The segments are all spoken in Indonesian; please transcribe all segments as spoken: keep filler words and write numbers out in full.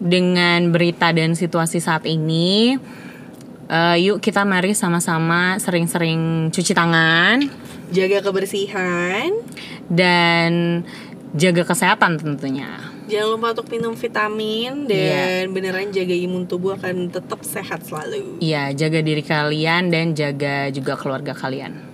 dengan berita dan situasi saat ini, uh, yuk kita mari sama-sama sering-sering cuci tangan, jaga kebersihan, dan jaga kesehatan tentunya. Jangan lupa untuk minum vitamin dan yeah. beneran jaga imun tubuh akan tetap sehat selalu. Iya, jaga diri kalian dan jaga juga keluarga kalian.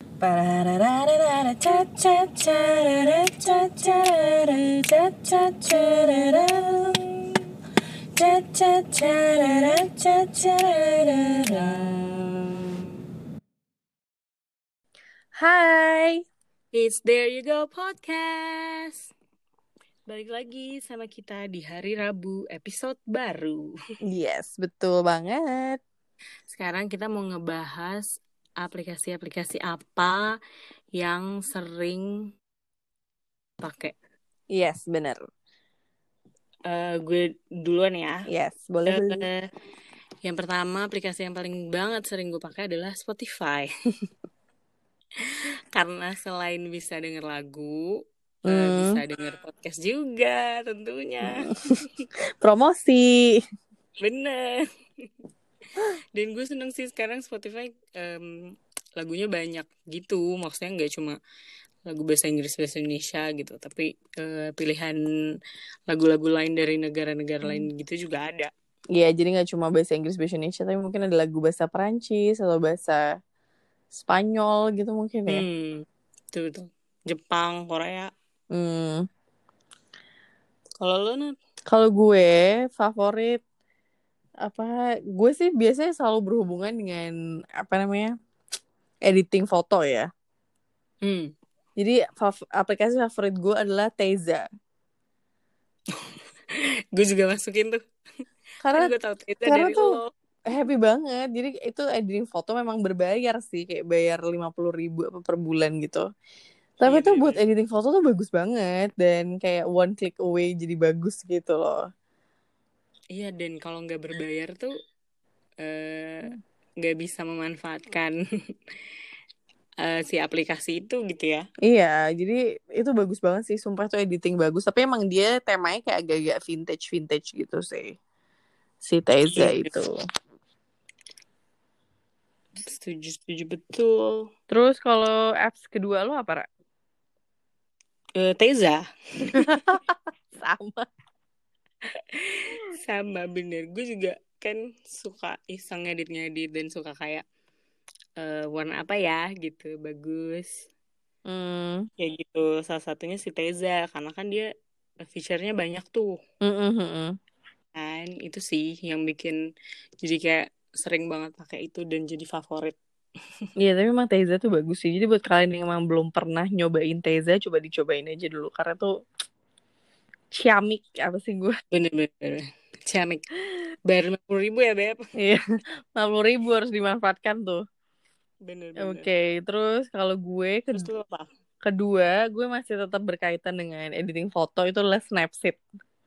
Hai, it's There You Go Podcast. Balik lagi sama kita di hari Rabu, episode baru. Yes, betul banget. Sekarang kita mau ngebahas aplikasi-aplikasi apa yang sering pakai. Yes, benar. Uh, gue duluan ya. Yes, boleh. Uh, yang pertama, aplikasi yang paling banget sering gue pakai adalah Spotify. Karena selain bisa denger lagu, hmm. uh, bisa denger podcast juga tentunya. Promosi. Bener. Dan gue seneng sih sekarang Spotify um, lagunya banyak gitu. Maksudnya gak cuma lagu bahasa Inggris, bahasa Indonesia gitu, tapi uh, pilihan lagu-lagu lain dari negara-negara hmm. lain gitu juga ada. Iya, jadi gak cuma bahasa Inggris, bahasa Indonesia, tapi mungkin ada lagu bahasa Perancis atau bahasa Spanyol gitu mungkin ya. Hmm, betul-betul. Jepang, Korea. Hmm. Kalau lo, Nat? Kalau gue favorit apa? Gue sih biasanya selalu berhubungan dengan apa namanya? Editing foto ya. Hmm. Jadi fav- aplikasi favorit gue adalah Teza. Gue juga masukin tuh. Karena gue tahu Teza karena dari tuh lo. Happy banget. Jadi itu editing foto memang berbayar sih, kayak bayar lima puluh ribu apa per bulan gitu. Tapi iya, tuh buat bener. Editing foto tuh bagus banget dan kayak one click away jadi bagus gitu loh. Iya, dan kalau nggak berbayar tuh nggak uh, bisa memanfaatkan uh, si aplikasi itu gitu ya. Iya, jadi itu bagus banget sih, sumpah tuh editing bagus. Tapi emang dia temanya kayak agak-agak vintage-vintage gitu sih, si Teza iya. itu. Setuju, setuju betul. Terus kalau apps kedua lo apa, Ra? Uh, Teza. Sama. Sama bener. Gue juga kan suka iseng ngedit-ngedit dan suka kayak uh, warna apa ya gitu, bagus. Hmm. Kayak gitu. Salah satunya si Teza, karena kan dia feature-nya banyak tuh. Mm-mm. Kan itu sih yang bikin jadi kayak sering banget pakai itu dan jadi favorit. Iya, tapi emang Teza tuh bagus sih. Jadi buat kalian yang emang belum pernah nyobain Teza, coba dicobain aja dulu. Karena tuh ciamik apa sih gue? Bener-bener ciamik. Bayar lima puluh ribu ya, Beb? Iya, lima puluh ribu harus dimanfaatkan tuh. Bener-bener. Oke, okay, terus kalau gue ke- terus apa? kedua, gue masih tetap berkaitan dengan editing foto, itu adalah Snapseed.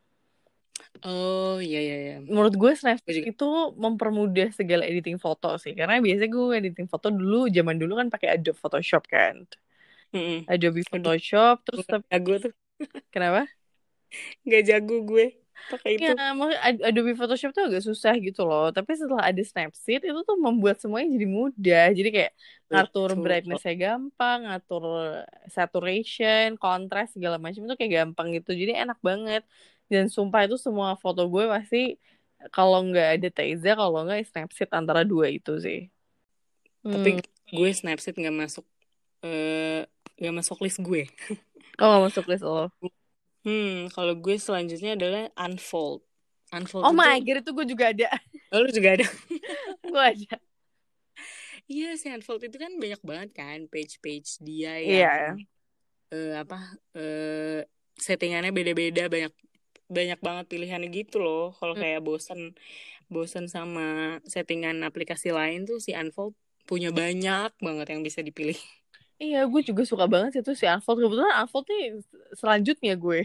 Oh iya iya iya. Menurut gue Snapseed itu mempermudah segala editing foto sih. Karena biasanya gue editing foto dulu, zaman dulu kan pakai Adobe Photoshop kan. Mm-mm. Adobe Photoshop. Aduh, terus gak jago tuh. Kenapa? Gak jago gue pakai itu. Ya, Adobe Photoshop tuh agak susah gitu loh. Tapi setelah ada Snapseed itu tuh membuat semuanya jadi mudah. Jadi kayak ngatur Betul. brightness-nya gampang, ngatur saturation, kontras segala macam itu kayak gampang gitu. Jadi enak banget. Dan sumpah itu semua foto gue pasti kalau nggak ada Teza, kalau nggak Snapseed, antara dua itu sih. Tapi hmm. gue Snapseed nggak masuk, nggak uh, masuk list gue. Oh, nggak masuk list lo? Hmm, kalau gue selanjutnya adalah Unfold. Unfold oh itu... my god, itu gue juga ada. Oh, lu juga ada? Gue ada. Iya, si Unfold itu kan banyak banget kan page-page dia yang yeah. uh, apa uh, settingannya beda-beda, banyak banyak banget pilihannya gitu loh. Kalau hmm. kayak bosen bosen sama settingan aplikasi lain tuh, si Unfold punya banyak banget yang bisa dipilih. Iya, gue juga suka banget itu si Unfold. Kebetulan Unfold nih selanjutnya gue.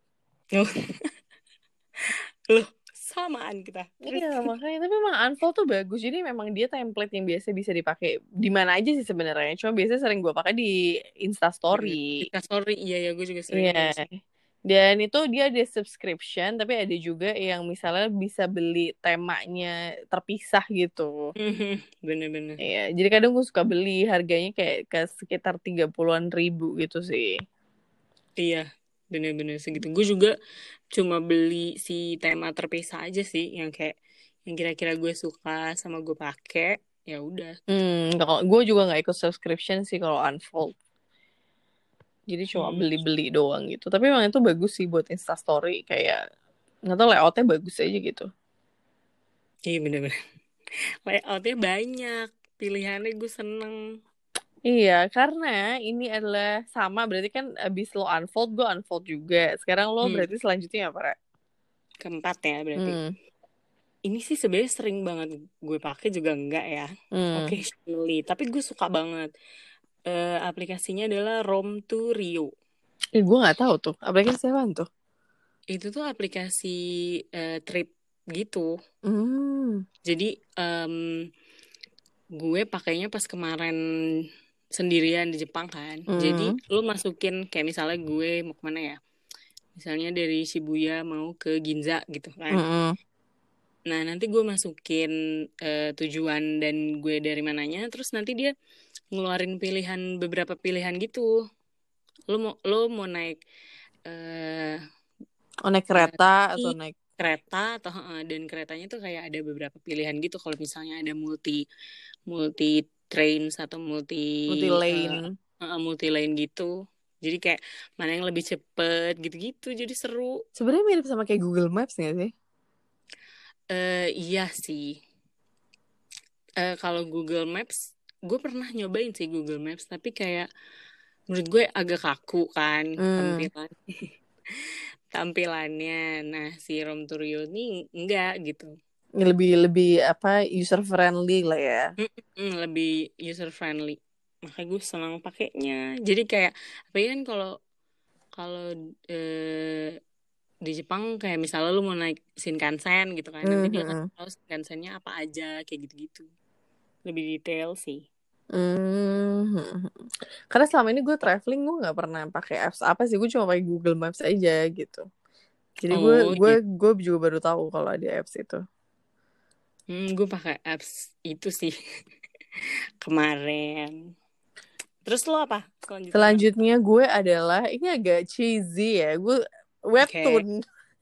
Loh, samaan kita. Iya, makanya. Tapi memang Unfold tuh bagus. Jadi memang dia template yang biasa bisa dipakai di mana aja sih sebenarnya. Cuma biasanya sering gue pakai di Instastory. Instastory, iya ya, gue juga sering. Iya. Dan itu dia ada subscription, tapi ada juga yang misalnya bisa beli temanya terpisah gitu. Bener-bener. Iya, jadi kadang gue suka beli, harganya kayak ke sekitar tiga puluhan ribu gitu sih. Iya, bener-bener segitu. Gue juga cuma beli si tema terpisah aja sih, yang kayak yang kira-kira gue suka sama gue pakai, ya udah. Hmm, kalau gue juga nggak ikut subscription sih kalau Unfold. Jadi cuma Hmm, beli-beli doang gitu. Tapi emang itu bagus sih buat Instastory, kayak nggak tahu layoutnya bagus aja gitu. iya bener-bener. Layoutnya banyak, pilihannya gue seneng. Iya, karena ini adalah sama, berarti kan abis lo unfold, gue unfold juga. Sekarang lo Hmm, berarti selanjutnya apa, Ra? keempat ya berarti. Hmm, Ini sih sebenarnya sering banget gue pakai juga enggak ya. hmm. Occasionally, tapi gue suka banget. Eh, aplikasinya adalah Rom to Rio. Eh, gue nggak tahu tuh, aplikasi apaan tuh? Itu tuh aplikasi eh, trip gitu. Hmm, Jadi em, gue pakainya pas kemarin sendirian di Jepang kan. Jadi hmm, lu masukin kayak misalnya gue mau kemana ya? Misalnya dari Shibuya mau ke Ginza gitu kan. hmm. Nah nanti gue masukin eh, tujuan dan gue dari mananya. Terus nanti dia ngeluarin pilihan beberapa pilihan gitu. Lu mau lu mau naik eh Oh, naik eh, kereta atau taksi, naik kereta atau heeh, dan keretanya tuh kayak ada beberapa pilihan gitu. Kalau misalnya ada multi multi trains atau multi multi eh, lane? eh, multi lane gitu. Jadi kayak mana yang lebih cepet gitu-gitu. Jadi seru. Sebenarnya mirip sama kayak Google Maps nggak sih? Eh iya sih. Eh kalau Google Maps, gue pernah nyobain sih Google Maps, tapi kayak menurut gue agak kaku kan Hmm, tampilan tampilannya. Nah, si Rom Turio ini enggak gitu. lebih lebih apa user friendly lah ya. Mm-mm, lebih user friendly. Makanya gue senang pakainya. Jadi kayak apa ya kan kalau kalau eh, di Jepang kayak misalnya lu mau naik Shinkansen gitu kan. Nanti Hmm, dia hmm, kasih tahu Shinkansennya apa aja kayak gitu-gitu. Lebih detail sih. hmm. Karena selama ini gue traveling gue nggak pernah pakai apps apa sih, gue cuma pakai Google Maps aja gitu. Jadi gue Oh gue iya. gue juga baru tahu kalau ada apps itu. Hmm, gue pakai apps itu sih kemarin. Terus lo apa? Selanjutnya apa? Selanjutnya gue adalah, ini agak cheesy ya, gue Oke. webtoon.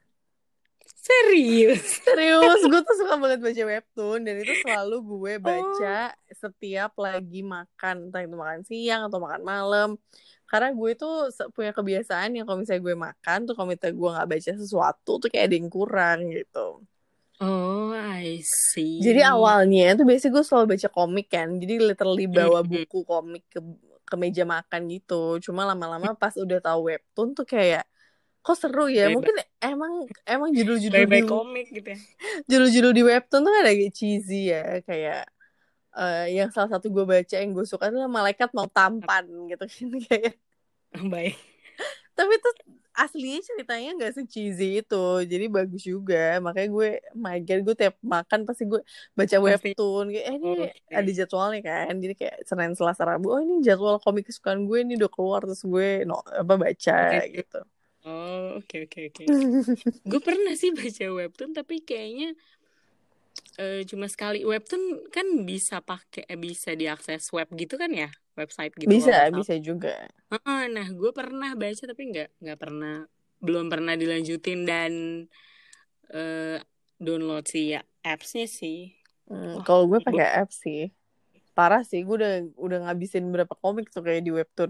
Serius. Serius, gue tuh suka banget baca webtoon, dan itu selalu gue Oh. baca setiap lagi makan, entah itu makan siang atau makan malam. Karena gue tuh se- punya kebiasaan yang kalau misalnya gue makan tuh, kalau misalnya gue nggak baca sesuatu tuh kayak ada yang kurang gitu. Oh, I Jadi see. awalnya tuh biasanya gue selalu baca komik kan, jadi literally bawa Mm-mm. buku komik ke ke meja makan gitu. Cuma lama-lama pas udah tahu webtoon tuh kayak kok seru ya. Bye bye, Mungkin emang emang judul-judul bye di bye komik gitu ya. judul-judul di webtoon tuh kan agak cheesy ya, kayak eh, yang salah satu gue baca yang gue suka adalah Malaikat Mau Tampan gitu kan kayak. Bye. Tapi tuh aslinya ceritanya nggak se-cheesy itu, jadi bagus juga. Makanya gue, my god, gue tiap makan pasti gue baca Pasti. webtoon kayak, eh ini Oke. ada jadwalnya kan, jadi kayak Senin Selasa Rabu, oh ini jadwal komik kesukaan gue ini udah keluar, terus gue no apa baca Oke. gitu. Oh, oke oke oke oke. Gue pernah sih baca webtoon tapi kayaknya eh, cuma sekali. Webtoon kan bisa pakai eh, bisa diakses web gitu kan ya, website gitu Bisa kalau nggak salah. bisa juga. Heeh, nah, gue pernah baca tapi nggak nggak pernah belum pernah dilanjutin dan eh, download si ya, apps-nya sih. Hmm, Wah, kalau gue gue pakai app sih, parah sih, gue udah udah ngabisin berapa komik tuh kayak di webtoon.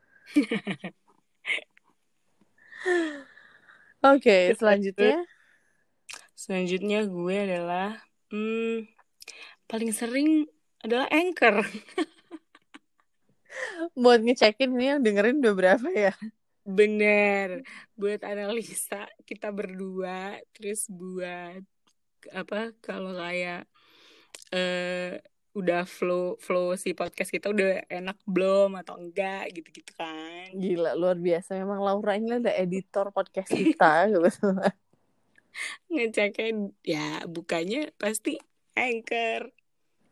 Oke, selanjutnya selanjutnya gue adalah hmm, paling sering adalah Anchor. buat ngecekin ini yang dengerin udah berapa ya. Bener, buat analisa kita berdua, terus buat apa kalau kayak eh udah flow flow si podcast kita udah enak belum atau enggak gitu-gitu kan. Gila, luar biasa. Memang Laura ini ada editor podcast kita. Kebetulan. Ngecekin ya bukannya pasti Anchor.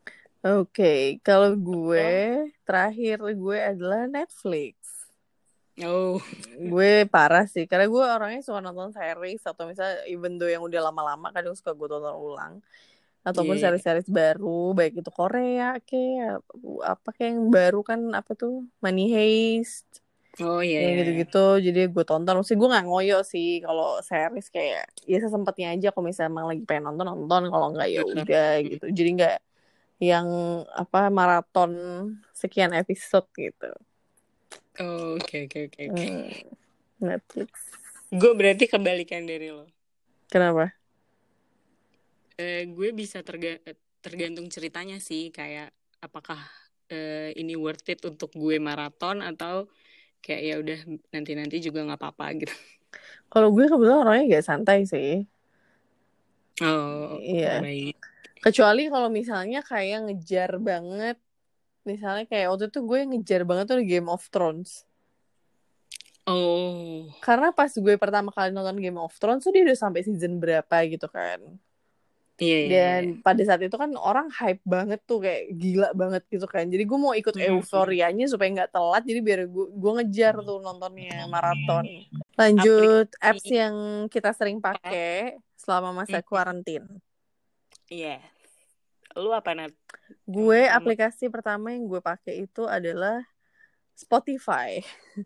Oke, kalau gue, Oh, terakhir gue adalah Netflix. Oh, Gue parah sih, karena gue orangnya suka nonton series atau misalnya even though yang udah lama-lama kadang suka gue tonton ulang. Ataupun iya. Yeah. series-series baru, baik itu Korea kayak apa kayak yang baru kan apa tuh Money Heist Oh iya yang iya iya. gitu-gitu. Jadi gue tonton, mesti gue nggak ngoyo sih kalau series kayak ya sesempatnya aja kalau misalnya emang lagi pengen nonton nonton, kalau nggak ya udah gitu. Jadi nggak yang apa maraton sekian episode gitu. Oh, oke oke oke oke. Hmm, Netflix. Gue berarti kebalikan dari lo. Kenapa? Eh, gue bisa terga- tergantung ceritanya sih, kayak apakah eh, ini worth it untuk gue maraton atau kayak ya udah nanti-nanti juga nggak apa-apa gitu. Kalau gue kebetulan orangnya gak santai sih. Oh, Iya. baik. Kecuali kalau misalnya kayak ngejar banget. Misalnya kayak waktu itu gue ngejar banget tuh di Game of Thrones. Oh, Karena pas gue pertama kali nonton Game of Thrones tuh dia udah sampai season berapa gitu kan. iya iya iya. Dan pada saat itu kan orang hype banget tuh kayak gila banget gitu kan. Jadi gue mau ikut Hmm. euforianya supaya nggak telat. Jadi biar gue, gue ngejar tuh nontonnya maraton. Lanjut apps Aplikasi yang kita sering apa? pakai selama masa Mhm. kuarantin. Iya. Lu apa Nat? Yang Gue pertama. aplikasi pertama yang gue pakai itu adalah Spotify.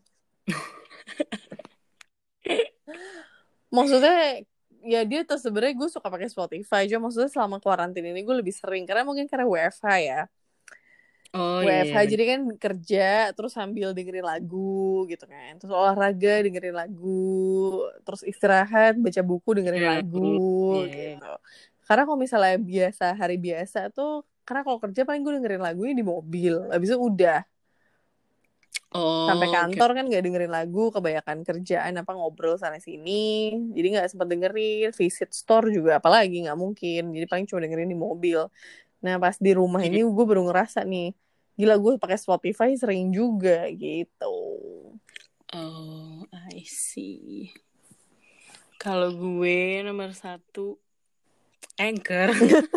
Maksudnya ya dia tuh sebenarnya gue suka pakai Spotify, cuma maksudnya selama kuarantin ini gue lebih sering karena mungkin karena W F H ya. Oh iya iya W F H benar. jadi kan kerja terus sambil dengerin lagu gitu kan. Terus olahraga dengerin lagu, terus istirahat baca buku dengerin Iya. lagu Iya iya. gitu. Karena kalau misalnya biasa hari biasa tuh karena kalau kerja paling gue dengerin lagunya di mobil. Habis itu udah sampai Oh, oke. kantor kan gak dengerin lagu, kebanyakan kerjaan apa ngobrol sana sini, jadi nggak sempat dengerin. Visit store juga apalagi nggak mungkin, jadi paling cuma dengerin di mobil. Nah pas di rumah Hmm. ini gue baru ngerasa nih, gila gue pakai Spotify sering juga gitu. Oh, I see. Kalau gue nomor satu Anchor.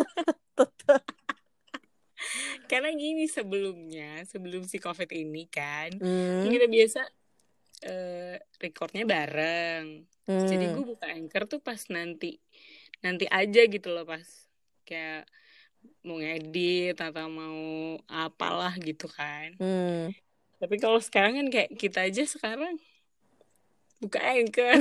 Karena gini sebelumnya, sebelum si COVID ini kan, kan Hmm, kita biasa eh, recordnya bareng. Jadi hmm, gue buka Anchor tuh pas nanti, nanti aja gitu loh pas kayak mau ngedit atau mau apalah gitu kan. hmm. Tapi kalau sekarang kan kayak kita aja sekarang buka Anchor,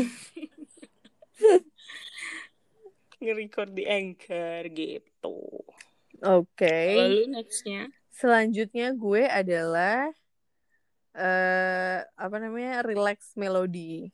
nge-record di Anchor gitu. Oke. Kalau Okay. lu nextnya, Selanjutnya gue adalah eh apa namanya relax melody.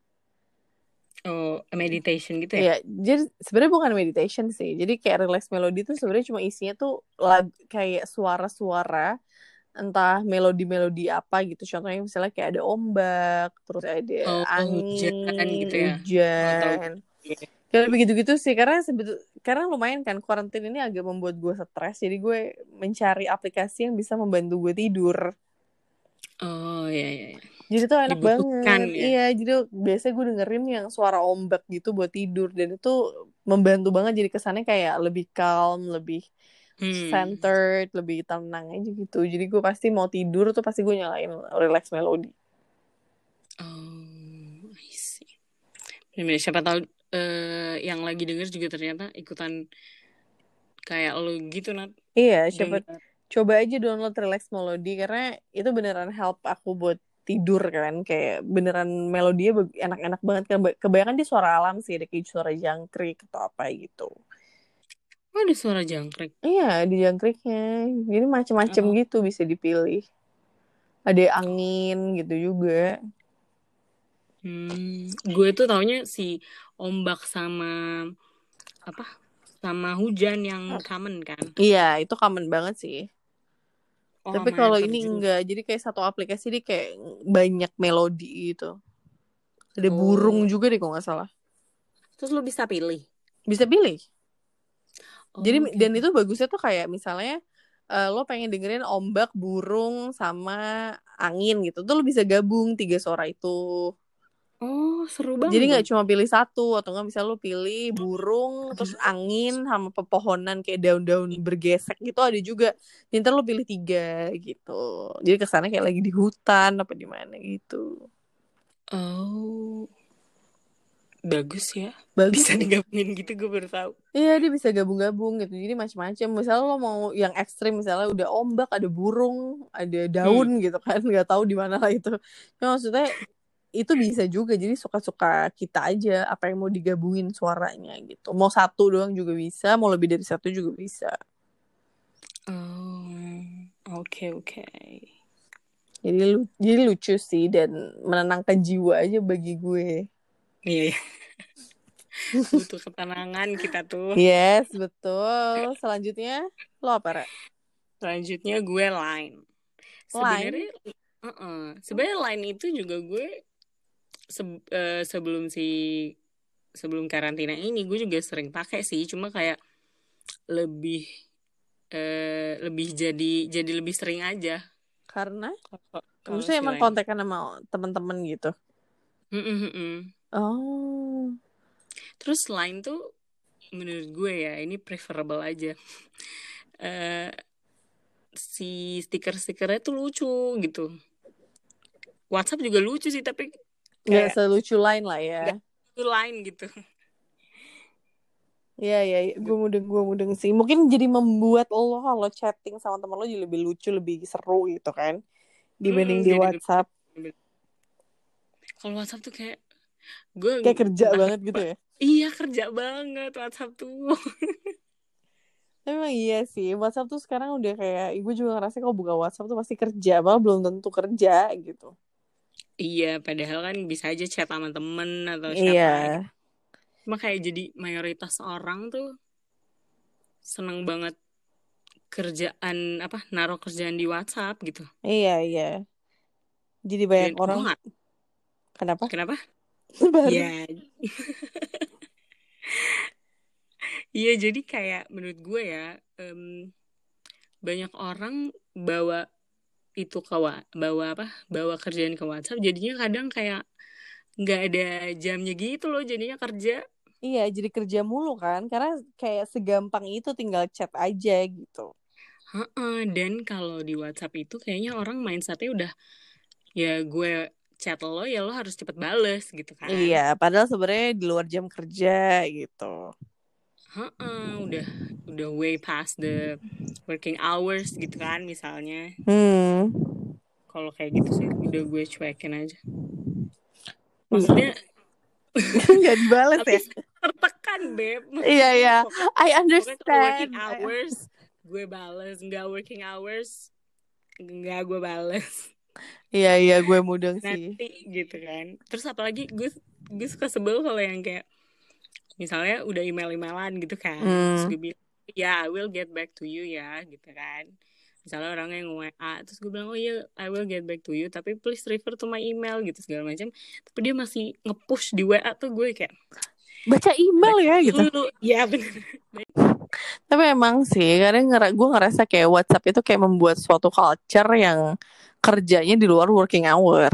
oh meditation gitu ya? Iya, jadi sebenarnya bukan meditation sih. Jadi kayak relax melody itu sebenarnya cuma isinya tuh lag, kayak suara-suara entah melodi-melodi apa gitu. Contohnya misalnya kayak ada ombak, terus ada Oh hujan angin, gitu ya? Oh tahu. hujan. Kayak begitu-gitu sih. Karena sebetul karena lumayan kan kuarantin ini agak membuat gue stres. Jadi gue mencari aplikasi yang bisa membantu gue tidur. Oh iya iya. Iya. Jadi tuh enak Dibutuhkan banget. ya. Iya, jadi biasanya gue dengerin yang suara ombak gitu buat tidur. Dan itu membantu banget jadi kesannya kayak lebih calm, lebih Hmm. centered, lebih tenang aja gitu. Jadi gue pasti mau tidur tuh pasti gue nyalain relax melody. Oh, I see. Bener-bener, siapa tahu eh, yang lagi denger juga ternyata ikutan kayak lo gitu Nat. Iya, siapa Denger. coba aja download relax melody karena itu beneran help aku buat tidur kan. Kayak beneran melodinya beg- enak-enak banget. Keba- Kebanyakan dia suara alam sih, ada kayak suara jangkrik atau apa gitu. Oh, ada suara jangkrik. Iya, di jangkriknya. Jadi macem-macem Oh. gitu bisa dipilih. Ada angin gitu juga. Hmm, gue tuh taunya si ombak sama apa? Sama hujan yang common kan. Iya, itu common banget sih. Oh, Tapi sama air kalau ini terjun. enggak, jadi kayak satu aplikasi dia kayak banyak melodi gitu. Ada burung Oh, juga deh kalau nggak salah. terus lo bisa pilih. Bisa pilih. Jadi Oh, oke. dan itu bagusnya tuh kayak misalnya eh, lo pengen dengerin ombak, burung, sama angin gitu. Tuh lo bisa gabung tiga suara itu. Oh, seru Jadi banget nggak dong. cuma pilih satu atau nggak bisa lo pilih burung terus angin sama pepohonan kayak daun-daun bergesek gitu ada juga. Jadi ntar lo pilih tiga gitu. Jadi kesannya kayak lagi di hutan apa di mana gitu. Oh, bagus ya. Bagus Bisa sih. digabungin gitu, gue baru tahu. Iya, dia bisa gabung-gabung gitu. Jadi macam-macam. Misalnya lo mau yang ekstrim, misalnya udah ombak, ada burung, ada daun Hmm. gitu kan, nggak tahu di mana lah itu. Cuma maksudnya itu bisa juga. Jadi suka-suka kita aja apa yang mau digabungin suaranya gitu. Mau satu doang juga bisa, mau lebih dari satu juga bisa. Oh, oke oke. Jadi lu- jadi lucu sih dan menenangkan jiwa aja bagi gue. Iya, iya. Butuh ketenangan kita tuh. Yes, betul. Selanjutnya lo apa, Ra? Selanjutnya gue Line. Line? Sebenarnya, uh-uh. Sebenarnya Line itu juga gue se- eh, sebelum si sebelum karantina ini gue juga sering pakai sih. Cuma kayak lebih eh, lebih jadi jadi lebih sering aja Karena? kalau kalau Maksudnya si emang Line. kontekan sama teman-teman gitu. Mm-mm-mm. Oh, Terus Line tuh menurut gue ya ini preferable aja. Eh, si stiker-stikernya tuh lucu gitu. WhatsApp juga lucu sih tapi nggak kayak selucu Line lah ya. nggak itu Line gitu. Iya, iya, iya. Gue mudeng, gue mudeng sih. Mungkin jadi membuat lo kalau chatting sama teman lo jadi lebih lucu, lebih seru gitu kan. Dibanding Mm-mm, di jadi WhatsApp. kalau WhatsApp tuh kayak gue Kayak kerja entah banget gitu kenapa. ya. Iya kerja banget WhatsApp tuh. Tapi emang iya sih. WhatsApp tuh sekarang udah kayak, gue juga ngerasa kalau buka WhatsApp tuh pasti kerja. Malah belum tentu kerja gitu. Iya padahal kan bisa aja chat sama temen atau Iya. siapa gitu. Cuma kayak jadi mayoritas orang tuh seneng banget kerjaan apa naruh kerjaan di WhatsApp gitu. Iya, iya. Jadi banyak Dan gue orang. nggak Kenapa? kenapa? Baru. Ya, iya jadi kayak menurut gue ya em, banyak orang bawa itu ke wa- bawa apa bawa kerjaan ke WhatsApp jadinya kadang kayak nggak ada jamnya gitu loh jadinya kerja. Iya, jadi kerja mulu kan. Karena kayak segampang itu tinggal chat aja gitu. Heeh, dan kalau di WhatsApp itu kayaknya orang mindsetnya udah ya gue chat lo ya lo harus cepet bales gitu kan. Iya, padahal sebenarnya di luar jam kerja gitu. Heeh, udah udah way past the working hours gitu kan misalnya. Hmm. Kalau kayak gitu sih udah gue cuekin aja. Maksudnya Nggak dibales tapi ya? tertekan beb. Iya, Maksudnya iya. pokoknya, I pokoknya kalau working understand. I... hours gue bales, nggak working hours nggak gue bales. Iya, iya, gue mudeng sih. Nanti gitu kan. Terus apalagi gue gue suka sebel kalau yang kayak misalnya udah email-emailan gitu kan. Terus Hmm. gue bilang ya I will get back to you ya gitu kan. Misalnya orang yang W A terus gue bilang oh iya I will get back to you tapi please refer to my email gitu segala macam. Tapi dia masih nge-push di W A tuh gue kayak Baca email baca ya gitu. dulu. Ya bener. Tapi emang sih, kadang ngera gue ngerasa kayak WhatsApp itu kayak membuat suatu culture yang kerjanya di luar working hour.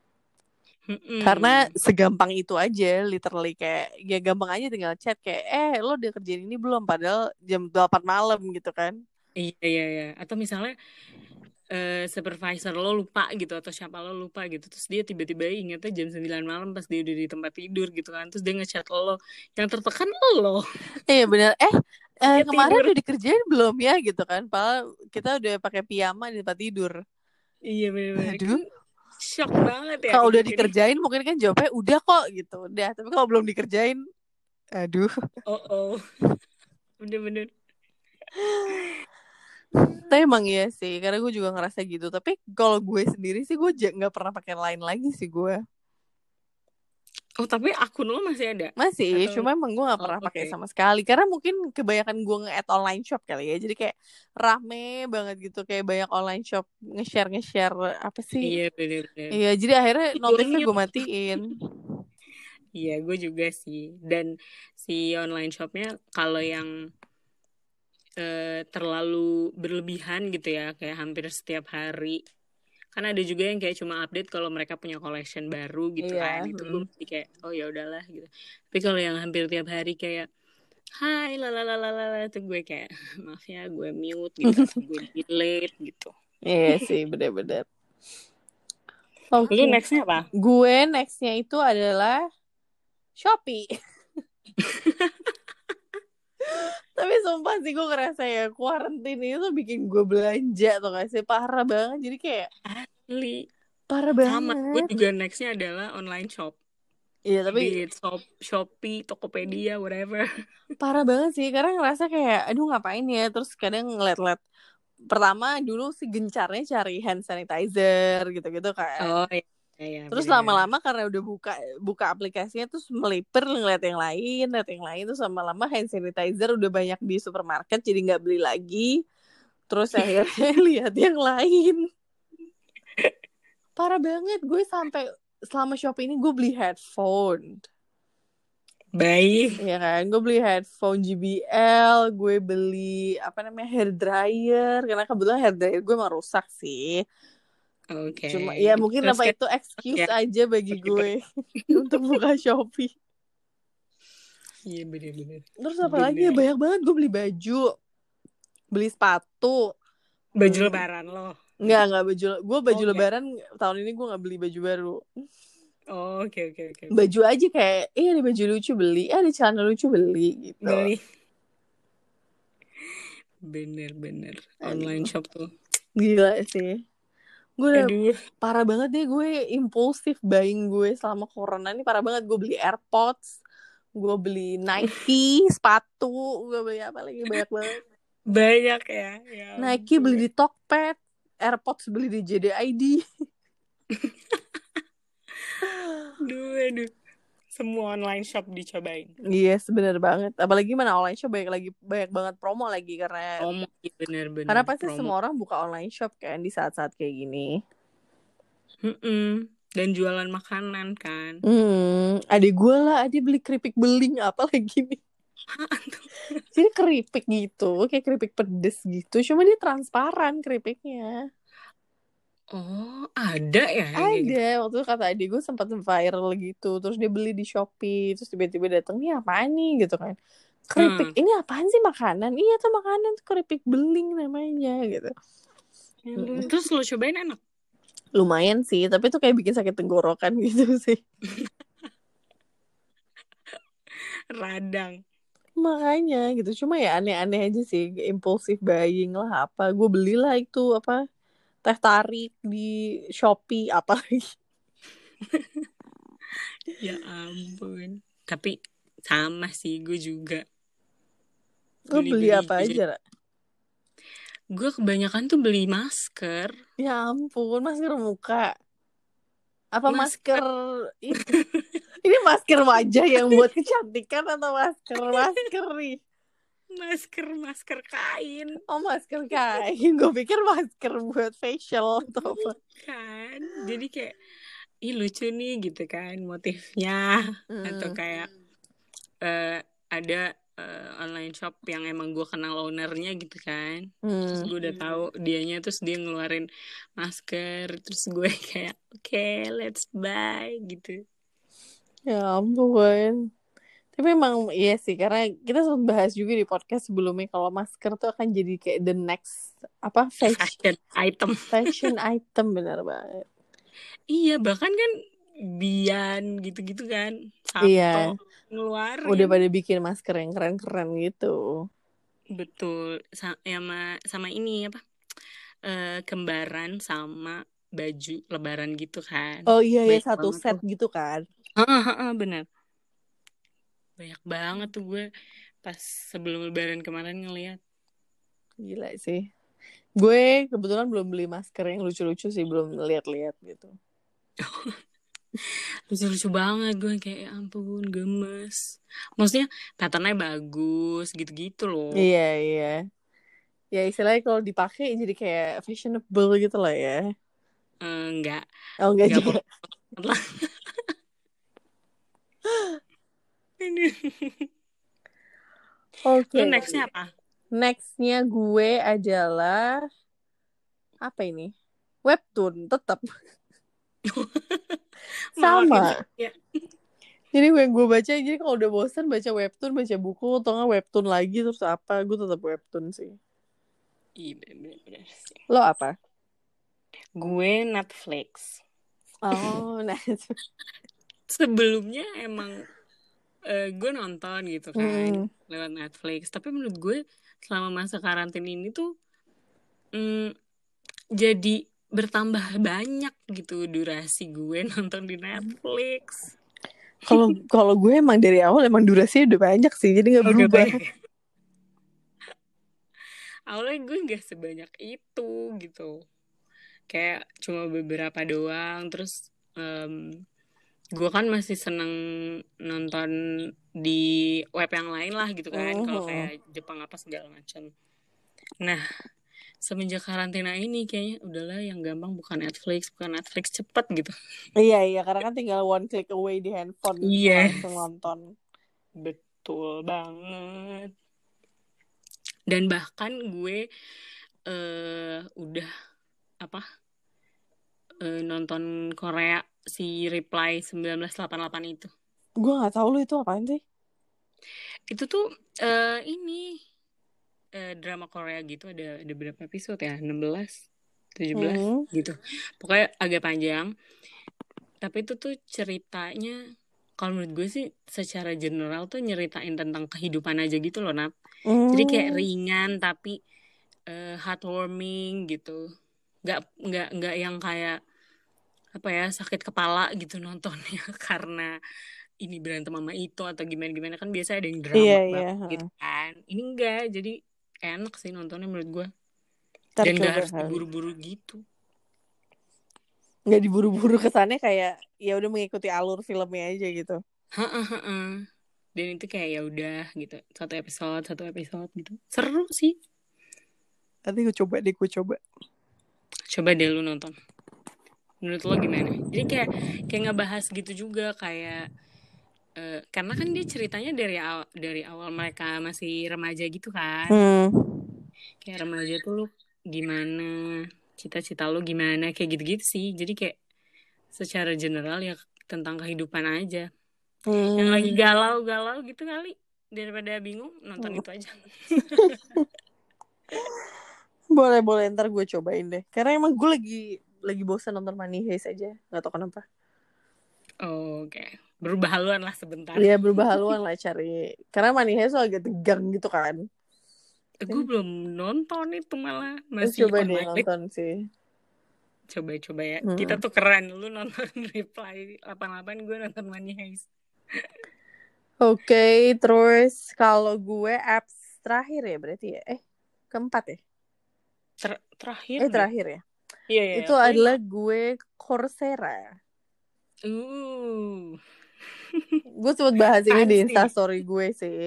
Karena Mm-mm. segampang itu aja, literally kayak ya gampang aja tinggal chat kayak eh lo udah kerjain ini belum padahal jam delapan malam gitu kan. Iya iya iya. Atau misalnya eh, supervisor lo lupa gitu atau siapa lo lupa gitu terus dia tiba-tiba ingetnya jam sembilan malam pas dia udah di tempat tidur gitu kan terus dia ngechat lo yang tertekan lo Iya bener. Eh, eh dia kemarin tidur. udah dikerjain belum ya gitu kan. Padahal kita udah pakai piyama di tempat tidur. Iya bener-bener kan Aduh, shock banget ya kalau kalau udah jadi dikerjain mungkin kan jawabnya udah kok gitu. Udah, tapi kalau belum dikerjain, aduh. oh oh bener-bener. Tapi emang iya sih, karena gue juga ngerasa gitu. Tapi kalau gue sendiri sih gue ja- nggak pernah pakai Line lagi sih gue. Oh tapi akun lo masih ada Masih, atau cuma emang gue nggak oh pernah oke pakai sama sekali. Karena mungkin kebanyakan gue nge-add online shop kali ya. Jadi kayak rame banget gitu, kayak banyak online shop nge-share nge-share apa sih? iya bener-bener Iya, jadi akhirnya gue notifnya gue mute. matiin. Iya gue juga sih dan si online shopnya kalau yang eh, terlalu berlebihan gitu ya kayak hampir setiap hari kan ada juga yang kayak cuma update kalau mereka punya collection baru gitu kan Iya. itu gue Mm. mesti kayak oh ya udahlah gitu tapi kalau yang hampir tiap hari kayak hai lalalala itu gue kayak maaf ya gue mute gitu atau gue delete gitu. Iya sih, bener-bener. Oke. Lu nextnya apa? Gue nextnya itu adalah Shopee. Tapi sumpah sih gue ngerasa ya quarantine itu bikin gue belanja tuh gak sih, parah banget. Jadi kayak Li. parah Sama, gue banget. juga nextnya adalah online shop. Iya tapi Be it shop, Shopee, Tokopedia, whatever. parah banget sih karena ngerasa kayak aduh ngapain ya, terus kadang ngeliat-liat. Pertama dulu sih gencarnya cari hand sanitizer gitu-gitu kan. Oh iya, iya Terus benar. lama-lama karena udah buka buka aplikasinya terus melipir ngeliat yang lain, ngeliat yang lain, terus lama-lama hand sanitizer udah banyak di supermarket jadi nggak beli lagi. Terus akhirnya lihat yang lain. Parah banget, gue sampai selama Shopee ini gue beli headphone. Baik. Iya kan, gue beli headphone J B L, gue beli apa namanya hair dryer karena kebetulan hair dryer gue emang rusak sih. Oke. Cuma ya mungkin Terus apa kan itu excuse ya, aja bagi gue pergi-pergi. untuk buka Shopee. Iya benar-benar. Terus apa lagi ya, Benar. banyak banget gue beli baju, beli sepatu. Baju Hmm, lebaran loh. Nggak, nggak baju. Gue baju Oh enggak. lebaran tahun ini gue nggak beli baju baru. Oh, oke oke oke oke. Baju aja kayak, eh ada baju lucu beli, eh ada celana lucu beli gitu. Beli. Bener-bener. Online Aduh, shop tuh. gila sih. Gue udah Aduh. parah banget deh, gue impulsif buying gue selama corona ini parah banget. Gue beli AirPods, gue beli Nike, sepatu, gue beli apa lagi, banyak banget. Banyak ya. Ya Nike beli ampun. di Tokped, AirPods beli di J D I D. Aduh, aduh. Semua online shop dicobain. Iya, yes, bener banget. Apalagi mana online shop banyak lagi, banyak banget promo lagi karena Promo. karena Bener-bener pasti promo. semua orang buka online shop kan di saat-saat kayak gini. Mm-mm. Dan jualan makanan kan. Hmm, adik gue lah, adik beli keripik beling apa lagi nih. Jadi keripik gitu, kayak keripik pedes gitu. Cuma dia transparan keripiknya. Oh, ada ya yang kayak gitu. Ada, waktu itu kata adik gue sempat viral gitu. Terus dia beli di Shopee, terus tiba-tiba datang, ini apaan nih gitu kan. Keripik, Hmm. ini apaan sih makanan? Iya tuh makanan tuh keripik beling namanya gitu. Mm, Terus lo cobain enak. lumayan sih, tapi tuh kayak bikin sakit tenggorokan gitu sih. Radang. Makanya gitu, cuma ya aneh-aneh aja sih, impulsif buying lah apa. Gue belilah itu apa, teh tarik di Shopee apa lagi. Ya ampun. Tapi sama sih gue juga. Lo beli Beli-beli apa baju. aja, Ra? Gue kebanyakan tuh beli masker. Ya ampun, masker muka. Apa masker Masker. itu? Ini masker wajah yang buat kecantikan atau masker masker nih? Masker, masker kain. Oh masker kain, gue pikir masker buat facial atau apa. Kan. Jadi kayak, ih lucu nih gitu kan motifnya. Atau Hmm. kayak eh, ada eh, online shop yang emang gue kenal ownernya gitu kan. Terus Hmm. gue udah tahu dianya, terus dia ngeluarin masker, terus gue kayak oke okay, let's buy gitu. Ya ampun. Tapi emang iya sih, karena kita sempat bahas juga di podcast sebelumnya kalau masker tuh akan jadi kayak the next apa fashion Fashion item. fashion item, benar banget. Iya bahkan kan Bian gitu-gitu kan Iya, Sabto udah ngeluarin. pada bikin masker yang keren-keren gitu. Betul. Sa- sama sama ini apa eh, kembaran sama baju lebaran gitu kan. Oh iya ya, Banyak satu banget set tuh. gitu kan. Heeh, heeh, bener. Banyak banget tuh gue pas sebelum lebaran kemarin ngeliat. Gila sih. Gue kebetulan belum beli masker yang lucu-lucu sih, belum lihat-lihat gitu. Lucu-lucu banget gue kayak ya ampun gemes. Maksudnya patternnya bagus gitu-gitu loh. Iya, iya. Ya istilahnya kalau dipakai jadi kayak fashionable gitu lah ya. Eh, Enggak, Oh enggak enggak juga. pokoknya lah. Ini. Oke. Lu nextnya apa? Nextnya gue adalah apa ini? Webtoon, tetap. Makin Sama. ya. Jadi gue gue baca, jadi kalau udah bosan baca webtoon, baca buku, atau nggak webtoon lagi terus apa, gue tetap webtoon sih. Iya bener-bener sih. Lo apa? Gue Netflix. Oh, nah itu. Sebelumnya emang uh, gue nonton gitu kan Hmm. lewat Netflix, tapi menurut gue selama masa karantina ini tuh mm, jadi bertambah banyak gitu durasi gue nonton di Netflix. Kalau kalau gue emang dari awal emang durasinya udah banyak sih, jadi nggak Oh, gak berubah. banyak. Awalnya gue nggak sebanyak itu gitu, kayak cuma beberapa doang. Terus em, gue kan masih seneng nonton di web yang lain lah gitu kan, kalau Mhm. kayak Jepang apa segala macam. Nah, semenjak karantina ini kayaknya udahlah yang gampang bukan Netflix, bukan Netflix cepet gitu. Iya iya, karena kan tinggal one click away di handphone bisa Iya, langsung nonton. betul banget. Dan bahkan gue eh udah apa eh, nonton Korea si Reply sembilan belas delapan puluh delapan itu. Gue nggak tahu lu itu apaan sih. Itu tuh eh, ini eh, drama Korea gitu, ada ada berapa episode ya? enam belas, tujuh belas Hmm. gitu. Pokoknya agak panjang. Tapi itu tuh ceritanya kalau menurut gue sih secara general tuh nyeritain tentang kehidupan aja gitu loh, Nat. Jadi kayak Hmm. ringan tapi eh, heartwarming gitu. Nggak nggak nggak yang kayak apa ya, sakit kepala gitu nontonnya karena ini berantem sama itu atau gimana gimana, kan biasa ada yang Iya drama iya. banget gitu Heeh. kan. Ini enggak, jadi enak sih nontonnya menurut gue, Ntar dan gak coba harus kali. diburu-buru gitu. Nggak diburu-buru kesannya kayak ya udah mengikuti alur filmnya aja gitu. Heeh. Dan itu kayak ya udah gitu, satu episode satu episode gitu, seru sih. Nanti gue coba deh, gue coba. Coba deh lu nonton, menurut lo gimana? Jadi kayak kayak ngebahas gitu juga, kayak eh, karena kan dia ceritanya dari awal, dari awal mereka masih remaja gitu kan. Hmm. Kayak remaja tuh lu gimana, cita-cita lu gimana, kayak gitu-gitu sih. Jadi kayak secara general ya tentang kehidupan aja. Yang lagi Hmm. galau-galau gitu kali, daripada bingung nonton itu aja. Boleh boleh, ntar gue cobain deh. Karena emang gue lagi lagi bosan nonton Money Heist aja, nggak tahu kenapa. Oh, oke, okay. Berubah haluan lah sebentar. Iya berubah haluan lah cari. Karena Money Heist tuh agak tegang gitu kan. Gue belum nonton itu, malah Terus masih coba on deh my list. nonton sih. Coba-coba ya. Kita Hmm. tuh keren. Lu nonton Reply delapan puluh delapan, gue nonton Money Heist. Oke, okay, terus kalau gue apps terakhir ya berarti ya. Eh, keempat ya? Ter terakhir Eh, deh. terakhir ya. Iya, iya, Itu kelima. adalah gue Coursera. Uh. Gue sempet bahas ini di Fancy. Instastory gue sih.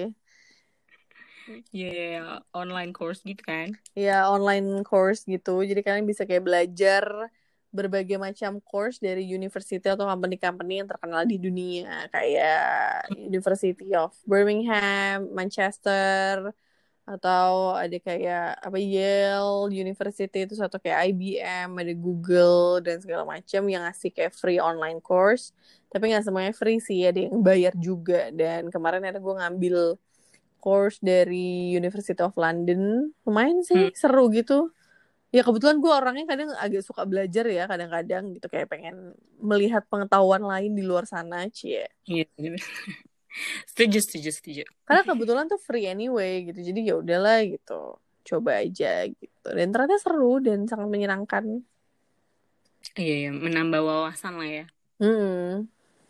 Iya, yeah, online course gitu kan. Ya, online course gitu. Jadi kalian bisa kayak belajar berbagai macam course dari university atau company-company yang terkenal di dunia. Kayak University of Birmingham, Manchester, atau ada kayak apa Yale University, itu satu kayak I B M, ada Google dan segala macam yang ngasih kayak free online course. Tapi nggak semuanya free sih, ada yang bayar juga. Dan kemarin ada gue ngambil course dari University of London, lumayan sih, Hmm. seru gitu. Ya kebetulan gue orangnya kadang agak suka belajar ya, kadang-kadang gitu kayak pengen melihat pengetahuan lain di luar sana, cie. Iya, gitu. Setuju, setuju, setuju. Karena kebetulan tuh free anyway gitu, jadi ya udahlah gitu, coba aja gitu. Dan ternyata seru dan sangat menyenangkan. Iya, iya, menambah wawasan lah ya. Hmm.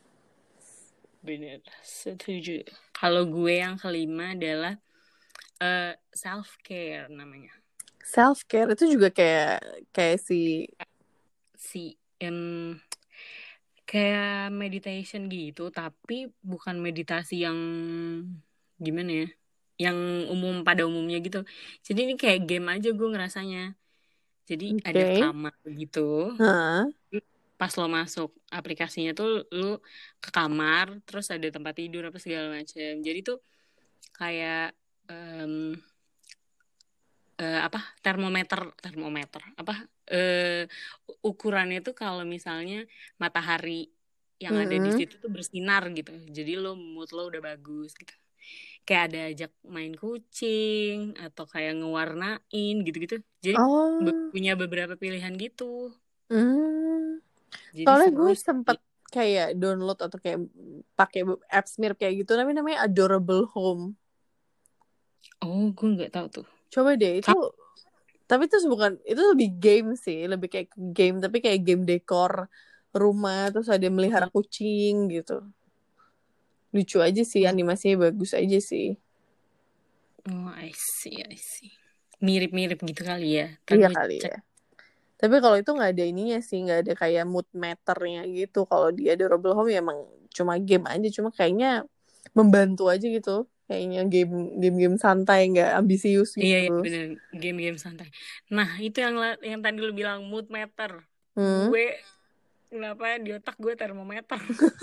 Bener, setuju. Kalau gue yang kelima adalah uh, self care namanya. Self care itu juga kayak kayak si Si em, kayak meditation gitu, tapi bukan meditasi yang gimana ya, yang umum pada umumnya gitu. Jadi ini kayak game aja gue ngerasanya. Jadi oke. ada kamar gitu. Hah? Pas lo masuk aplikasinya tuh lu ke kamar, terus ada tempat tidur apa segala macam. Jadi tuh kayak em, eh, apa termometer termometer apa eh, ukurannya tuh kalau misalnya matahari yang ada di Mm-mm. situ tuh bersinar gitu, jadi lo mood lo udah bagus gitu. Kayak ada ajak main kucing atau kayak ngewarnain gitu-gitu, jadi be- Oh. punya beberapa pilihan gitu. Hmm. Jadi Soalnya seru gue sih. sempet kayak download atau kayak pakai apps mirip kayak gitu, tapi namanya Adorable Home. Oh, gue nggak tahu tuh. Coba deh itu. Sama. Tapi itu bukan, itu lebih game sih, lebih kayak game tapi kayak game dekor rumah, terus ada melihara kucing gitu. Lucu aja sih, Oh, animasinya bagus aja sih. oh, I see, I see. Mirip-mirip gitu kali ya. Ntar Iya gue kali cek. ya. Tapi kalau itu nggak ada ininya sih, nggak ada kayak mood meternya gitu. Kalau di Adorable Home ya emang cuma game aja, cuma kayaknya membantu aja gitu. Kayaknya game game-game santai, nggak ambisius Iya, iya gitu. bener. Game-game santai. Nah, itu yang la- yang tadi lu bilang mood meter. Hmm. Gue, kenapa di otak gue termometer.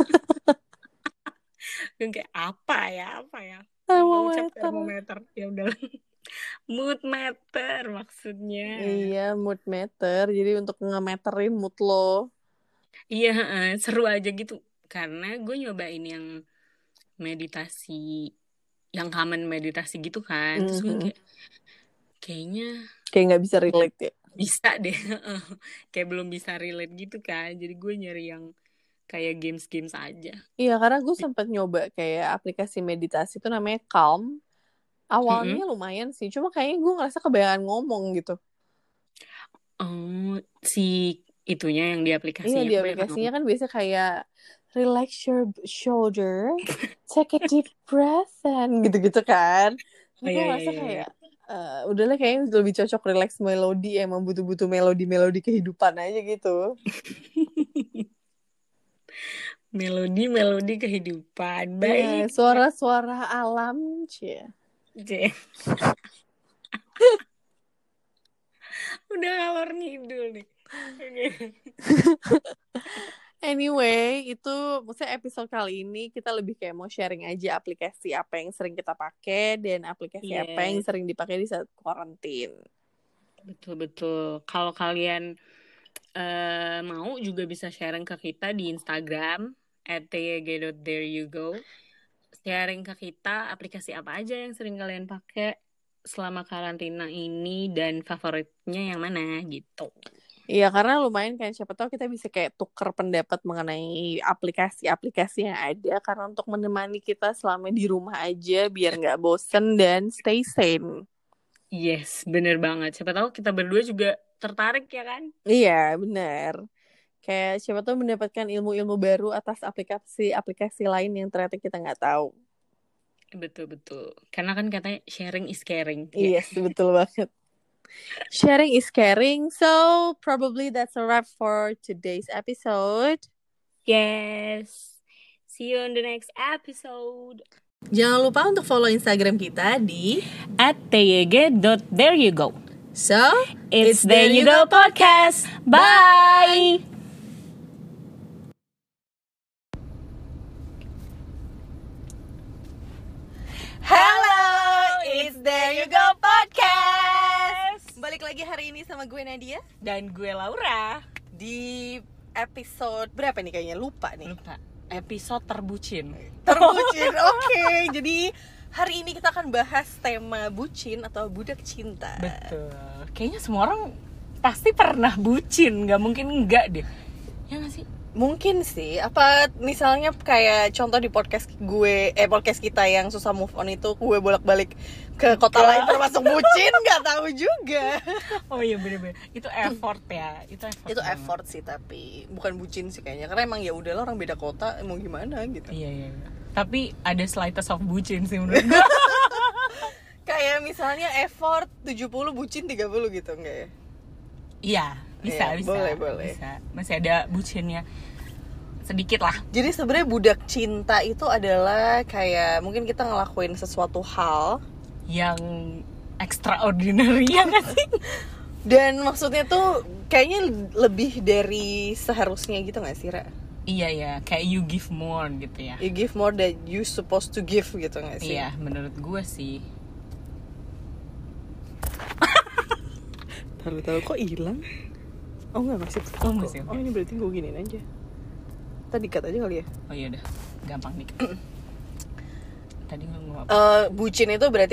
Gue kayak apa ya, apa ya. Kenapa ucap Termometer. termometer? Ya udah. Mood meter maksudnya. Iya, mood meter. Jadi untuk ngemeterin mood lo. Iya, eh, seru aja gitu. Karena gue nyobain yang meditasi, yang common meditasi gitu kan. Terus gue Mhm. kayak, kayaknya Kayak nggak bisa belum relate ya. bisa deh. Kayak belum bisa relate gitu kan. Jadi gue nyari yang kayak games-games aja. Iya, karena gue sempat nyoba kayak aplikasi meditasi itu namanya Calm. Mm-mm. Awalnya lumayan sih, cuma kayaknya gue ngerasa kebanyakan ngomong gitu. Oh, si itunya yang di Iya, aplikasinya di kebanyakan aplikasinya ngomong. kan biasa kayak relax your shoulder, take a deep breath, and gitu-gitu kan. Terus Oh gue iya, iya, ngerasa iya, iya. kayak, uh, udahlah kayaknya lebih cocok relax melodi, emang butuh-butuh melodi-melodi kehidupan aja gitu. Melodi-melodi kehidupan. Iya, Baik. suara-suara alam, cie. Cie. Udah ngalor ngidul nih. Oke. Anyway, itu maksudnya episode kali ini kita lebih kayak mau sharing aja aplikasi apa yang sering kita pakai dan aplikasi apa yang Yes, sering dipakai di saat karantin. betul-betul. Kalau kalian eh, mau juga bisa sharing ke kita di Instagram at t y g dot there you go. Sharing ke kita aplikasi apa aja yang sering kalian pakai selama karantina ini dan favoritnya yang mana gitu. Iya, karena lumayan kan siapa tahu kita bisa kayak tuker pendapat mengenai aplikasi-aplikasi yang ada karena untuk menemani kita selama di rumah aja biar nggak bosen dan stay sane. Yes, bener banget. Siapa tahu kita berdua juga tertarik ya kan? Iya, benar. Kayak siapa tahu mendapatkan ilmu-ilmu baru atas aplikasi-aplikasi lain yang ternyata kita nggak tahu. Betul-betul. Karena kan katanya sharing is caring. Yes, betul banget. Sharing is caring. So, probably that's a wrap for today's episode. Yes. See you on the next episode. Jangan lupa untuk follow Instagram kita di At t y g dot there you go. So, It's There You Go Podcast. Bye. Hello, it's There You Go Podcast. Balik lagi hari ini sama gue Nadia Dan gue Laura. di episode berapa nih kayaknya lupa nih. Lupa. Episode terbucin. Terbucin. Oke, jadi hari ini kita akan bahas tema bucin atau budak cinta. Betul. Kayaknya semua orang pasti pernah bucin. Gak mungkin enggak deh. Ya gak sih? Mungkin sih, apa misalnya kayak contoh di podcast gue, eh podcast kita yang susah move on itu gue bolak-balik ke kota lain termasuk bucin, nggak tahu juga. Oh iya bener-bener. Itu effort ya. Itu effort. Itu banget. effort sih tapi bukan bucin sih kayaknya, karena emang ya udahlah orang beda kota, mau gimana gitu. Iya iya. iya. Tapi ada slightest of bucin sih menurut gue. Kayak misalnya effort tujuh puluh bucin tiga puluh gitu enggak ya? Iya, bisa Iya, bisa. boleh, boleh. Bisa. Masih ada bucinnya. Sedikit lah. Jadi sebenarnya budak cinta itu adalah kayak mungkin kita ngelakuin sesuatu hal Yang extraordinary ya gak sih? dan maksudnya tuh kayaknya lebih dari seharusnya gitu nggak sih, Ra? Iya ya, kayak you give more gitu ya. You give more than you supposed to give gitu nggak sih? Iya, menurut gue sih. Tahu-tahu kok hilang? Oh nggak masih. Oh, masih, Oh oke. ini berarti gue giniin aja. Tadi cut aja kali ya. Oh iya udah, gampang dikit. Tadi gue ngomong apa? Uh, bucin itu berarti kan melakukan suatu hal yang lebih kan,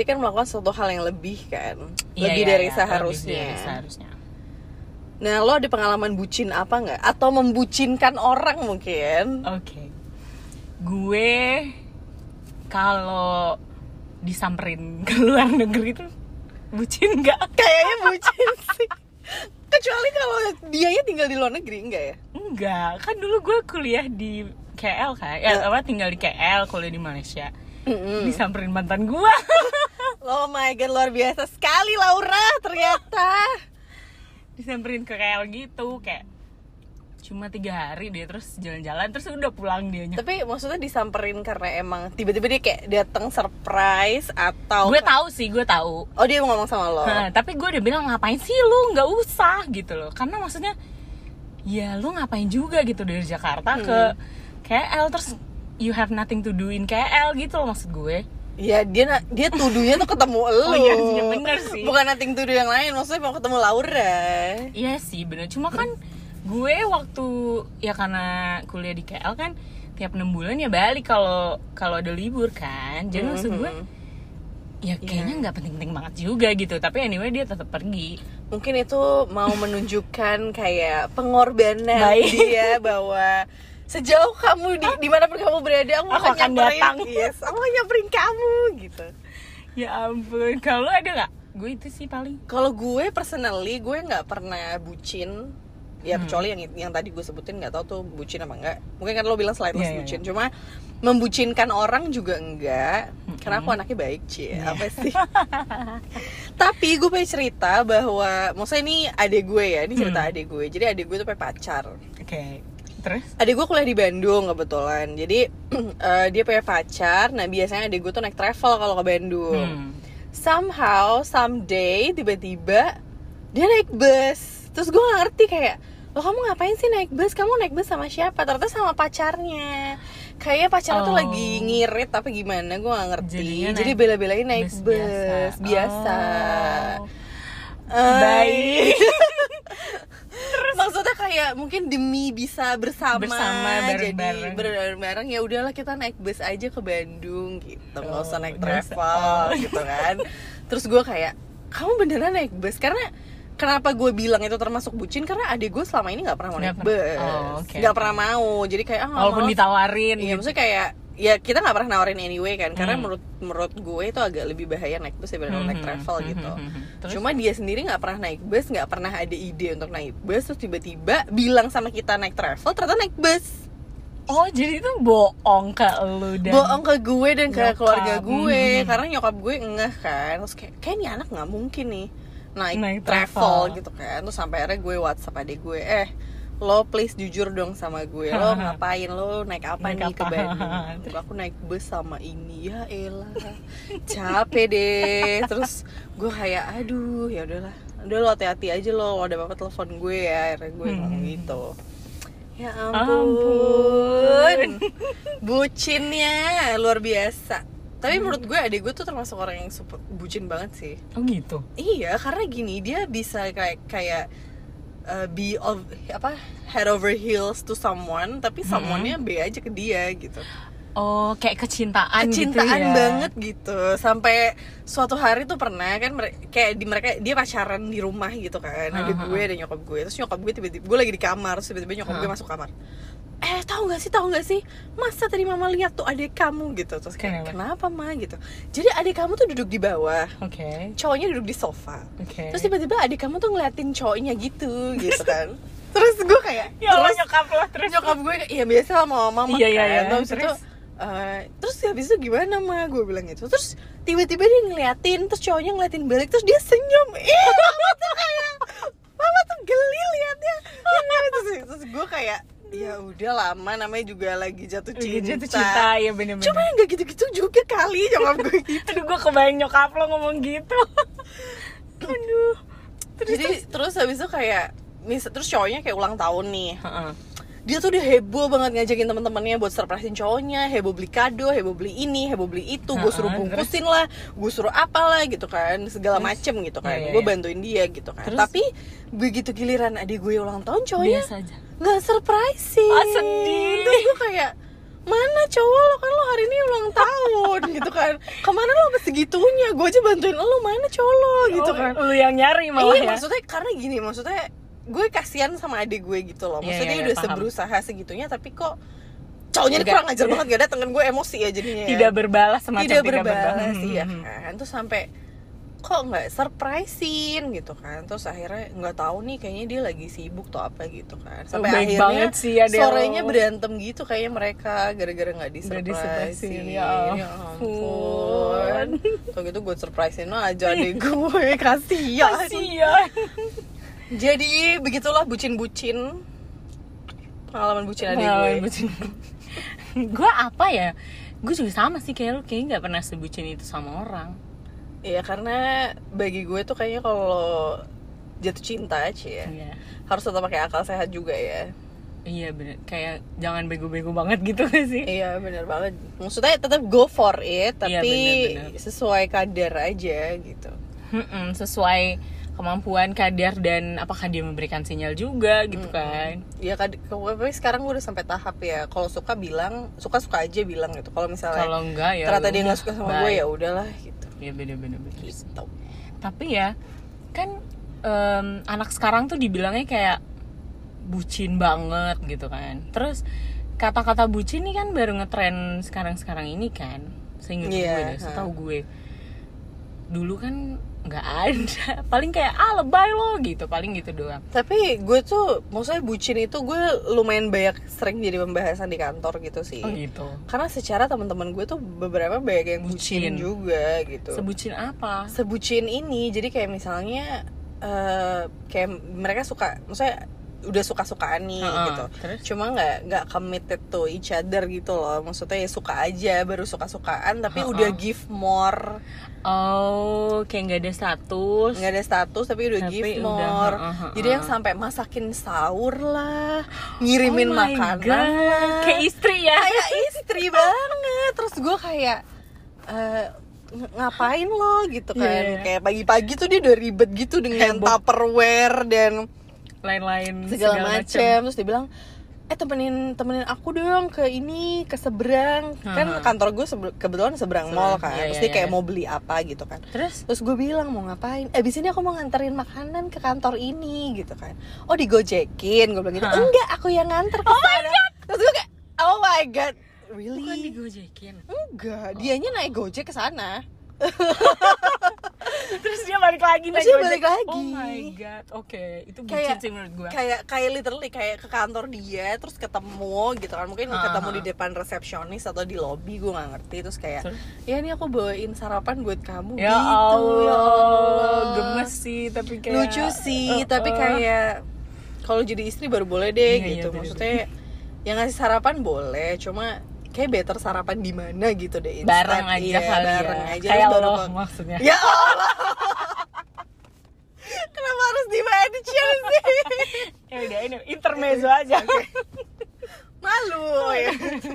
Iya, lebih iya, dari iya, seharusnya. Lebih dari seharusnya. Nah, lo ada pengalaman bucin apa nggak? Atau membucinkan orang mungkin? Oke. Okay. Gue kalau disamperin ke luar negeri tuh bucin nggak? Kayaknya bucin sih. Kecuali kalau dianya tinggal di luar negeri, enggak ya? Enggak, kan dulu gue kuliah di K L kan, ya apa tinggal di K L, kuliah di Malaysia. Mm-hmm. Disamperin mantan gue. Oh my god, luar biasa sekali Laura ternyata. Disamperin ke K L gitu, kayak cuma tiga hari dia terus jalan-jalan terus udah pulang dianya. Tapi maksudnya disamperin karena emang tiba-tiba dia kayak datang surprise atau? Gue tahu sih, gue tahu. Oh, dia mau ngomong sama lo. Nah, tapi gue udah bilang ngapain sih lu, nggak usah gitu loh. Karena maksudnya ya lu ngapain juga gitu dari Jakarta hmm. ke K L terus you have nothing to do in K L gitu loh maksud gue. Ya dia dia tuduhnya tuh ketemu elu. Oh iya, iya bener sih. Bukan nothing to do yang lain, maksudnya mau ketemu Laura. Iya sih bener, cuma kan gue waktu ya karena kuliah di K L kan tiap enam bulan ya balik kalau kalau ada libur kan. Jadi mm-hmm. maksud gue ya kayaknya nggak yeah. penting-penting banget juga gitu. Tapi anyway dia tetap pergi. Mungkin itu mau menunjukkan kayak pengorbanan dia bahwa sejauh kamu di dimanapun kamu berada, aku, aku akan datang. Yes, aku akan nyamperin kamu gitu. Ya ampun, kalau ada nggak? Gue itu sih paling. Kalau gue personally, gue nggak pernah bucin. Ya hmm. kecuali yang yang tadi gue sebutin, nggak tahu tuh bucin apa enggak. Mungkin kan lo bilang slightly yeah, bucin, yeah. Cuma membucinkan orang juga enggak. Hmm. Karena aku anaknya baik, Cie. Yeah. Apa sih? Tapi gue pengen cerita bahwa, maksudnya ini adek gue ya, ini cerita hmm. adek gue. Jadi adek gue tuh punya pacar. Oke. Okay. Terus? Adik gue kuliah di Bandung kebetulan. Jadi uh, dia punya pacar. Nah biasanya adik gue tuh naik travel kalau ke Bandung. hmm. Somehow, someday, tiba-tiba dia naik bus. Terus gue gak ngerti kayak, lo kamu ngapain sih naik bus? Kamu naik bus sama siapa? Ternyata sama pacarnya. Kayaknya pacarnya oh. tuh lagi ngirit tapi gimana, gue gak ngerti. Jadinya Jadi bela-belain naik bus, bus biasa, biasa. Oh. Uh, Baik. Terus maksudnya kayak mungkin demi bisa bersama, bersama bareng-bareng. Jadi bareng-bareng ya udahlah kita naik bus aja ke Bandung gitu, nggak oh, usah naik travel oh. gitu kan. Terus gue kayak, kamu beneran naik bus? Karena kenapa gue bilang itu termasuk bucin, karena adik gue selama ini nggak pernah mau naik bus, oh, okay. nggak pernah mau. Jadi kayak ah, walaupun mau. Ditawarin. Iya, maksudnya kayak ya kita nggak pernah nawarin anyway kan, karena hmm. menurut menurut gue itu agak lebih bahaya naik bus daripada hmm. naik travel hmm. gitu. Hmm. Terus? Cuma dia sendiri nggak pernah naik bus, nggak pernah ada ide untuk naik bus, terus tiba-tiba bilang sama kita naik travel, ternyata naik bus. Oh jadi itu bohong ke lu dan bohong ke gue dan ke nyokap. Keluarga gue, hmm. karena nyokap gue ngeh kan, terus kayak kayak ini anak nggak mungkin nih naik, naik travel. travel gitu kan. Terus sampai akhirnya gue WhatsApp adik gue, eh lo please jujur dong sama gue, lo ngapain, lo naik apa naik nih apa? Ke Bandung? Aku naik bus sama ini. Ya elah, capek deh. Terus gue kayak aduh ya udahlah, udah lo hati-hati aja lo, ada apa-apa telepon gue ya. Akhirnya gue hmm. ngomong gitu. Ya ampun, ampun. Bucinnya luar biasa. Tapi hmm. menurut gue adik gue tuh termasuk orang yang super bucin banget sih. Oh gitu? Iya, karena gini, dia bisa kayak kayak Uh, be of apa head over heels to someone, tapi someone-nya hmm. be aja ke dia gitu. Oh, kayak kecintaan, kecintaan gitu ya. banget gitu. Sampai suatu hari tuh pernah kan kayak di mereka dia pacaran di rumah gitu kan. Uh-huh. Ada gue dan nyokap gue. Terus nyokap gue tiba-tiba gue lagi di kamar, terus tiba-tiba nyokap uh-huh. gue masuk kamar. Eh tahu nggak sih tahu nggak sih masa tadi mama lihat tuh adik kamu gitu. Terus kayak kenapa, kenapa ma gitu. Jadi adik kamu tuh duduk di bawah, oke okay. Cowoknya duduk di sofa, okay. Terus tiba-tiba adik kamu tuh ngeliatin cowoknya gitu gitu kan. Terus gue kayak ya Allah, nyokap lo terus nyokap gue ya biasa sama mama iya, kan iya, iya. Terus, terus itu uh, terus habis itu gimana ma, gue bilang gitu. Terus tiba-tiba dia ngeliatin, terus cowoknya ngeliatin balik, terus dia senyum. Ih mama tuh kayak mama tuh geli liatnya. terus, terus gue kayak ya udah lama, namanya juga lagi jatuh cinta. Jatuh cinta ya bener-bener. Cuma yang gak gitu-gitu juga kali nyokap gue gitu. Aduh gue kebayang nyokap lo ngomong gitu. Aduh. Terus, Jadi terus, terus habis itu kayak mis, terus cowoknya kayak ulang tahun nih. Uh-uh. Dia tuh udah heboh banget ngajakin teman-temannya buat surprisein cowoknya, heboh beli kado, heboh beli ini, heboh beli itu, gue suruh bungkusin terus? Lah, gue suruh apalah gitu kan, segala terus? Macem gitu kan, yeah, yeah, gue bantuin dia gitu kan. Terus? Tapi begitu giliran adik gue ulang tahun, cowoknya nggak surprisein. Oh, sedih. Terus gue kayak mana cowok lo, kan lo hari ini ulang tahun gitu kan, kemana lo sampai segitunya, gue aja bantuin lo, mana cowok lo gitu kan. Oh, lo yang nyari malah iya, ya. Maksudnya karena gini, maksudnya gue kasihan sama adik gue gitu loh. Maksudnya yeah, yeah, udah paham. berusaha segitunya tapi kok cowoknya kurang ajar banget, gak dateng. Gue emosi ya jadinya ya. Tidak berbalas semacam tidak, tidak berbalas berbalas. iya kan. Terus sampai kok nggak surprisein gitu kan. Terus akhirnya nggak tahu nih kayaknya dia lagi sibuk atau apa gitu kan. Sampai oh, akhirnya sih, ya, sorenya berantem gitu kayaknya mereka gara-gara nggak Di disurprisein. ya ampun. Tuh gitu gue surprisein aja deh gue. Kasihan. Kasihan. Jadi begitulah bucin-bucin. Pengalaman bucin adik gue. Bucin. Gue apa ya? Gue juga sama sih kayak lu, kayaknya nggak pernah sebucin itu sama orang. Iya, karena bagi gue tuh kayaknya kalau jatuh cinta aja ya, Iya. harus tetap pakai akal sehat juga ya. Iya bener, kayak jangan bego-bego banget gitu gak sih? Iya benar banget. Maksudnya tetap go for it, tapi Iya, bener, bener. sesuai kadar aja gitu. Mm-mm, sesuai kemampuan, kadar, dan apakah dia memberikan sinyal juga gitu kan. Iya, kad- tapi sekarang gue udah sampai tahap ya. Kalau suka bilang, suka-suka aja bilang gitu. Kalau misalnya Kalau enggak ya ternyata dia udah, nggak suka sama bye. gue ya udahlah gitu. Ya bener-bener Gitu. Tapi ya kan em, anak sekarang tuh dibilangnya kayak bucin banget gitu kan. Terus kata-kata bucin ini kan baru ngetren sekarang-sekarang ini kan. Seingat Iya, gue deh, ha. setahu gue. Dulu kan nggak ada, paling kayak ah lebay lo gitu, paling gitu doang. Tapi gue tuh, maksudnya bucin itu gue lumayan banyak sering jadi pembahasan di kantor gitu sih. Oh gitu. Karena secara teman-teman gue tuh beberapa banyak yang bucin, Bucin. juga gitu. Sebucin apa? Sebucin ini, jadi kayak misalnya uh, kayak mereka suka, maksudnya udah suka-sukaan nih Uh-uh, gitu. terus? Cuma nggak nggak committed to each other gitu loh. Maksudnya ya suka aja, baru suka-sukaan, tapi Uh-uh. udah give more. Oh, kayak nggak ada status. Nggak ada status tapi udah Tapi give udah, more. uh, uh, uh. Jadi yang sampai masakin sahur lah, ngirimin Oh my makanan God. lah. Kayak istri ya. Kayak istri banget. Terus gue kayak eh, ng- ngapain lo gitu kan. Yeah. Kayak pagi-pagi tuh dia udah ribet gitu dengan Heboh. Tupperware dan Lain-lain segala, macam. Terus dia bilang, eh temenin temenin aku dong ke ini, ke seberang. Kan Uh-huh. kantor gue sebe- kebetulan seberang Seberang, mall kan. iya, Terus iya, dia kayak iya. mau beli apa gitu kan. Terus Terus gue bilang mau ngapain? Eh abis ini aku mau nganterin makanan ke kantor ini gitu kan. Oh digojekin, gue bilang gitu. Hah? Enggak, aku yang nganter ke sana. Terus gue kayak, oh my god, really? bukan digojekin. Enggak, dianya naik gojek ke sana. Terus dia balik lagi Terus naik dia gojek. balik lagi. Oh my god. Oke, itu bucin Kayak sih menurut gua. kayak kayak literally kayak ke kantor dia, terus ketemu gitu kan. Mungkin Ah, ketemu ah. di depan resepsionis atau di lobby, gue nggak ngerti. Terus kayak, Terus? ya ini aku bawain sarapan buat kamu Ya gitu. Allah, Ya Allah. gemes sih tapi kayak Lucu sih, Uh, tapi uh. kayak kalau jadi istri baru boleh deh Iya, gitu. iya, bener, Maksudnya yang ngasih sarapan boleh, cuma kayak better sarapan di mana gitu deh. Instead, bareng aja iya, kali bareng ya. aja. Kayak Terus baru lo kok- maksudnya. Ya Allah. Kenapa harus di mention sih? Ya udah ini intermezzo aja. Malu ya.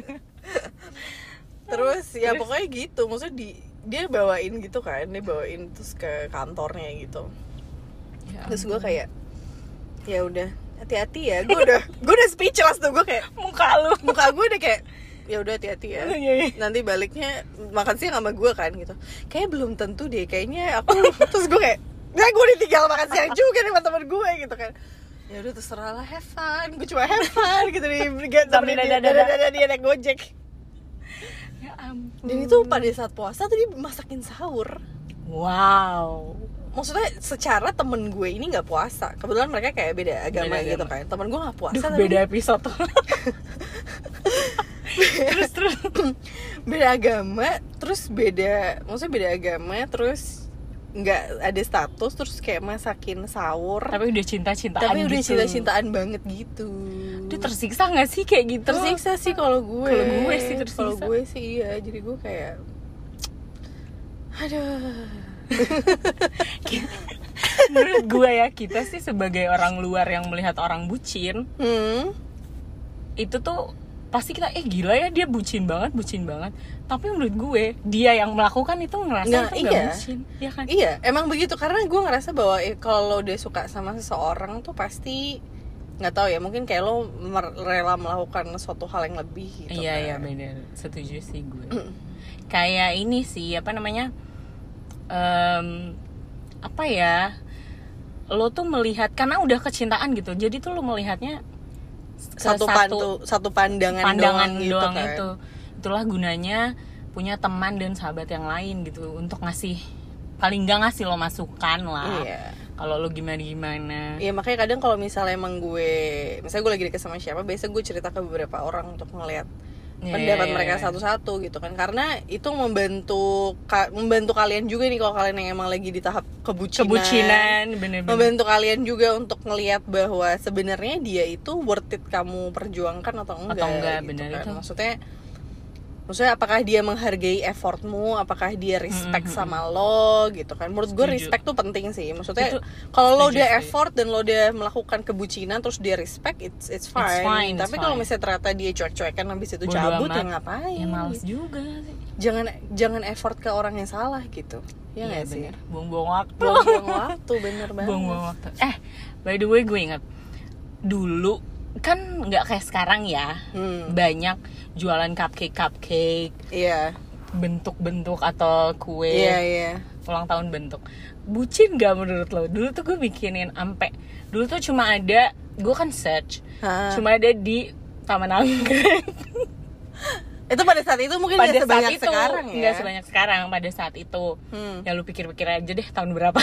Terus ya pokoknya gitu, maksudnya di dia bawain gitu kan, dia bawain terus ke kantornya gitu. Ya Terus gue kayak, ya udah hati-hati ya. Gue udah gue udah speechless tuh, gue kayak muka lu. muka gue udah kayak ya udah hati-hati ya. Iya, iya. Nanti baliknya makan siang sama gue kan gitu. Kayak belum tentu deh, kayaknya aku terus gue kayak, ya gue ditinggal makan siang juga nih sama temen gue gitu kan. Ya udah terserah lah, have fun. Gue cuma have fun gitu di Sambil dia, dada-dada. dada-dada dia naik gojek. Ya ampun. Dan itu pada saat puasa tuh dia masakin sahur. Wow. Maksudnya secara temen gue ini nggak puasa. Kebetulan mereka kayak beda agama Beda gitu agama. kan. Temen gue nggak puasa Duh, tapi beda episode. terus terus beda agama, terus beda, maksudnya beda agama, terus nggak ada status, terus kayak masakin sahur. tapi udah cinta-cintaan Tapi udah gitu. cinta-cintaan banget gitu. Dia tersiksa gak sih kayak gitu? Tersiksa sih kalau gue. Kalau gue sih tersiksa. Kalau gue sih iya, jadi gue kayak aduh. Menurut gue ya, kita sih sebagai orang luar yang melihat orang bucin, Hmm. itu tuh pasti kita, eh gila ya dia bucin banget, bucin banget. Tapi menurut gue, dia yang melakukan itu ngerasa Nah, itu gak iya. bucin. Iya kan? Iya, emang begitu, karena gue ngerasa bahwa eh, kalau udah suka sama seseorang tuh pasti nggak tahu ya, mungkin kayak lo mer- rela melakukan suatu hal yang lebih gitu. Iya, kan. iya bener. Setuju sih gue. Kayak ini sih, apa namanya, Em, apa ya, lo tuh melihat karena udah kecintaan gitu, jadi tuh lo melihatnya satu pantu, satu pandangan, pandangan doang, gitu doang kan. itu. Itulah gunanya punya teman dan sahabat yang lain gitu, untuk ngasih, paling nggak ngasih lo masukan lah. Iya. Kalau lo gimana-gimana. Iya, makanya kadang kalau misalnya emang gue, misalnya gue lagi deket sama siapa, biasa gue cerita ke beberapa orang untuk ngeliat Yeah, pendapat yeah, mereka yeah. satu-satu gitu kan, karena itu membantu ka- membantu kalian juga nih kalau kalian yang emang lagi di tahap kebucinan, Kebucinan, bener-bener. membantu kalian juga untuk ngelihat bahwa sebenarnya dia itu worth it kamu perjuangkan atau enggak, Atau enggak, gitu bener kan. itu. Maksudnya Maksudnya apakah dia menghargai effortmu, apakah dia respect Mm-hmm. sama lo gitu kan. Menurut gue Setuju. respect tuh penting sih. Maksudnya Itu, kalau lo setuju, udah setuju. effort dan lo udah melakukan kebucinan terus dia respect, it's it's fine, It's fine, tapi it's kalau fine. misalnya ternyata dia cuek-cuekan habis itu Bodo cabut, amat. ya ngapain. Ya males juga sih. Jangan jangan effort ke orang yang salah gitu. Ya Iya, nggak sih? bener. Buang-buang waktu. Buang-buang waktu, bener banget. Buang-buang waktu. Eh, by the way gue ingat dulu kan nggak kayak sekarang ya. Hmm. Banyak jualan cupcake cupcake Iya. bentuk-bentuk atau kue Iya, iya. ulang tahun bentuk. Bucin gak menurut lo? Dulu tuh gue bikinin ampe. Dulu tuh cuma ada, gue kan search, Ha. cuma ada di Taman Anggrek. Itu pada saat itu mungkin Pada nggak saat sebanyak itu sekarang ya. nggak sebanyak sekarang pada saat itu. Hmm. Ya lu pikir-pikir aja deh tahun berapa.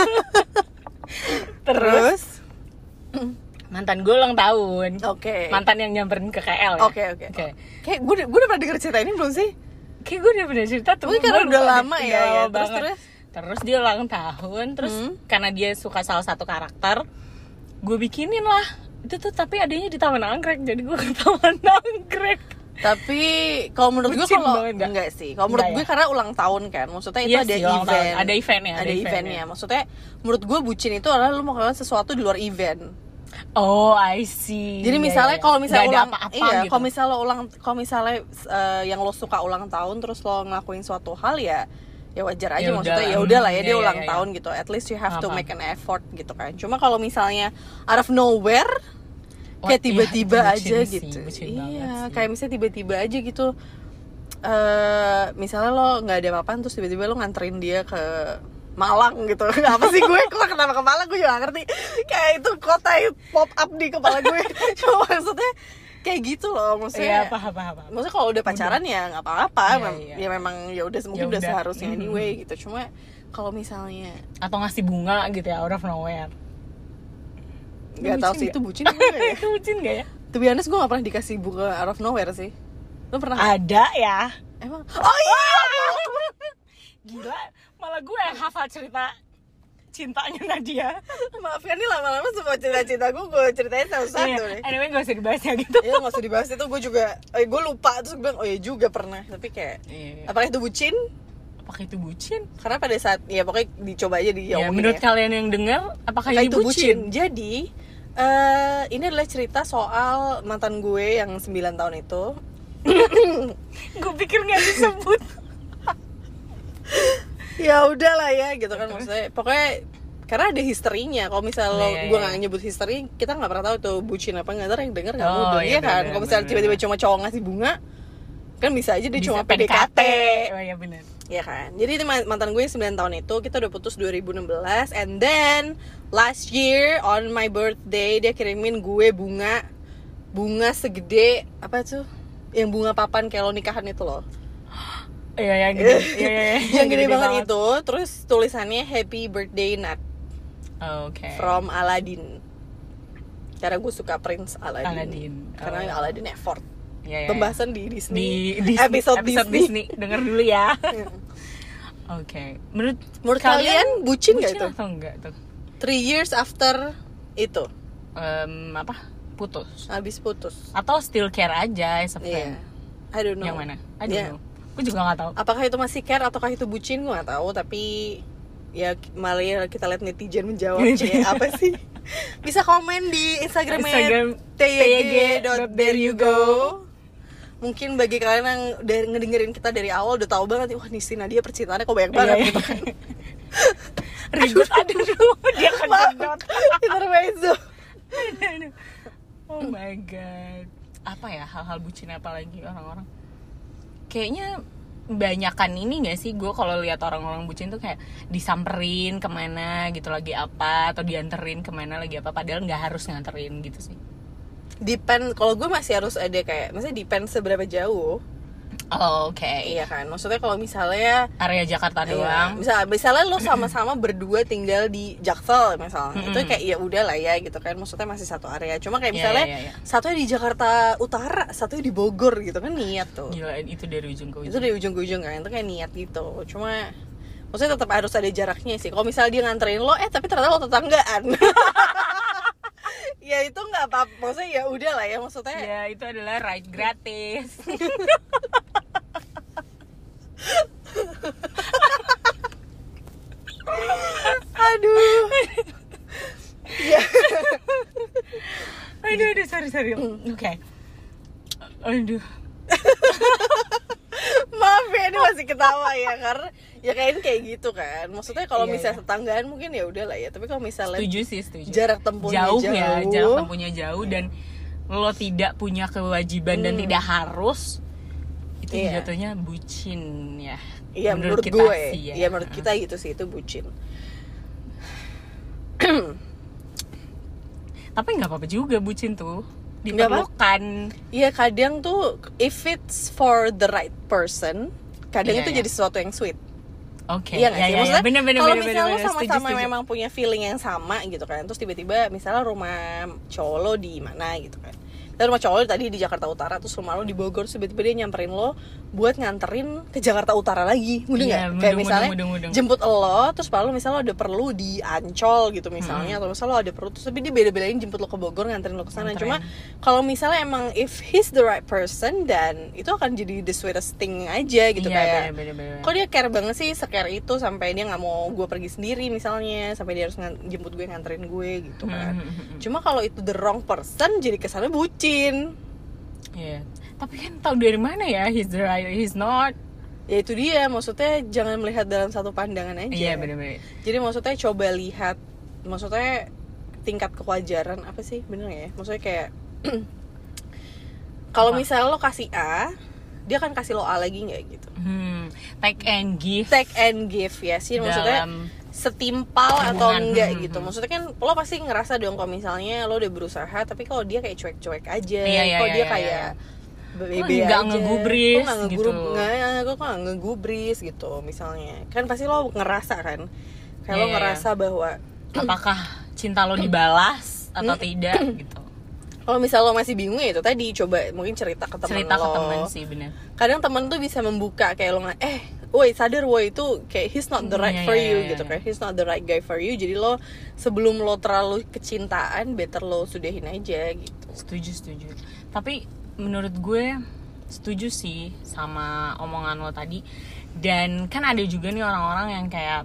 Terus? Mantan gue ulang tahun. Oke. Mantan yang nyamperin ke K L ya. Oke, oke. Kayak gue udah- gue udah pernah denger cerita ini belum sih? Kayak gue udah pernah cerita tuh. Mungkin karena Gue udah lupa lama deh, ya, udah ya. lama Terus, banget. terus? Terus dia ulang tahun, terus Hmm. karena dia suka salah satu karakter, gue bikinin lah. Itu tuh tapi adanya di Taman Anggrek, jadi gue ke Taman Anggrek. Tapi kalau menurut gue Bucin kalau banget nggak? enggak sih. Kalau menurut Enggak gue ya? karena ulang tahun kan. Maksudnya itu Iya ada sih, ulang event. tahun. Ada eventnya, Ada ada eventnya. eventnya. Maksudnya menurut gue bucin itu adalah lu mau melakukan sesuatu di luar event. Oh, I see. Jadi Iya, misalnya iya, kalau iya. misalnya Nggak ada ulang apa-apa iya, gitu. kalau misalnya lo ulang kalau misalnya eh, yang lo suka ulang tahun terus lo ngelakuin suatu hal ya ya wajar aja, Ya maksudnya udah, ya udahlah ya iya, dia iya, ulang iya. tahun gitu. At least you have to Paham. make an effort gitu kan. Cuma kalau misalnya out of nowhere Wah, kayak iya, tiba-tiba itu aja bucin sih, gitu. bucin banget Iya, sih. kayak misalnya tiba-tiba aja gitu. Eh misalnya lo nggak ada apa-apaan terus tiba-tiba lo nganterin dia ke Malang gitu. Apa sih gue kok kenapa ke Malang gue juga gak ngerti. Kayak itu kota yang pop up di kepala gue. Cuma maksudnya kayak gitu loh, maksudnya. Iya, paham, paham, paham. Maksudnya kalau udah pacaran ya nggak apa-apa. Iya, Mem- iya. Ya memang ya udah mungkin Ya udah udah. seharusnya Mhm. anyway gitu. Cuma kalau misalnya Atau ngasih bunga gitu ya, out of nowhere. nggak tahu sih nggak? itu bucin apa ya. Itu bucin gak ya? To be honest gue nggak pernah dikasih bunga out of nowhere sih. Lo pernah? Ada ya. Emang? Oh iya. Gila, malah gue yang hafal cerita cintanya Nadia. Maaf ya nih lama-lama semua cerita-cerita gue gue ceritain satu-satu Iya, nih. anyway gak usah dibahas ya gitu. Ya nggak usah dibahas itu, gue juga, eh, gue lupa terus gue bilang oh iya juga pernah, tapi kayak Iya. apakah itu bucin? Apakah itu bucin? Karena pada saat ya pokoknya dicoba aja Ya, dijauhin menurut ya. kalian yang dengar, apakah Apakah ini itu bucin? bucin? Jadi eh ini adalah cerita soal mantan gue yang sembilan tahun itu. Gue pikir gak disebut. Ya udahlah ya gitu kan, maksudnya pokoknya karena ada historinya. Kalau misalnya lo, Iya, gue iya. nggak nyebut history, kita nggak pernah tahu tuh bucin apa nggak. Ntar yang denger nggak Oh, mudeng iya, ya kan. bener, Kalau misalnya bener, tiba-tiba bener. cuma cowok ngasih bunga, kan bisa aja dia Bisa cuma P D K T. Oh iya benar. Ya kan. Jadi itu mantan gue sembilan tahun itu, kita udah putus dua ribu enam belas, and then last year on my birthday dia kirimin gue bunga bunga segede apa tuh? Yang bunga papan kayak lo nikahan itu loh. Iya, yang gede. Iya, iya, iya. Yang gede banget itu, terus tulisannya Happy Birthday Nat Oke. from Aladdin. Karena gue suka Prince Aladdin. Aladdin. Karena Oh. Aladdin effort. Iya, iya, iya. Pembahasan di Disney. di Disney, episode, episode Disney. Disney. Dengar dulu ya. Oke. Menurut Menurut kalian bucin nggak itu? atau enggak tuh? Three years after itu, Em, apa? Putus. habis putus. Atau still care aja as Iya. a friend? I don't know. Yang mana? I don't Iya. know. Gue juga gak tahu. Apakah itu masih care ataukah itu bucin, gue nggak tahu. Tapi ya malah kita lihat netizen menjawab. Cie, apa sih? Bisa komen di Instagramnya Instagram t y g dot there you go. Mungkin bagi kalian yang udah ngedengerin kita dari awal udah tahu banget, wah nih si Nadia percintaannya kok banyak banget Iya, gitu iya. kan. Ribut, aduh, aduh, dia kejedot. Intermezzo. Oh my god. Apa ya hal-hal bucin apa lagi orang-orang? Kayaknya banyakan ini nggak sih gue kalau lihat orang-orang bucin tuh kayak disamperin kemana gitu lagi apa, atau dianterin kemana lagi apa, padahal nggak harus nganterin gitu sih. Depend, kalau gue masih harus ada kayak, maksudnya depend seberapa jauh. Oh, oke. Okay. Iya kan, maksudnya kalau misalnya area Jakarta doang. Iya, misal, misalnya lo sama-sama berdua tinggal di Jaksel misalnya, Mm-mm. itu kayak ya udah lah ya gitu kan, maksudnya masih satu area. Cuma kayak Iya, misalnya iya, iya. satunya di Jakarta Utara, satunya di Bogor gitu kan, niat tuh. Gila, itu dari ujung ke ujung. Itu dari ujung ke ujung kan, itu kayak niat gitu. Cuma maksudnya tetap harus ada jaraknya sih. Kalau misalnya dia nganterin lo, eh tapi ternyata lo tetanggaan. Ya itu nggak apa-apa, maksudnya ya udah lah ya, maksudnya. Ya itu adalah ride gratis. Aduh. Ya. Aduh, aduh, sorry, sorry. Oke. Okay. Aduh. Maaf ya, ini masih ketawa ya, karena ya kayaknya kayak gitu kan. Maksudnya kalau Iya, misalnya iya. tetanggaan mungkin ya udah lah ya. Tapi kalau misalnya Setuju sih, setuju. jarak tempuhnya jauh, jauh, ya, jarak tempuhnya jauh dan lo tidak punya kewajiban dan Hmm. tidak harus, itu Iya. jatuhnya bucin ya. Iya menurut, kita gue, sih ya. iya menurut kita gitu sih, itu bucin. Tapi nggak apa-apa juga bucin tuh, Nggak apa- diperlukan. Iya kadang tuh if it's for the right person, kadang Iya, itu iya. jadi sesuatu yang sweet. Oke. Iya nggak ya, sih? ya, ya. Maksudnya Bener, bener, kalau bener, misalnya bener, lo bener. sama-sama Setuju, setuju. memang punya feeling yang sama gitu kan, terus tiba-tiba misalnya rumah cowok lo di mana gitu kan, dan rumah cowok lo tadi di Jakarta Utara, terus rumah lo di Bogor, terus tiba-tiba dia nyamperin lo buat nganterin ke Jakarta Utara lagi, mudah nggak? Iya, Kayak mudeng, misalnya mudeng, mudeng, mudeng. jemput lo, terus lalu misalnya lo ada perlu di Ancol gitu misalnya, atau misalnya lo ada perlu, terus tapi dia beda-bedain jemput lo ke Bogor, nganterin lo ke sana. Nganterin. Cuma kalau misalnya emang if he's the right person, dan itu akan jadi the sweetest thing aja gitu. Iya, Kayak bener, bener, bener. kok dia care banget sih, secare itu sampai dia nggak mau gue pergi sendiri misalnya, sampai dia harus ngan- jemput gue, nganterin gue gitu kan. Hmm, hmm, hmm. Cuma kalau itu the wrong person, jadi kesannya bucin. Iya. Tapi kan tahu dari mana ya he's the right, he's not. Ya itu dia, maksudnya jangan melihat dalam satu pandangan aja. Iya, bener-bener. Jadi maksudnya coba lihat, maksudnya tingkat kewajaran apa sih, bener nggak ya? Maksudnya kayak kalau Apa? misalnya lo kasih A, dia akan kasih lo A lagi nggak gitu? Hmm, take and give. Take and give ya sih, maksudnya Dalam setimpal atau hubungan. enggak Hmm, gitu. hmm. Maksudnya kan lo pasti ngerasa dong kalau misalnya lo udah berusaha, tapi kalau dia kayak cuek-cuek aja, Iya, iya, kok iya, dia iya, kayak Kok bebe nggak aja, ngegubris kok nggak ngegubris, gitu. nggak, kok nggak ngegubris gitu misalnya. Kan pasti lo ngerasa kan, kayak Iya, lo iya, ngerasa bahwa apakah cinta lo dibalas atau tidak gitu. kalau misalnya lo masih bingung ya itu tadi, coba mungkin cerita ke teman Cerita lo. ke teman sih, bener. Kadang teman tuh bisa membuka kayak lo nggak, eh, woi sadar woi itu kayak he's not the right Iya, for iya, you iya, gitu iya. kan, he's not the right guy for you. Jadi lo sebelum lo terlalu kecintaan, better lo sudahin aja gitu. Setuju, setuju. Tapi menurut gue setuju sih sama omongan lo tadi. Dan kan ada juga nih orang-orang yang kayak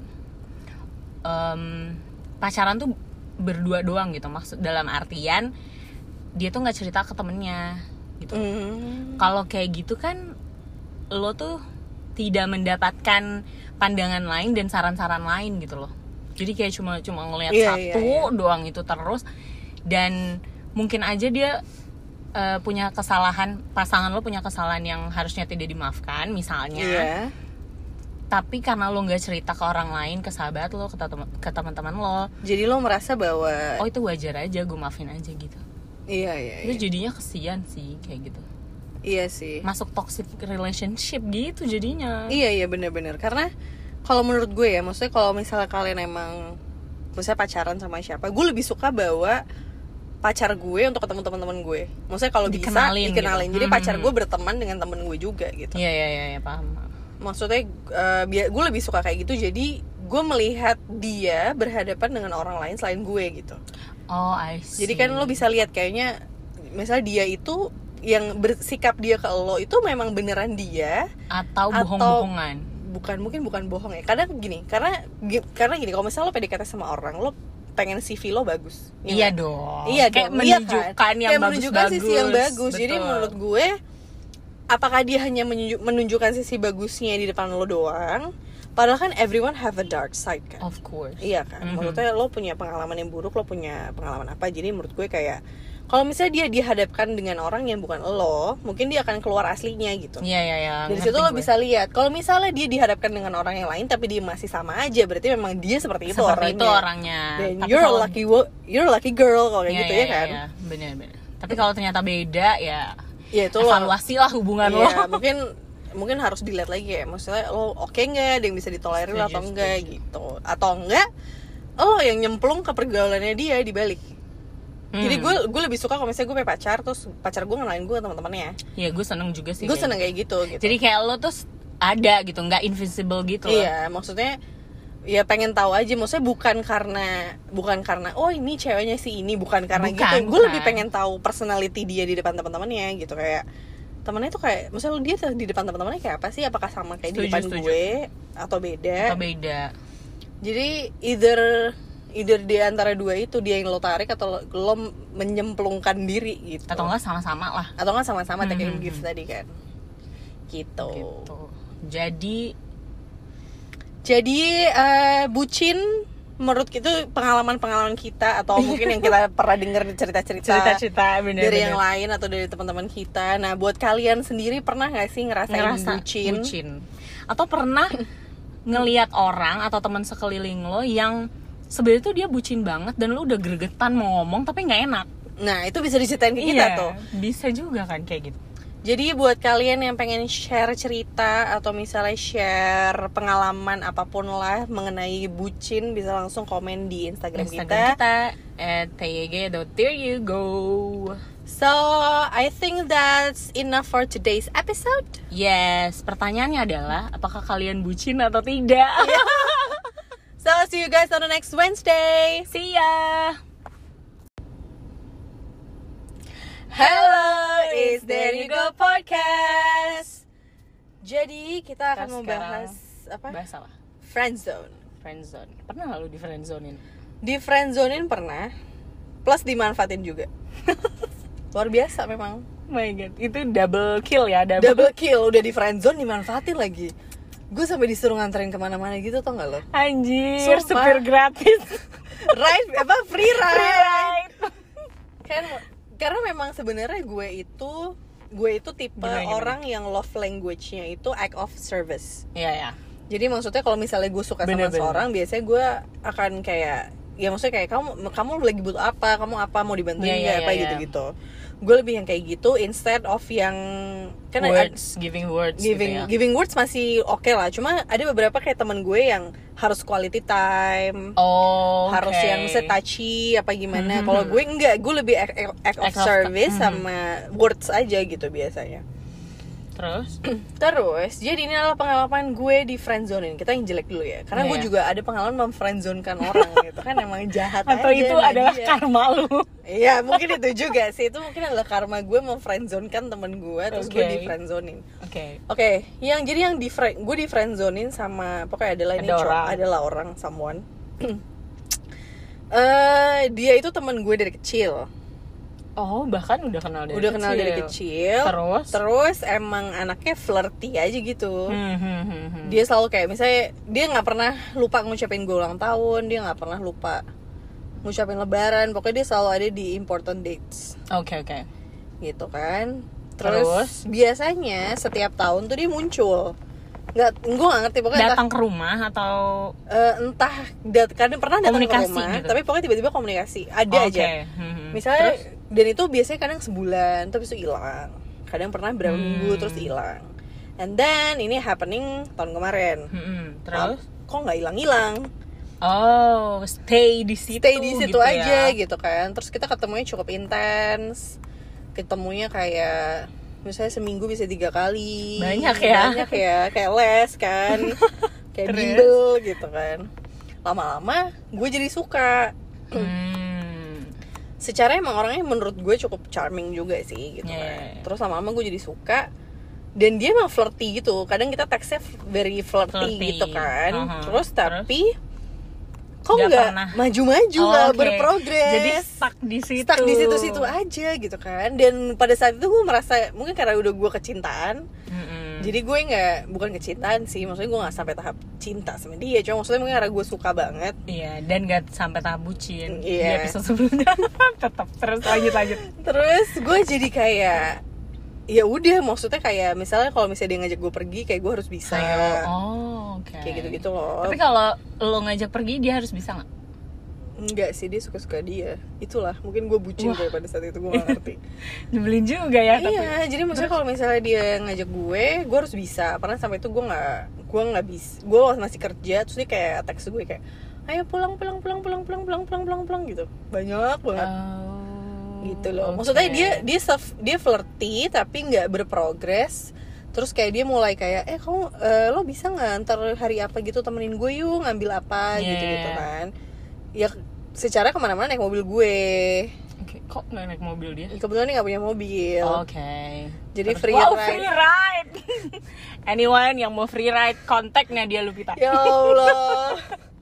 em, pacaran tuh berdua doang gitu. Maksud dalam artian dia tuh nggak cerita ke temennya gitu. Hmm. Kalau kayak gitu kan lo tuh tidak mendapatkan pandangan lain dan saran-saran lain gitu loh. Jadi kayak cuma cuma ngelihat Iya, satu iya, iya. doang itu terus, dan mungkin aja dia uh, punya kesalahan, pasangan lo punya kesalahan yang harusnya tidak dimaafkan misalnya. Iya. Tapi karena lo nggak cerita ke orang lain, ke sahabat lo, ke tem- ke teman-teman lo, Jadi lo merasa bahwa oh itu wajar aja, gue maafin aja gitu. iya iya Itu iya, jadinya kesian sih kayak gitu. iya sih. Masuk toxic relationship gitu jadinya. Iya iya benar-benar, karena kalau menurut gue ya, maksudnya kalau misalnya kalian emang misalnya pacaran sama siapa, gue lebih suka bawa pacar gue untuk ketemu teman-teman gue. Maksudnya kalau bisa Dikenalin dikenalin. gitu. Jadi Hmm. pacar gue berteman dengan temen gue juga gitu. Iya iya iya ya, paham. Maksudnya uh, biar gue lebih suka kayak gitu. Jadi gue melihat dia berhadapan dengan orang lain selain gue gitu. Oh, I see. Jadi kan lo bisa lihat kayaknya misalnya dia itu yang bersikap dia ke lo itu memang beneran dia atau atau- bohong-bohongan. bukan, mungkin bukan bohong ya. Kadang gini, karena gi- karena gini, kalau misalnya lo P D K T sama orang, lo pengen C V lo bagus. ya Iya nggak? dong. Iya kayak dong, iya menunjukkan kan? yang Kayak menunjukkan bagus-bagus. sisi yang bagus. Jadi Betul. menurut gue, apakah dia hanya menunjuk, menunjukkan sisi bagusnya di depan lo doang? Padahal kan everyone have a dark side kan. Of course. Iya kan. Mhm. Maksudnya lo punya pengalaman yang buruk, lo punya pengalaman apa? Jadi menurut gue kayak Kalau misalnya dia dihadapkan dengan orang yang bukan lo, mungkin dia akan keluar aslinya gitu. Iya iya iya. Dari situ lo bisa lihat. Kalau misalnya dia dihadapkan dengan orang yang lain tapi dia masih sama aja, berarti memang dia seperti itu seperti orangnya. itu orangnya. Dan tapi you're kalau... a lucky wo- you're a lucky girl kalau kayak iya, gitu iya, ya kan. Iya, benar benar. Tapi kalau ternyata beda ya, ya itu evaluasi lo, lah hubungan iya, lo. mungkin mungkin harus dilihat lagi ya. Maksudnya lo oke okay nggak, ada yang bisa ditolerir setuju, atau enggak setuju. gitu. Atau enggak lo yang nyemplung ke pergaulannya dia dibalik. Hmm. Jadi gue gue lebih suka kalau misalnya gue punya pacar, terus pacar gue ngenalin gue ke teman-temannya. Iya, gue seneng juga sih. Gue seneng kayak gitu, gitu. Jadi kayak lo tuh ada gitu, nggak invisible gitu. Iya, loh. Maksudnya ya pengen tahu aja. Maksudnya bukan karena bukan karena oh ini ceweknya si ini, bukan karena bukan, gitu. Gue bukan. lebih pengen tahu personality dia di depan teman-temannya gitu, kayak temennya tuh kayak, maksudnya dia di depan teman-temannya kayak apa sih? Apakah sama kayak setuju, di depan setuju. gue atau beda? Atau beda. Jadi either either di antara dua itu dia yang lo tarik atau lo, lo menyemplungkan diri gitu. Atau enggak sama-sama lah. Atau enggak sama-sama mm-hmm. taking gift tadi kan. Gitu. gitu. Jadi Jadi uh, bucin menurut kita pengalaman-pengalaman kita atau mungkin yang kita pernah dengar cerita-cerita cerita-cerita bener, dari bener. yang lain atau dari teman-teman kita. Nah, buat kalian sendiri pernah nggak sih ngerasain Ngerasa bucin? bucin? Atau pernah ngelihat orang atau teman sekeliling lo yang sebenarnya tuh dia bucin banget dan lo udah gregetan mau ngomong tapi nggak enak? Nah, itu bisa diceritain ke kita iya, tuh. Bisa juga kan kayak gitu. Jadi buat kalian yang pengen share cerita atau misalnya share pengalaman apapun lah mengenai bucin, bisa langsung komen di Instagram, Instagram kita, kita at t y g dot there you go. So, I think that's enough for today's episode. Yes, pertanyaannya adalah apakah kalian bucin atau tidak? So, see you guys on the next Wednesday. See ya. Hello, it's There You Go Podcast. Jadi kita akan Kita membahas apa? Bahas apa? Friendzone. Friendzone. Pernah nggak lu di friendzonein? Di friendzonein pernah. Plus dimanfaatin juga. Luar biasa memang. Oh my god, itu double kill ya, double, Double kill, udah di friendzone dimanfaatin lagi. Gue sampai disuruh nganterin kemana-mana gitu, tau nggak lo? Anjir, Sumpah. supir gratis. Ride apa free ride. Free ride. Kan karena memang sebenarnya gue itu gue itu tipe Gimana, gimana? orang yang love language-nya itu act of service. Iya ya. Jadi maksudnya kalau misalnya gue suka Bener, sama bener. seorang, biasanya gue akan kayak, ya maksudnya kayak kamu kamu lagi butuh apa, kamu apa mau dibantuin Iya, nggak iya, apa iya, gitu-gitu. Gue lebih yang kayak gitu instead of yang kan Words, giving words giving gitu ya. giving words masih oke okay lah. Cuma ada beberapa kayak teman gue yang harus quality time. Oh, Harus okay. yang bisa touchy apa gimana. Mhm. Kalau gue enggak, gue lebih act, act of Act of- service mhm. sama words aja gitu biasanya. Terus? Terus, jadi ini adalah pengalaman gue di friendzonein. Kita yang jelek dulu ya. Karena Iya, gue iya. juga ada pengalaman memfriendzonekan orang gitu kan, emang jahat Atau aja. itu nah adalah dia. karma lu? Iya, mungkin itu juga sih. Itu mungkin adalah karma gue memfriendzonekan temen gue, terus gue Okay. di friendzonein. Oke. Oke, yang jadi yang di fri- gue di friendzonein sama pokoknya adalah ini Ada cowok, orang. adalah orang someone. Eh, dia itu temen gue dari kecil. Oh, bahkan udah kenal dari Udah kecil. kenal dari kecil. Terus? Terus emang anaknya flirty aja gitu. Hmm, hmm, hmm, hmm. Dia selalu kayak misalnya dia nggak pernah lupa ngucapin gue ulang tahun, dia nggak pernah lupa ngucapin lebaran, pokoknya dia selalu ada di important dates Oke, oke. gitu kan. Terus, Terus? biasanya setiap tahun tuh dia muncul, nggak gue nggak ngerti pokoknya entah, Datang ke rumah atau eh, entah dat, kadang pernah datang ke Komunikasi rumah gitu? tapi pokoknya tiba-tiba komunikasi ada Oh, aja. oke. Hmm, hmm. Misalnya, Terus? dan itu biasanya kadang sebulan terus itu hilang, kadang pernah berapa Hmm. minggu terus hilang. And then ini happening tahun kemarin. Hmm, hmm. Terus? Kok nggak hilang-hilang? Oh, stay di situ. Stay di situ gitu aja ya. gitu kan. Terus kita ketemunya cukup intens. Ketemunya kayak misalnya seminggu bisa tiga kali. Banyak ya. Banyak ya, kayak les kan. Kayak Terus? bimbel gitu kan. Lama-lama gue jadi suka. Hmm. Secara emang orangnya menurut gue cukup charming juga sih gitu Yeah. kan. Terus lama-lama gue jadi suka. Dan dia emang flirty gitu. Kadang kita teksnya very flirty, Flirty. gitu kan. Uh-huh. Terus tapi kok Nggak nggak pernah. maju-maju, Oh, nggak oke. berprogres. Jadi stuck di situ. Stuck di situ-situ aja gitu kan. Dan pada saat itu gue merasa mungkin karena udah gue kecintaan, Mm-mm. Jadi gue nggak, bukan kecintaan sih, maksudnya gue nggak sampai tahap cinta sama dia, cuma maksudnya mungkin karena gue suka banget. Iya, dan nggak sampai tahap bucin. Iya. Di episode sebelumnya. Tetap terus lanjut lanjut. Terus gue jadi kayak, ya udah, maksudnya kayak misalnya kalau misalnya dia ngajak gue pergi, kayak gue harus bisa. Oh, oke. Okay. Kayak gitu-gitu loh. Tapi kalau lo ngajak pergi, dia harus bisa nggak? Enggak sih, dia suka-suka dia. Itulah, mungkin gue bucin kayak pada saat itu, gue gak ngerti. Nyebelin juga ya. Iya, tapi... jadi maksudnya kalau misalnya dia ngajak gue, gue harus bisa. Karena sampai itu gue gak, gue gak bisa. Gue masih kerja, terus dia kayak teks gue kayak, ayo pulang, pulang, pulang, pulang, pulang, pulang, pulang, pulang, pulang gitu. Banyak banget. Oh, gitu loh. okay. Maksudnya dia dia self, dia flirty tapi gak berprogres. Terus kayak dia mulai kayak, eh kamu, uh, lo bisa gak ntar hari apa gitu temenin gue yuk, ngambil apa, yeah. gitu-gitu kan. Ya secara kemana-mana naik mobil gue. Oke, okay. Kok nggak naik mobil dia? Kebetulan dia nggak punya mobil. Oke. Okay. Jadi Terus, free wow, ride. free ride. Anyone yang mau free ride, kontak Nadia Lupita. Ya Allah.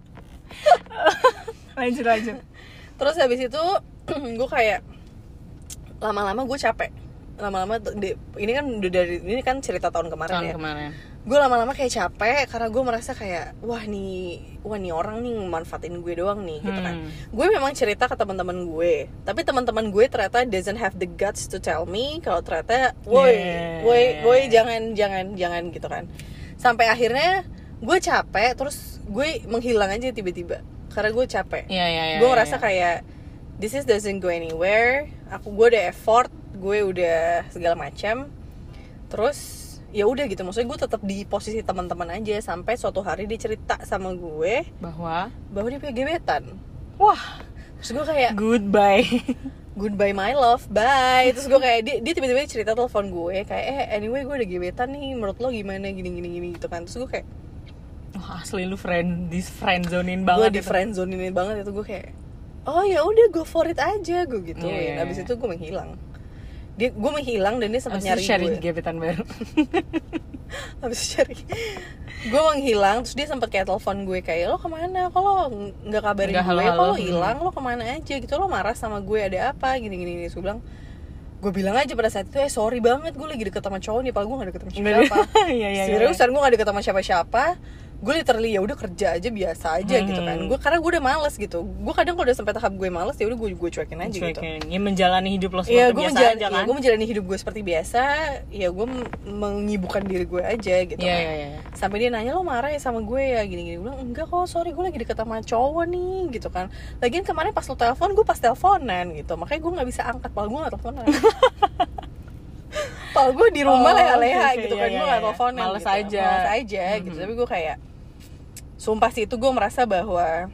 lanjut lanjut. Terus habis itu gue kayak lama-lama gue capek. Lama-lama ini kan udah dari ini kan cerita tahun kemarin tahun ya. kemarin. Gue lama-lama kayak capek karena gue merasa kayak wah nih wah nih orang nih manfaatin gue doang nih gitu kan. Hmm. Gue memang cerita ke teman-teman gue, tapi teman-teman gue ternyata doesn't have the guts to tell me kalau ternyata woi yeah. woi woi jangan jangan jangan gitu kan. Sampai akhirnya gue capek, terus gue menghilang aja tiba-tiba karena gue capek. Yeah, yeah, yeah, gue ngerasa yeah. kayak this is doesn't go anywhere. Aku gue udah effort, gue udah segala macam. Terus ya udah gitu, maksudnya gue tetap di posisi teman-teman aja sampai suatu hari dia cerita sama gue bahwa bahwa dia punya gebetan. Wah, terus gue kayak goodbye. Goodbye my love, bye. Terus gue kayak dia, dia tiba-tiba cerita telepon gue kayak eh anyway gue udah gebetan nih, menurut lo gimana gini gini gini gitu kan. Terus gue kayak wah, asli lu friend di friend zonein gue banget. di friend zonein banget itu. Gue kayak oh ya udah go for it aja gue gituin. Yeah, yeah, Abis yeah. itu gue menghilang. Dia gue menghilang dan dia sempat nyari sharing gue. gebetan baru. Habis cari gue menghilang, terus dia sempat kayak telepon gue kayak lo kemana, kok lo nggak kabarin Nggak gue, halo-halo. kok lo hilang, lo kemana aja gitu, lo marah sama gue ada apa gini gini gini. Gue bilang gue bilang aja pada saat itu eh sorry banget gue lagi deket sama cowok nih, padahal gue nggak deket sama siapa. Iya iya. Seriusan gue nggak deket sama siapa-siapa. Gue literally ya udah kerja aja biasa aja hmm. gitu kan. Gue karena gue udah males gitu. Gue kadang kalau udah sampai tahap gue males ya udah gue gue cuekin aja cuekin. gitu. Ya menjalani hidup lo seperti ya, biasa menjalani, aja kan. Ya gue menjalani hidup gue seperti biasa. Ya gue menyibukkan diri gue aja gitu Iya kan. iya iya. Sampai dia nanya lo marah ya sama gue ya gini-gini. Gue bilang enggak kok, sorry gue lagi deket sama cowok nih gitu kan. Lagian kemarin pas lo telepon gue pas teleponan gitu. Makanya gue nggak bisa angkat, padahal gue nggak teleponan. Padahal gue di rumah oh, leha-leha okay, gitu kan. Iya, Gue nggak iya. teleponan Males gitu. aja. Males aja mm-hmm. gitu. Tapi gue kayak sumpah sih itu gue merasa bahwa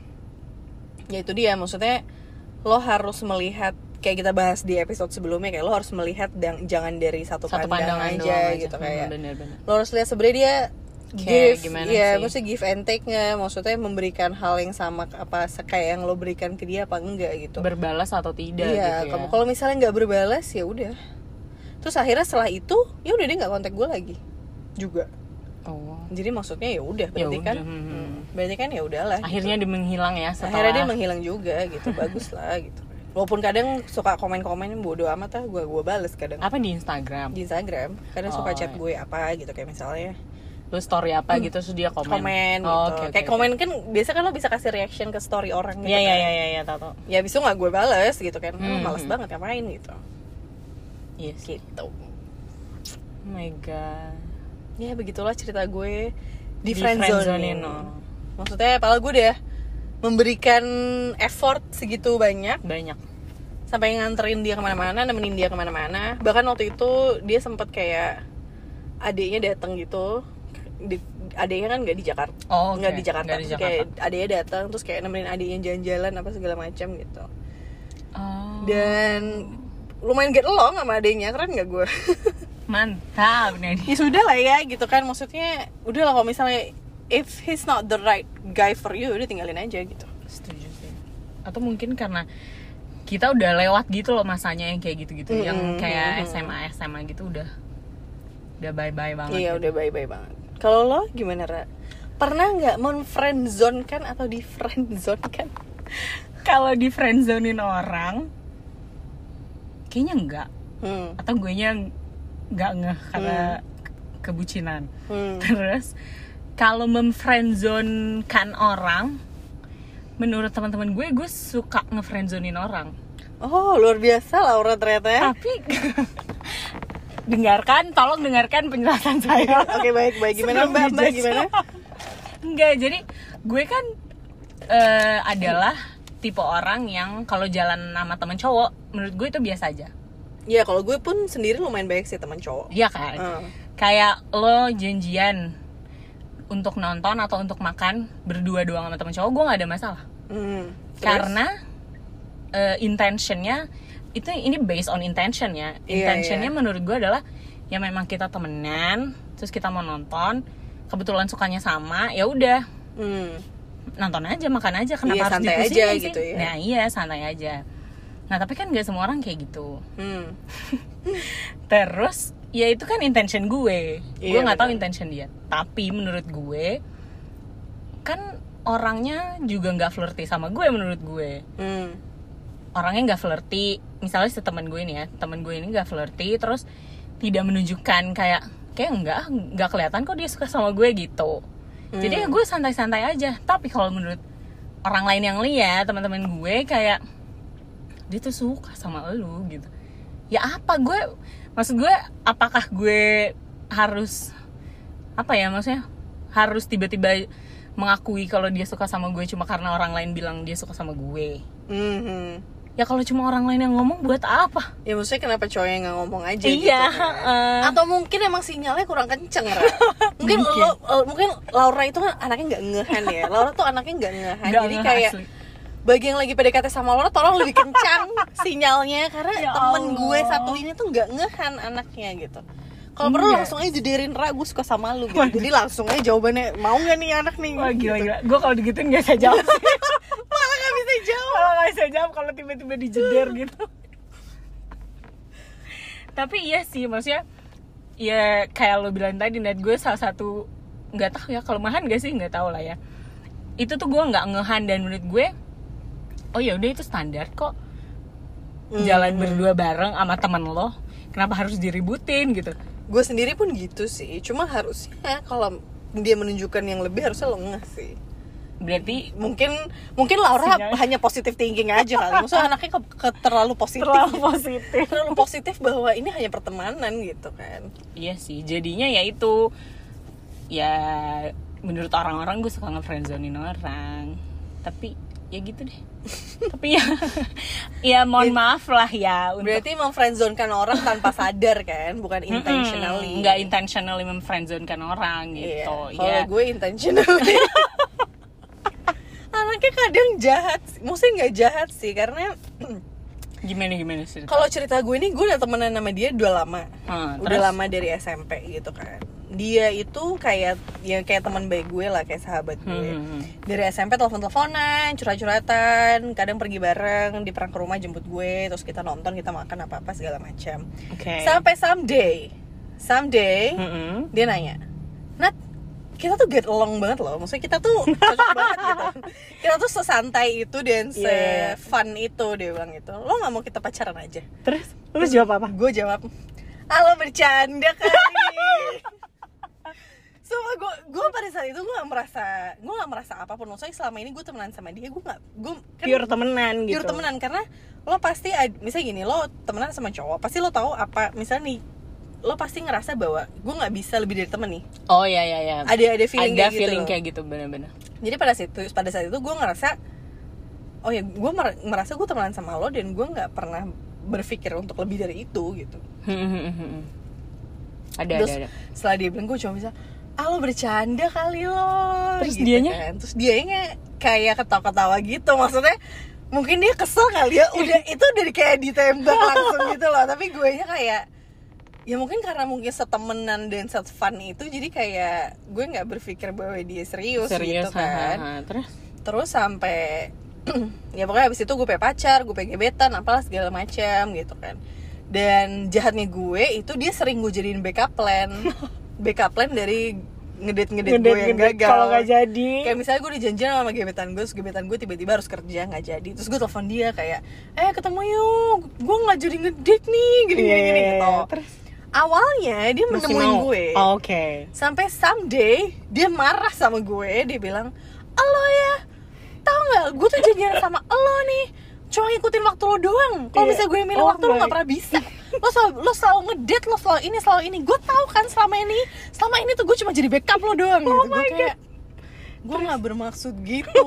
ya itu dia, maksudnya lo harus melihat kayak kita bahas di episode sebelumnya, kayak lo harus melihat dan jangan dari satu, satu pandang, pandangan aja, aja gitu kayak hmm, bener, bener. Lo harus lihat sebenarnya dia kayak give gimana ya sih? maksudnya give and take nya, maksudnya memberikan hal yang sama apa kayak yang lo berikan ke dia apa enggak gitu, berbalas atau tidak iya, gitu ya. Kalau misalnya nggak berbalas ya udah, terus akhirnya setelah itu ya udah dia nggak kontak gue lagi juga. Oh. Jadi maksudnya ya udah berarti ya kan udah, hmm. hmm, berarti kan ya udahlah akhirnya gitu. Dia menghilang ya setelah akhirnya dia menghilang juga gitu. Bagus lah gitu, walaupun kadang suka komen-komen bodo amat lah, gue gue bales kadang. Apa di Instagram di Instagram kadang oh, suka chat iya. gue apa gitu, kayak misalnya lu story apa gitu terus dia komen komen gitu. Oh, okay, kayak okay, komen okay. kan biasa kan lo bisa kasih reaction ke story orang gitu. Iya kan. iya iya iya tahu. Ya abis itu nggak gue bales gitu kan. Hmm. Oh, malas banget ngapain gitu. Yes gitu. Oh my god. Ya begitulah cerita gue di, di friendzone. No. Maksudnya apalagi gue udah memberikan effort segitu banyak banyak sampai nganterin dia kemana-mana, nemenin dia kemana-mana. Bahkan waktu itu dia sempat kayak adiknya datang gitu. Di, adiknya kan nggak di Jakarta, oh, okay. nggak di Jakarta, Nggak di Jakarta. kayak adiknya datang terus kayak nemenin adiknya jalan-jalan apa segala macam gitu. Oh. Dan lumayan get along sama adiknya, keren nggak gue? Mantap nih. Ya sudah lah ya gitu kan, maksudnya udah lah kalau misalnya if he's not the right guy for you udah tinggalin aja gitu. Setuju sih. Atau mungkin karena kita udah lewat gitu loh masanya yang kayak gitu-gitu, mm-hmm. yang kayak S M A S M A gitu udah udah bye-bye banget. Iya, gitu. udah bye-bye banget. Kalau lo gimana, Ra? Pernah nggak men-friendzone kan atau di friendzone kan? Kalau di friendzonein orang kayaknya enggak. Hmm. Atau gue nya nggak ngeh karena hmm. kebucinan. Hmm. Terus kalau memfriendzone-kan orang, menurut teman-teman gue, gue suka ngefriendzonin orang. Oh, luar biasa Laura ternyata ya. Tapi dengarkan, tolong dengarkan penjelasan saya. Oke, baik, baik. Gimana Mbak? Mbak gimana? Enggak, jadi gue kan uh, adalah tipe orang yang kalau jalan sama temen cowok, menurut gue itu biasa aja. Iya, kalau gue pun sendiri lumayan banyak sih teman cowok. Iya kan? Uh. Kayak lo janjian untuk nonton atau untuk makan berdua doang sama temen cowok, gue gak ada masalah. Hmm. Karena uh, intentionnya itu, ini based on intention ya. Intentionnya yeah, yeah. menurut gue adalah ya memang kita temenan, terus kita mau nonton, kebetulan sukanya sama, ya udah hmm. nonton aja, makan aja, kenapa iya, harus santai dipusingin aja sih? gitu ya. Nah iya, santai aja. Nah tapi kan gak semua orang kayak gitu. Hmm. Terus ya itu kan intention gue. Iya, Gue nggak tahu betul. intention dia. Tapi menurut gue kan orangnya juga nggak flirty sama gue menurut gue. Hmm. Orangnya nggak flirty. Misalnya si teman gue ini ya, teman gue ini nggak flirty, terus tidak menunjukkan kayak kayak enggak nggak kelihatan kok dia suka sama gue gitu. Hmm. Jadi ya gue santai-santai aja. Tapi kalau menurut orang lain yang lihat, teman-teman gue kayak dia tuh suka sama elu gitu. Ya apa gue, maksud gue apakah gue harus apa ya, maksudnya harus tiba-tiba mengakui kalau dia suka sama gue cuma karena orang lain bilang dia suka sama gue. Mm-hmm. Ya kalau cuma orang lain yang ngomong buat apa? Ya maksudnya kenapa cowoknya nggak ngomong aja Iya, gitu kan? uh, Atau mungkin emang sinyalnya kurang kenceng, Ra. Mungkin, Mungkin. lo, uh, mungkin Laura itu kan anaknya nggak ngehan ya. Laura tuh anaknya nggak ngehan. Nggak Jadi ngeh kayak asli. bagi yang lagi P D K T sama Laura, tolong lebih kencang sinyalnya karena Ya temen Allah. gue satu ini tuh nggak ngehan anaknya gitu. Kalau perlu Enggak. langsung aja jederin, Ra, gue suka sama lu gitu. Jadi langsung aja jawabannya, mau nggak nih anak nih? Wah gila gitu. gila. Gue kalau digituin nggak bisa jawab. Malah nggak bisa jawab. Kalau nggak bisa jawab kalau tiba-tiba dijeder gitu. Tapi iya sih, maksudnya ya kayak lo bilang tadi, Nat, gue salah satu nggak tahu ya kelemahan gak sih, nggak tahu lah ya. Itu tuh gue nggak ngehan, dan menurut gue oh ya udah itu standar kok. Jalan berdua bareng sama teman lo, kenapa harus diributin gitu? Gue sendiri pun gitu sih. Cuma harusnya kalau dia menunjukkan yang lebih harusnya lo ngeh sih. Berarti Mungkin mungkin Laura Sinyal. hanya positive thinking aja kali. Maksudnya anaknya ke, ke- terlalu positif. terlalu positif. Terlalu positif bahwa ini hanya pertemanan gitu kan. Iya sih, jadinya ya itu, ya menurut orang-orang gue suka nge-friendzonin orang. Tapi ya gitu deh. Tapi ya ya mohon maaf lah ya untuk Berarti memfriendzone-kan orang tanpa sadar kan, bukan intentionally. nggak intentionally memfriendzonekan orang Iya. gitu. Kalau Ya. gue intentionally. Anaknya kadang jahat, maksudnya nggak jahat sih karena Gimana gimana sih? kalau cerita gue nih, gue udah temenan sama dia udah lama. Hmm, Udah lama dari S M P gitu kan. Dia itu kayak ya kayak teman baik gue lah, kayak sahabat gue. Hmm. Dari S M P telepon-teleponan, curhat-curhatan, kadang pergi bareng, diperang ke rumah jemput gue, terus kita nonton, kita makan apa-apa segala macam. Oke. Sampai someday, someday Mm-mm. dia nanya, "Nat, kita tuh get along banget loh, maksudnya kita tuh cocok banget gitu, kita tuh sesantai itu dan Yeah. se-fun itu," dia bilang gitu. "Lo nggak mau kita pacaran aja?" Terus terus jawab apa? Gue jawab, "Halo, bercanda kali." Sumpah gue gue pada saat itu gue nggak merasa gue nggak merasa apapun. Maksudnya selama ini gue temenan sama dia, gue nggak gue kan Pure temenan gitu. pure temenan karena lo pasti ad- misalnya gini, lo temenan sama cowok pasti lo tahu apa, misalnya nih lo pasti ngerasa bahwa gue nggak bisa lebih dari temen nih. Oh ya ya ya. Ada ada feeling Ada kayak feeling gitu. kayak gitu, benar-benar. Jadi pada saat itu pada saat itu gue ngerasa, oh ya gue mer- merasa gue temenan sama lo dan gue nggak pernah berpikir untuk lebih dari itu gitu. Ada Terus ada ada. setelah dia bilang, gue cuma bisa, "Ah, lo bercanda kali lo." Terus gitu dianya? kan. Terus dianya kayak ketawa-ketawa gitu. Maksudnya mungkin dia kesel kali ya. Udah itu udah kayak ditembak langsung gitu loh. Tapi gue nya kayak, ya mungkin karena mungkin setemenan dan set fun itu, jadi kayak gue nggak berpikir bahwa dia serius, Serius gitu kan. ha, ha, ha. Terus Terus sampai ya pokoknya abis itu gue pengen pacar, gue pengen gebetan, apalah segala macam gitu kan. Dan jahatnya gue itu dia sering gue jadiin backup plan. Backup plan dari ngedate-ngedate gue yang ngedate gagal. kalau nggak jadi. Kayak misalnya gue udah janjian sama gebetan gue, terus gebetan gue tiba-tiba harus kerja, nggak jadi. Terus gue telepon dia kayak, "Eh, ketemu yuk, gue nggak jadi ngedate nih, gini-gini Iya, gitu." terus awalnya dia Masih menemuin mau? gue. Oh, oke. Okay. Sampai someday dia marah sama gue, dia bilang, "Elo ya, tau nggak? Gue tuh janjian sama elo nih, cuma ngikutin waktu lo doang. Kalau Iya. misalnya gue milih Oh waktu lo my- nggak pernah bisa. Lo selalu, lo selalu ngedate, lo selalu ini, selalu ini. Gue tahu kan selama ini, selama ini tuh gue cuma jadi backup lo doang." Oh gitu. Gue my kayak, gue nggak bermaksud gitu.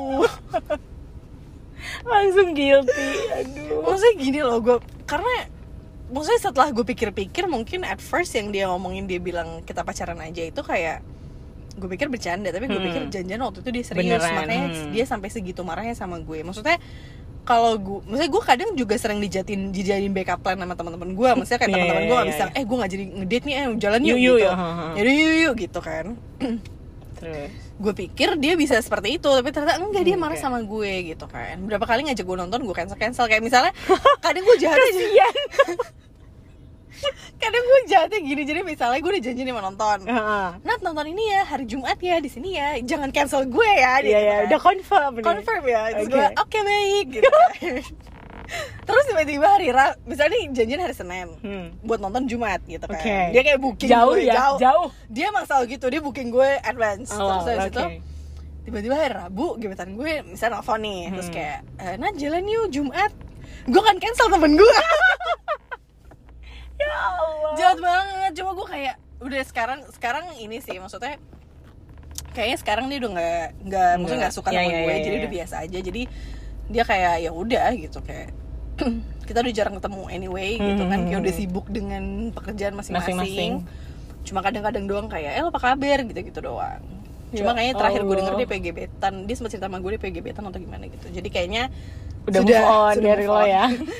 Langsung guilty. Aduh. Maksudnya gini loh, gue karena maksudnya setelah gue pikir-pikir, mungkin at first yang dia ngomongin, dia bilang kita pacaran aja, itu kayak gue pikir bercanda, tapi gue Hmm. pikir janjian waktu itu dia serius. Beneran, Makanya hmm. dia sampai segitu marahnya sama gue. Maksudnya kalau gue, maksudnya gue kadang juga sering dijatin dijadiin backup plan sama teman-teman gue. Maksudnya kayak Iya, teman-teman iya, gue nggak iya, bisa, iya. eh gue nggak jadi ngedate nih, eh jalan yuk, Yuk, yuk, gitu. yuk, ha, ha. Yaudah yuk yuk gitu kan. Terus. Gue pikir dia bisa seperti itu, tapi ternyata enggak, dia Hmm, marah oke. sama gue gitu kan. Berapa kali ngajak gue nonton, gue cancel cancel. Kayak misalnya kadang gue jahatnya kadang gue jahatnya gini, jadi misalnya gue udah janji nih mau nonton, Heeh. Nat nonton ini ya hari Jumat ya di sini ya, jangan cancel gue ya. Iya, iya, udah confirm. nih. confirm ya. Terus Oke. gue oke baik gitu kan. Terus tiba-tiba hari Ra- misalnya nih janjian hari Senin Hmm. buat nonton Jumat gitu kan. Oke. Dia kayak booking Jauh gue ya, jauh. jauh. Dia emang selalu gitu, dia booking gue advance. Awal, Terus habis oke. itu tiba-tiba hari Rabu gebetan gue misalnya nelfon nih, terus Hmm. kayak e, Nat jalan yuk Jumat. Gue kan cancel temen gue. Ya Allah. Jahat banget. Cuma gue kayak udah sekarang sekarang ini sih, maksudnya kayaknya sekarang dia udah nggak nggak maksudnya nggak suka Iya, sama iya, gue, iya, jadi iya. udah biasa aja. Jadi dia kayak ya udah gitu, kayak kita udah jarang ketemu anyway gitu kan, kayak udah sibuk dengan pekerjaan masing-masing. Masing-masing. Cuma kadang-kadang doang kayak eh lo apa kabar gitu-gitu doang. Cuma Ya kayaknya terakhir gue denger Allah. dia P G B-tan, dia sempat cerita sama gue dia P G B-tan atau gimana gitu. Jadi kayaknya Udah sudah, move on sudah dari move lo on. ya.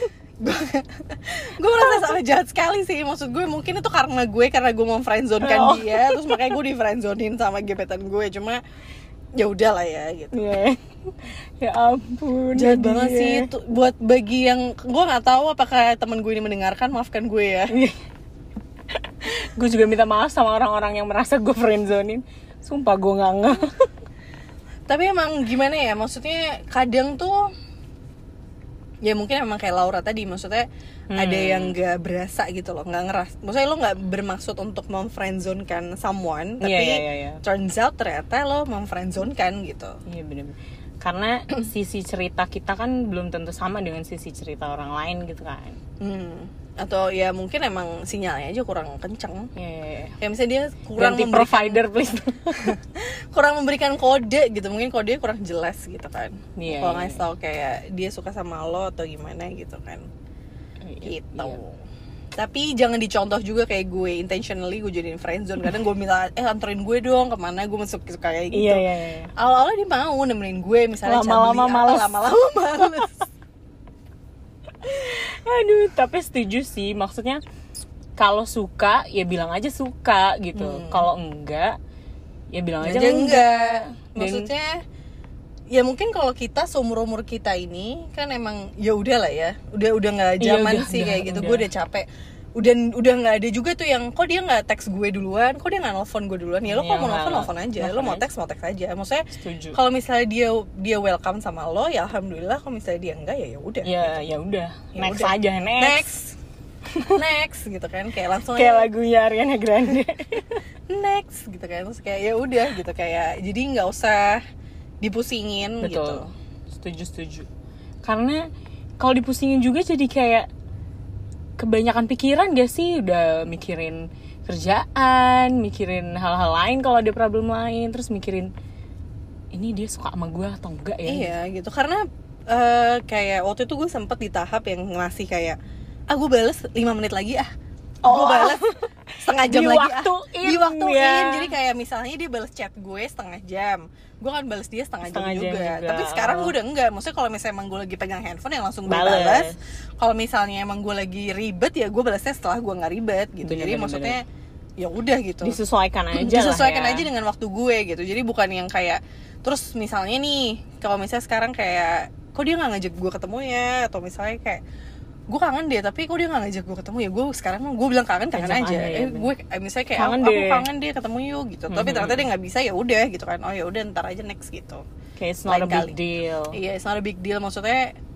Gue merasa sangat jahat sekali sih. Maksud gue mungkin itu karena gue karena gue mau friendzone-kan Oh. dia, terus makanya gue di friendzonein sama gebetan gue. Cuma ya udah lah ya gitu. Iya. Ya ampun. Jahat dia. banget sih itu. Buat bagi yang gue nggak tahu apakah teman gue ini mendengarkan, maafkan gue ya. Gue juga minta maaf sama orang-orang yang merasa gue friendzonein. Sumpah gue nggak ngeh. Tapi emang gimana ya, maksudnya kadang tuh ya mungkin emang kayak Laura tadi, maksudnya Hmm. ada yang nggak berasa gitu loh, nggak ngeras. Maksudnya lo nggak bermaksud untuk memfriendzone-kan someone, tapi Iya, iya, iya, iya. turns out ternyata lo memfriendzone-kan gitu. Iya bener-bener. Karena sisi cerita kita kan belum tentu sama dengan sisi cerita orang lain gitu kan. Hmm. Atau ya mungkin emang sinyalnya aja kurang kenceng. Iya, iya, iya. Kayak misalnya dia kurang Ganti memberikan, provider please. kurang memberikan kode gitu, mungkin kodenya kurang jelas gitu kan. Iya, Kalau iya, ngasih tau kayak dia suka sama lo atau gimana gitu kan. Iya, Gitu. iya. Tapi jangan dicontoh juga kayak gue intentionally gue jadiin friendzone. Kadang gue minta eh anterin gue dong kemana, gue masuk suka kayak gitu. Iya, iya, iya. Awal-awal dia mau nemenin gue misalnya Lama-lama cabeli apa, males. lama-lama males. Aduh, tapi setuju sih. Maksudnya kalau suka ya bilang aja suka gitu. Hmm. Kalau enggak ya bilang aja, aja enggak. Dan- Maksudnya ya mungkin kalau kita seumur umur kita ini kan emang ya udah lah ya, udah udah nggak Iya, zaman udah, sih udah, kayak gitu. udah. Gue udah capek, udah udah nggak ada juga tuh yang kok dia nggak teks gue duluan, kok dia nggak nelfon gue duluan. Ya lo Iya, kok mau nggak, nelfon nelfon aja, lo nelfon mau aja. teks mau teks aja. Maksudnya Setuju. kalau misalnya dia dia welcome sama lo ya alhamdulillah, kalau misalnya dia enggak ya ya udah. Ya ya udah. Ya Next udah. aja, next. Next. Next gitu kan, kayak langsung Kayak aja, lagunya Ariana Grande. next gitu kan, terus kayak ya udah gitu, kayak jadi nggak usah dipusingin gitu. Betul. Setuju, setuju. Karena kalau dipusingin juga jadi kayak kebanyakan pikiran gak sih? Udah mikirin kerjaan, mikirin hal-hal lain kalau ada problem lain, terus mikirin ini dia suka sama gue atau enggak ya? Iya gitu, karena eh, kayak waktu itu gue sempet di tahap yang ngasih kayak ah gue bales lima menit lagi ah, Oh. gue bales setengah jam lagi ah, Diwaktuin, diwaktuin. ya. Jadi kayak misalnya dia bales chat gue setengah jam, gue kan bales dia setengah, Setengah jam, jam juga. juga. Tapi sekarang Oh. gue udah enggak, maksudnya kalau misalnya emang gue lagi pegang handphone yang langsung gue Bales. balas. Kalau misalnya emang gue lagi ribet ya gue balasnya setelah gue nggak ribet gitu. Bener, Jadi bener, maksudnya ya udah gitu, Disesuaikan aja disesuaikan lah ya. aja dengan waktu gue gitu. Jadi bukan yang kayak terus misalnya nih kalau misalnya sekarang kayak kok dia nggak ngajak gue ketemu ya, atau misalnya kayak gue kangen deh tapi kok dia nggak ngajak gue ketemu ya, gue sekarang gue bilang kangen kangen Ajak aja aja, ya, eh bener. gue eh, misalnya kayak Kangen aku, aku deh. kangen deh ketemu yuk gitu. Tapi ternyata dia nggak bisa, ya udah gitu kan, oh ya udah ntar aja next gitu. Kayak it's not Lain a big kali. deal. Iya, it's not a big deal, maksudnya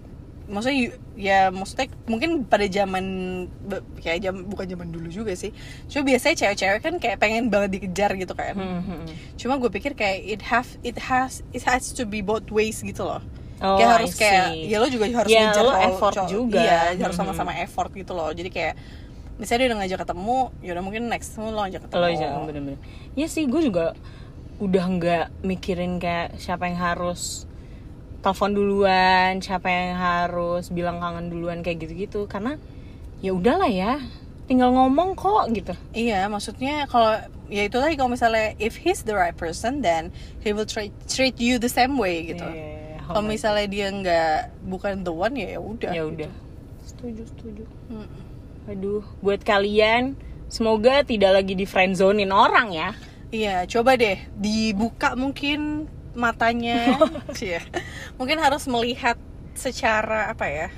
maksudnya ya maksudnya mungkin pada zaman kayak jam bukan zaman dulu juga sih, cuma biasanya cewek-cewek kan kayak pengen banget dikejar gitu kan. hmm. Cuma gue pikir kayak it have it has it has to be both ways gitu loh. Oh, kayak harus kayak ya lo juga harus ya, ngejar lo cowok, effort cowok, juga. Iya, hmm. harus sama-sama effort gitu loh. Jadi kayak misalnya dia udah ngajak ketemu, ya udah mungkin next lo ngajak ketemu. Lo jangan bener-bener. Ya sih, gue juga udah nggak mikirin kayak siapa yang harus telepon duluan, siapa yang harus bilang kangen duluan kayak gitu-gitu, karena ya udahlah ya, tinggal ngomong kok gitu. Iya, maksudnya kalau ya itu lagi, kalau misalnya if he's the right person then he will treat treat you the same way gitu. Yeah, kalau misalnya dia nggak bukan the one ya udah. Ya gitu. udah. Setuju, setuju. Hmm. Aduh, buat kalian semoga tidak lagi di friendzonein orang ya. Iya, coba deh dibuka mungkin matanya. Iya. Mungkin harus melihat secara apa ya?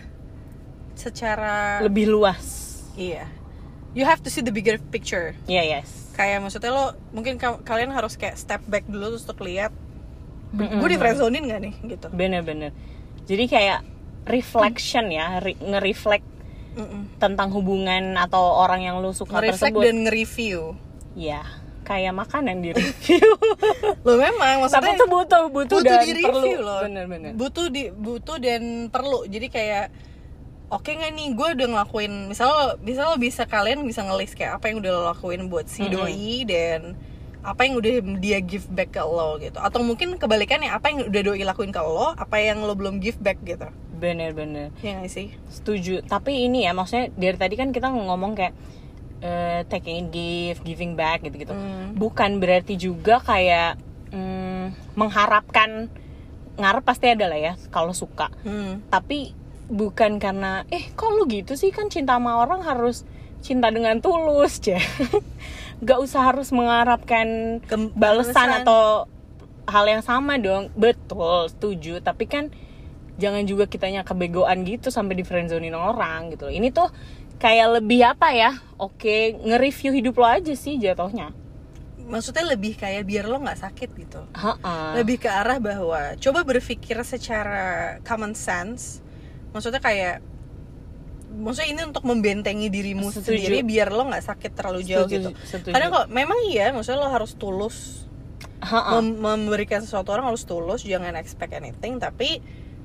Secara lebih luas. Iya. You have to see the bigger picture. Iya, yeah, yes. Kayak maksudnya lo mungkin ka- kalian harus kayak step back dulu terus untuk lihat mm-hmm. gue di friendzonein gak nih gitu. Bener-bener. Jadi kayak reflection ya, re- nge-reflect Mm-mm. tentang hubungan atau orang yang lo suka nge-reflect tersebut. Dan nge-review. Iya. Kayak makanan di review. Lo memang maksudnya tapi itu butuh butuh, butuh dan di perlu loh. Bener-bener. Butuh di butuh dan perlu. Jadi kayak oke okay nggak nih gue udah ngelakuin, misal misal lo bisa kalian bisa ngelis kayak apa yang udah lo lakuin buat si mm-hmm. doi dan apa yang udah dia give back ke lo gitu. Atau mungkin kebalikannya, apa yang udah doi lakuin ke lo, apa yang lo belum give back gitu. Bener-bener. Iya gak sih? Setuju. Tapi ini ya maksudnya dari tadi kan kita ngomong kayak Uh, taking give, giving back gitu-gitu. Hmm. Bukan berarti juga kayak mm, mengharapkan, ngarep pasti ada lah ya kalau suka. Hmm. Tapi bukan karena eh kok lu gitu sih, kan cinta sama orang harus cinta dengan tulus aja. Gak usah harus mengharapkan Kem- balasan atau hal yang sama dong. Betul, setuju. Tapi kan jangan juga kitanya kebegoan gitu sampai di friendzonein orang gitu loh. Ini tuh kayak lebih apa ya, oke, nge-review hidup lo aja sih jatuhnya. Maksudnya lebih kayak biar lo gak sakit gitu. Ha-ha. Lebih ke arah bahwa coba berpikir secara common sense. Maksudnya kayak, maksudnya ini untuk membentengi dirimu Setuju. sendiri biar lo gak sakit terlalu jauh Setuju. gitu. Setuju. Karena kok memang iya, maksudnya lo harus tulus mem- memberikan sesuatu orang, harus tulus, jangan expect anything. Tapi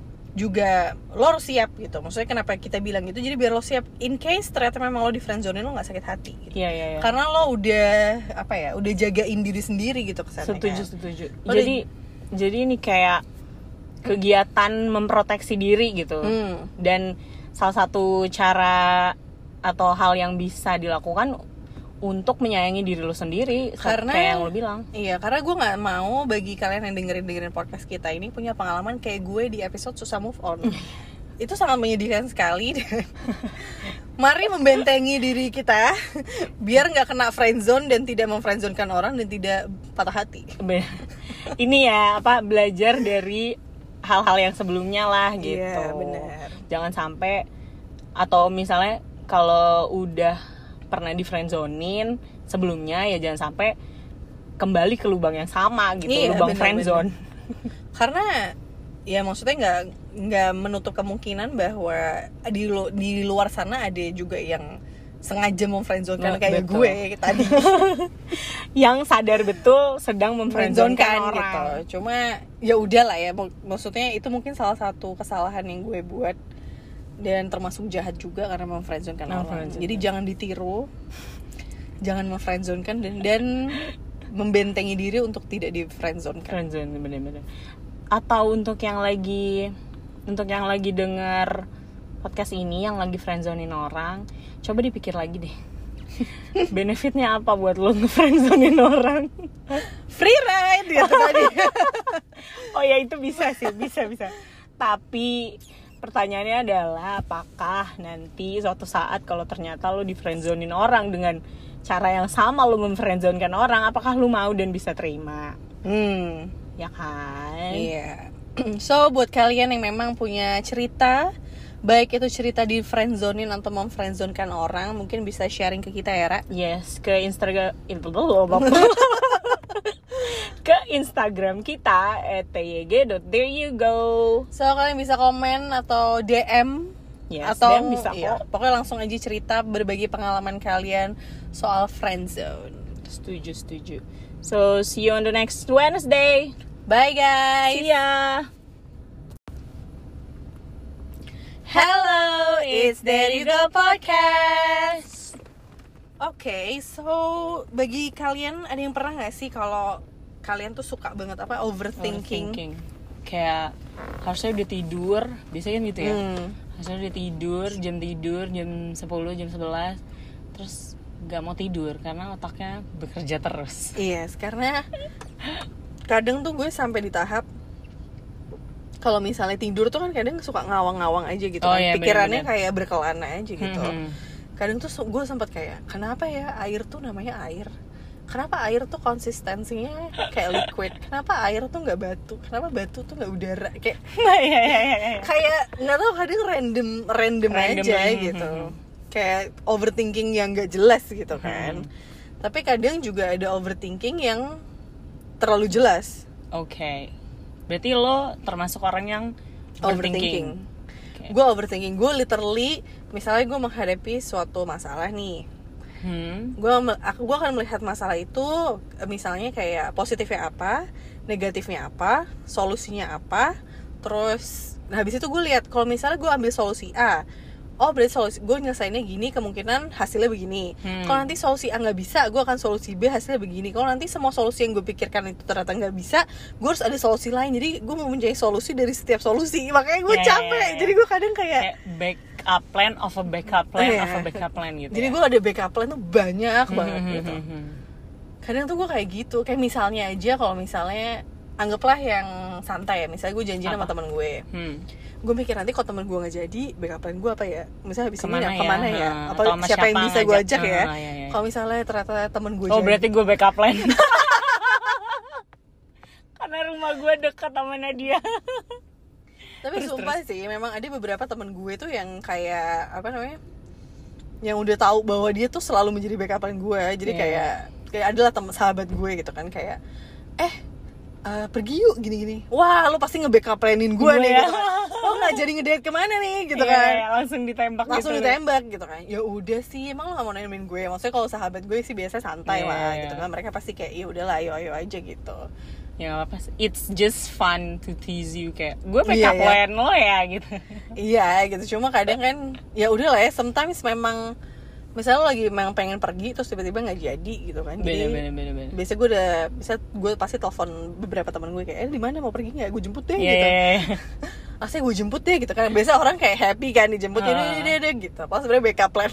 juga lo harus siap gitu. Maksudnya kenapa kita bilang gitu, jadi biar lo siap in case ternyata memang lo di friendzone lo gak sakit hati gitu. Iya, iya, iya. Karena lo udah apa ya, udah jagain diri sendiri gitu kesannya. Setuju, kan? setuju. Lo Jadi udah... jadi ini kayak kegiatan memproteksi diri gitu. Hmm. Dan salah satu cara atau hal yang bisa dilakukan untuk menyayangi diri lo sendiri, karena kayak yang lo bilang. Iya, karena gue nggak mau bagi kalian yang dengerin dengerin podcast kita ini punya pengalaman kayak gue di episode susah move on. Itu sangat menyedihkan sekali. Mari membentengi diri kita biar nggak kena friendzone dan tidak memfriendzonekan orang dan tidak patah hati. Ini ya apa, belajar dari hal-hal yang sebelumnya lah gitu. Iya, benar. Jangan sampai, atau misalnya kalau udah pernah di friendzonein sebelumnya ya jangan sampai kembali ke lubang yang sama gitu, iya, lubang bener, friendzone. Bener. Karena ya maksudnya nggak nggak menutup kemungkinan bahwa di lu, di luar sana ada juga yang sengaja memfriendzonekan nah, kayak betul. gue tadi. Yang sadar betul sedang memfriendzonekan orang. Gitu. Cuma ya udahlah ya, maksudnya itu mungkin salah satu kesalahan yang gue buat. Dan termasuk jahat juga karena memfriendzonekan nah, orang. Jadi jangan ditiru, jangan memfriendzonekan dan, dan membentengi diri untuk tidak di friendzonekan. Friendzone benar-benar. Atau untuk yang lagi untuk yang lagi dengar podcast ini, yang lagi friendzonein orang, coba dipikir lagi deh. Benefitnya apa buat lo nge-friendzonein orang? Free ride gitu tadi. Oh ya, itu bisa sih, bisa bisa. Tapi pertanyaannya adalah apakah nanti suatu saat kalau ternyata lo di friendzonein orang dengan cara yang sama lo memfriendzonekan orang, apakah lo mau dan bisa terima? Hmm, ya kan? Iya. Yeah. So buat kalian yang memang punya cerita, baik itu cerita di friendzonein atau memfriendzonekan orang, mungkin bisa sharing ke kita ya, Ra? Yes, ke Instagram ke Instagram kita at t y g dot there you go. So kalian bisa komen atau D M. Yes, atau D M bisa kok. Iya, pokoknya langsung aja cerita, berbagi pengalaman kalian soal friendzone. Setuju, setuju. So, see you on the next Wednesday. Bye guys. See ya. Hello, it's There You Go Podcast. Oke, okay, so bagi kalian ada yang pernah gak sih kalau kalian tuh suka banget apa overthinking? Overthinking. Kayak harusnya udah tidur, biasanya kan gitu ya. Hmm. Harusnya udah tidur, jam tidur jam sepuluh, jam sebelas, terus gak mau tidur karena otaknya bekerja terus. Yes, karena kadang tuh gue sampai di tahap kalau misalnya tidur tuh kan kadang suka ngawang-ngawang aja gitu Oh, kan. iya, Pikirannya bener-bener. kayak berkelana aja gitu. Hmm. Kadang tuh gue sempat kayak, kenapa ya air tuh namanya air? Kenapa air tuh konsistensinya kayak liquid? Kenapa air tuh nggak batu? Kenapa batu tuh nggak udara? Kayak Nah, iya, iya, iya, iya. kayak nggak tahu, kadang random random, Random, aja hmm, gitu. hmm, Kayak overthinking yang nggak jelas gitu kan. Hmm. Tapi kadang juga ada overthinking yang terlalu jelas. Oke. Berarti lo termasuk orang yang Overthinking. Oke. Gue overthinking. Gue literally, misalnya gue menghadapi suatu masalah nih. Hmm. Gue aku gue akan melihat masalah itu, misalnya kayak positifnya apa, negatifnya apa, solusinya apa. Terus nah habis itu gue lihat kalau misalnya gue ambil solusi A, oh berarti solusi gue nyelesainnya gini, kemungkinan hasilnya begini. Hmm. Kalau nanti solusi A nggak bisa, gue akan solusi B, hasilnya begini. Kalau nanti semua solusi yang gue pikirkan itu ternyata nggak bisa, gue harus ada solusi lain. Jadi gue mau mencari solusi dari setiap solusi, makanya gue Yeah, capek. yeah, yeah. Jadi gue kadang kayak, Kayak backup plan of a backup plan Iya. of a backup plan gitu. jadi ya? gue ada backup plan tuh banyak banget Hmm, gitu. hmm, hmm, hmm. Kadang tuh gue kayak gitu, kayak misalnya aja kalau misalnya anggaplah yang santai ya, misalnya gue janjian sama Apa? temen gue, Hmm. gue mikir nanti kalau temen gue nggak jadi, backup plan gue apa ya, misalnya habis Kemana ini ya? kemana ya, Hmm. apa Atau sama siapa yang siapa bisa gue ngajak? ajak ya. Ah, iya, iya. Kalau misalnya ternyata temen gue Oh jadi, berarti gue backup plan. Karena rumah gue dekat sama Nadia. tapi terus, sumpah sih, memang ada beberapa temen gue tuh yang kayak apa namanya, yang udah tahu bahwa dia tuh selalu menjadi backup plan gue, jadi Iya. kayak kayak adalah teman sahabat gue gitu kan, kayak eh uh, pergi yuk gini-gini, wah lu pasti nge-backup planin gue Gue nih ya. gitu kan. Lo nggak jadi ngedate kemana nih gitu Iya, kan, iya, langsung ditembak langsung gitu. ditembak gitu kan. Ya udah sih, emang lo gak mau nemenin gue, maksudnya kalau sahabat gue sih biasa santai Iya, lah iya. gitu kan, mereka pasti kayak ya udahlah ayo ayo aja gitu. Ya gak apa-apa. It's just fun to tease you, kayak gue backup Iya, iya. plan lo ya gitu. Iya gitu, cuma kadang kan ya udah lah ya, sometimes memang misalnya lo lagi memang pengen pergi terus tiba-tiba nggak jadi gitu kan. Jadi Beda beda beda beda. biasa gue udah bisa, gue pasti telepon beberapa teman gue kayak eh di mana mau pergi nggak, gue jemput deh Iya, gitu. iya, iya. Asli gue jemput deh gitu kan. Biasa orang kayak happy kan dijemput, Ah. ya deh deh gitu. Pas sebenarnya backup plan.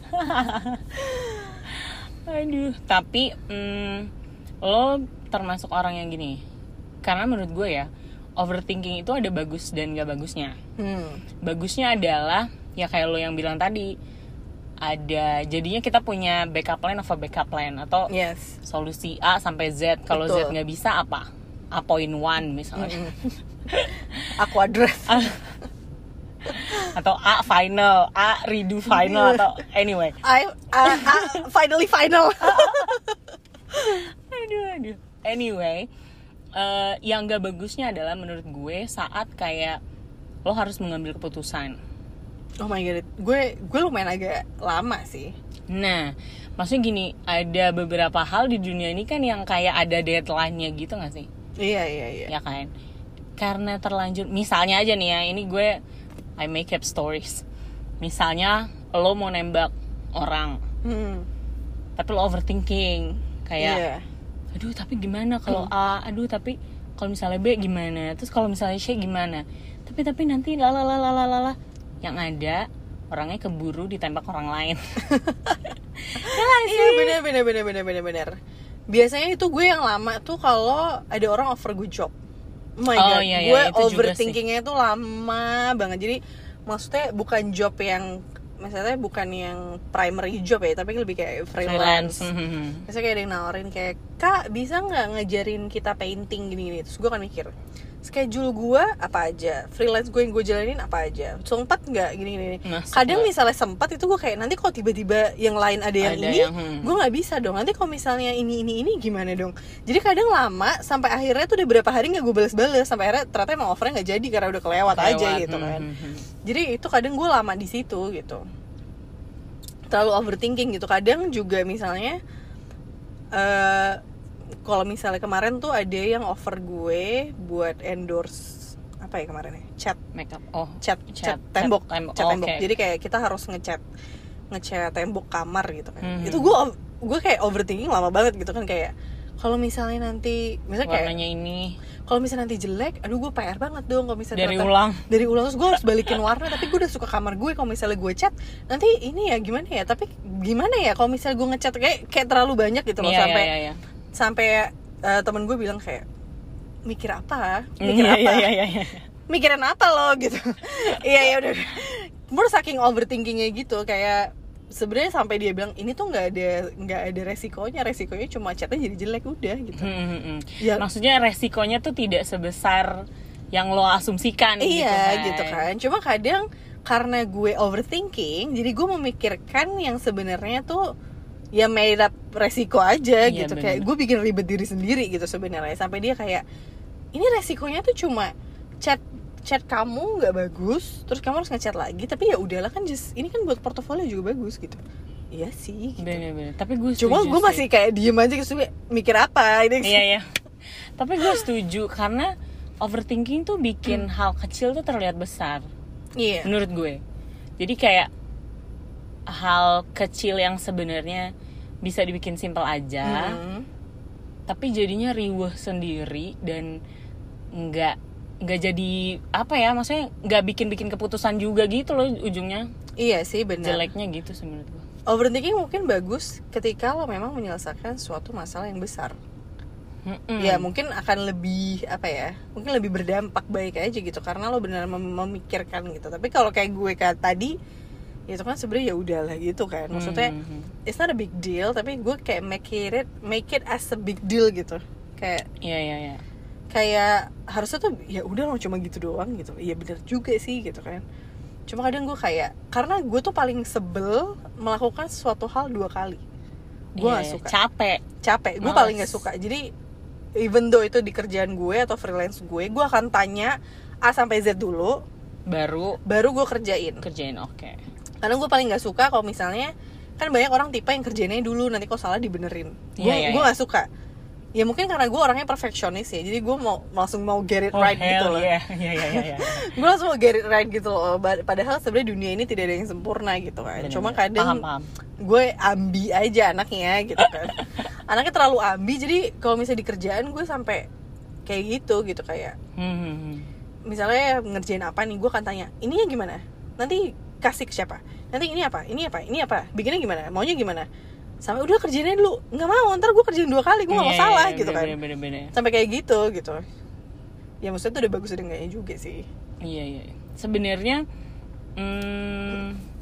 Aduh, tapi mm, lo termasuk orang yang gini. Karena menurut gue ya, overthinking itu ada bagus dan gak bagusnya. Hmm. Bagusnya adalah ya kayak lo yang bilang tadi, ada jadinya kita punya backup plan of a backup plan, atau Yes. solusi A sampai Z. Kalau Z Betul. nggak bisa apa? A point one misalnya. Aku address. Atau A final, A redo final, atau anyway. I, I, I finally final. Aduh, aduh. Anyway, eh, yang gak bagusnya adalah menurut gue saat kayak lo harus mengambil keputusan. Oh my god, gue gue lumayan agak lama sih. Nah, maksudnya gini, ada beberapa hal di dunia ini kan yang kayak ada deadline-nya gitu gak sih? Iya iya iya. Ya kan? Karena terlanjur, misalnya aja nih ya, ini gue I make up stories. Misalnya lo mau nembak orang, Hmm. tapi lo overthinking, kayak Iya. aduh tapi gimana kalau A, aduh tapi kalau misalnya B gimana, terus kalau misalnya C gimana, tapi tapi nanti lalalalalala, yang ada orangnya keburu ditembak orang lain. Ya nggak sih? Iya bener bener bener bener bener bener. Biasanya itu gue yang lama tuh kalau ada orang offer gue job. Oh my Oh, god, iya, iya, gue itu juga overthinkingnya itu lama banget. Jadi maksudnya bukan job yang, maksudnya bukan yang primary job ya, tapi lebih kayak freelance. Mhm. Biasanya kayak ada yang nawarin kayak, kak bisa nggak ngajarin kita painting gini-gini. Terus gue kan mikir, schedule gue apa aja, freelance gue yang gue jalanin apa aja, sempat nggak gini-gini. Nah, kadang misalnya sempat itu gue kayak nanti kalau tiba-tiba yang lain ada yang Ada ini, yang, hmm. gue nggak bisa dong. Nanti kalau misalnya ini ini ini gimana dong? Jadi kadang lama sampai akhirnya tuh udah berapa hari nggak gue balas-balas, sampai akhirnya ternyata emang offernya nggak jadi karena udah kelewat, Kelewat, aja gitu hmm, kan. hmm, hmm. Jadi itu kadang gue lama di situ gitu, terlalu overthinking gitu. Kadang juga misalnya uh, kalau misalnya kemarin tuh ada yang offer gue buat endorse apa ya kemarin ya, cat Makeup, oh cat cat, cat tembok cat tembok. cat Oh, tembok okay. Jadi kayak kita harus ngecat ngecat tembok kamar gitu kan. Mhm. Itu gue gue kayak overthinking lama banget gitu kan, kayak kalau misalnya nanti misalnya kayak warnanya ini kalau misalnya nanti jelek, aduh gue P R banget dong kalau misalnya dari ternyata- ulang. dari ulang terus gue harus balikin warna. Tapi gue udah suka kamar gue, kalau misalnya gue cat nanti ini ya gimana ya, tapi gimana ya kalau misalnya gue ngecat kayak kayak terlalu banyak gitu loh. Iya, sampai iya, iya. sampai uh, temen gue bilang kayak mikir apa mikir Iya, apa iya, iya, iya. mikirin apa lo gitu. Iya ya udah gue saking overthinkingnya gitu, kayak sebenarnya sampai dia bilang ini tuh nggak ada nggak ada resikonya resikonya cuma catnya jadi jelek udah gitu. Hmm, hmm, hmm. Ya- Maksudnya resikonya tuh tidak sebesar yang lo asumsikan Iya gitu gitu kan. kan. Cuma kadang karena gue overthinking, jadi gue memikirkan yang sebenarnya tuh ya made up resiko aja Iya, gitu. bener. Kayak gue bikin ribet diri sendiri gitu sebenarnya. Sampai dia kayak ini resikonya tuh cuma cat cat kamu nggak bagus, terus kamu harus ngecat lagi. Tapi ya udahlah kan, just ini kan buat portofolio juga bagus gitu. Iya sih. Gitu. Bener-bener. Tapi gue Cuma setuju gue sih. masih kayak diem aja gitu, mikir apa ini. Iya ya. Tapi gue setuju karena overthinking tuh bikin hal kecil tuh terlihat besar. Iya. Menurut gue. Jadi kayak hal kecil yang sebenarnya bisa dibikin simpel aja, Hmm. tapi jadinya riweh sendiri dan nggak nggak jadi apa ya, maksudnya nggak bikin-bikin keputusan juga gitu loh ujungnya. Iya sih benar. Jeleknya gitu sih menurut gue. Overthinking mungkin bagus ketika lo memang menyelesaikan suatu masalah yang besar. Mm-mm. Ya mungkin akan lebih apa ya, mungkin lebih berdampak baik aja gitu karena lo benar mem- memikirkan gitu. Tapi kalau kayak gue kayak tadi, itu kan sebenarnya ya udahlah gitu kan. Maksudnya Mhm. it's not a big deal, tapi gue kayak make it make it as a big deal gitu. Kayak Iya iya iya. kayak harusnya tuh ya udah lo cuma gitu doang gitu. Iya benar juga sih gitu kan. Cuma kadang gue kayak karena gue tuh paling sebel melakukan suatu hal dua kali. Gue Iya, gak iya. suka. Capek. Capek. Gue Males. paling gak suka. Jadi even though itu di kerjaan gue atau freelance gue, gue akan tanya A sampai Z dulu, Baru baru gue kerjain. kerjain oke. Karena gue paling gak suka kalau misalnya kan banyak orang tipe yang kerjainnya dulu, nanti kalau salah dibenerin. Gue Iya, iya, gue iya. gak suka. Ya mungkin karena gue orangnya perfeksionis ya, jadi gue mau langsung mau get it Oh, right gitu hell loh. yeah. Iya iya iya. iya. Gue langsung mau get it right gitu loh. Ba- Padahal sebenarnya dunia ini tidak ada yang sempurna gitu kan. Bener-bener. Cuma kadang Paham, paham. gue ambi aja anaknya gitu kan. Anaknya terlalu ambi, jadi kalau misalnya di kerjaan gue sampai kayak gitu gitu kayak Hmm, hmm, hmm. misalnya ngerjain apa nih, gue akan tanya ininya gimana, nanti kasih ke siapa, nanti ini apa, ini apa, ini apa, bikinnya gimana, maunya gimana, sampai udah kerjainnya dulu, nggak mau, ntar gue kerjain dua kali, gue nggak mau Iya, salah iya, gitu kan, bener, bener, bener. sampai kayak gitu gitu. Ya maksudnya itu udah bagus udah enggaknya juga sih. Iya iya. Sebenarnya hmm,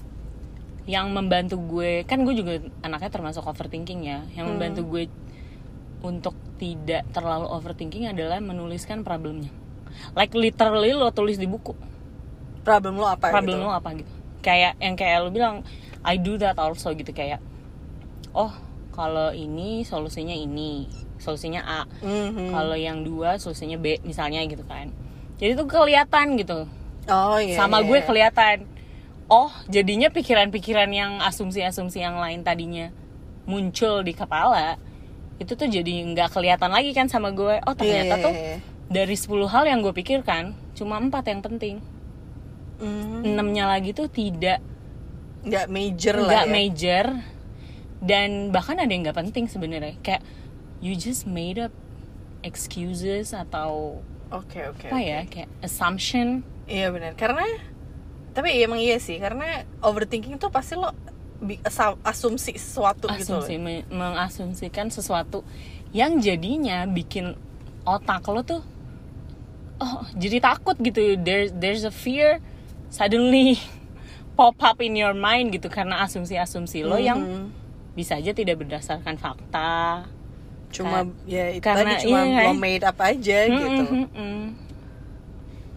yang membantu gue, kan gue juga anaknya termasuk overthinking ya. Yang Hmm. membantu gue untuk tidak terlalu overthinking adalah menuliskan problemnya. Like literally lo tulis di buku. Problem lo apa Problem gitu. lo apa gitu. Kayak yang kayak lo bilang, I do that also gitu, kayak oh kalau ini solusinya ini, solusinya A. Mhm. Kalau yang dua solusinya B misalnya gitu kan. Jadi tuh kelihatan gitu. Oh iya. Sama iya, gue iya. kelihatan. Oh, jadinya pikiran-pikiran yang asumsi-asumsi yang lain tadinya muncul di kepala, itu tuh jadi nggak kelihatan lagi kan sama gue. Oh, ternyata Iya, iya, tuh iya. dari sepuluh hal yang gue pikirkan, cuma empat yang penting. Mhm. Enamnya lagi tuh tidak Nggak major lah nggak ya. major, dan bahkan ada yang nggak penting sebenarnya. Kayak you just made up excuses atau Oke oke. apa oke. ya, kayak assumption. Iya benar. Karena tapi emang iya sih, karena overthinking tuh pasti lo bi- asa- asumsi sesuatu gitu Asumsi, loh. me- mengasumsikan sesuatu yang jadinya bikin otak lo tuh oh jadi takut gitu. There, there's a fear suddenly pop up in your mind gitu karena asumsi-asumsi lo yang Mhm. bisa aja tidak berdasarkan fakta. Cuma Ka- ya itu karena- tadi cuma iya, lo kan? made up aja Hmm, gitu. hmm, hmm.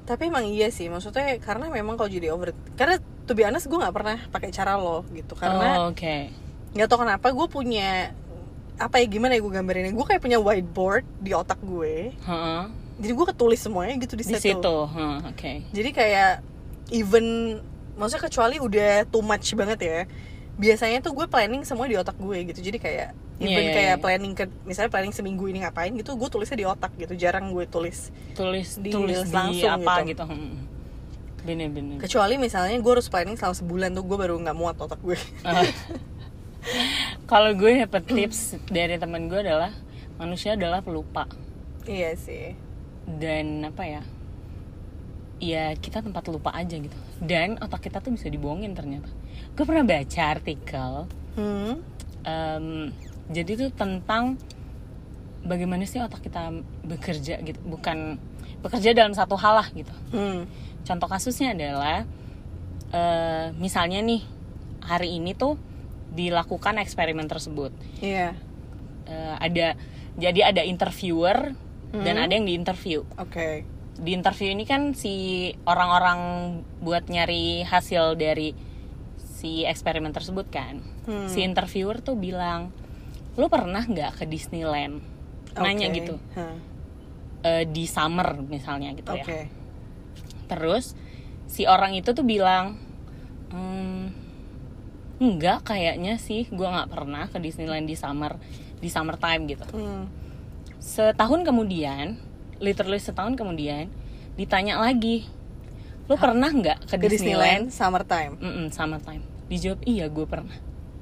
Tapi emang iya sih, maksudnya karena memang kalau jadi over, karena to be honest gue nggak pernah pakai cara lo gitu, karena oh, oke okay. nggak tau kenapa gue punya apa ya, gimana ya gue gambarinnya, gue kayak punya whiteboard di otak gue, uh-uh. jadi gue ketulis semuanya gitu di, di situ, huh, oke okay. Jadi kayak even maksudnya kecuali udah too much banget ya, biasanya tuh gue planning semua di otak gue gitu, jadi kayak even yeah, kayak yeah. planning ke misalnya planning seminggu ini ngapain gitu, gue tulisnya di otak gitu, jarang gue tulis tulis di tulis langsung di apa gitu, gitu. Hmm. Bener-bener. Kecuali misalnya gue harus planning selama sebulan tuh gue baru nggak muat otak gue. Uh. Kalau gue dapet tips dari teman gue adalah manusia adalah pelupa. Iya sih. Dan apa ya? Ya kita tempat lupa aja gitu. Dan otak kita tuh bisa dibohongin ternyata. Gue pernah baca artikel. Hmm. Um, jadi tuh tentang bagaimana sih otak kita bekerja gitu. Bukan bekerja dalam satu hal lah gitu. Hmm. Contoh kasusnya adalah uh, misalnya nih hari ini tuh dilakukan eksperimen tersebut. Iya. Yeah. Uh, ada jadi ada interviewer hmm. dan ada yang diinterview. Oke. Okay. Di interview ini kan si orang-orang buat nyari hasil dari si eksperimen tersebut kan. Hmm. Si interviewer tuh bilang, "Lu pernah nggak ke Disneyland?" Okay. Nanya gitu. Huh. Uh, di summer misalnya gitu okay. ya. Terus si orang itu tuh bilang, hmm, enggak kayaknya sih, gue nggak pernah ke Disneyland di summer di summertime gitu. Hmm. Setahun kemudian, literally setahun kemudian, ditanya lagi, lo pernah nggak ke, ke Disneyland, Disneyland summertime? Mm-mm, summertime. Dijawab iya, gue pernah.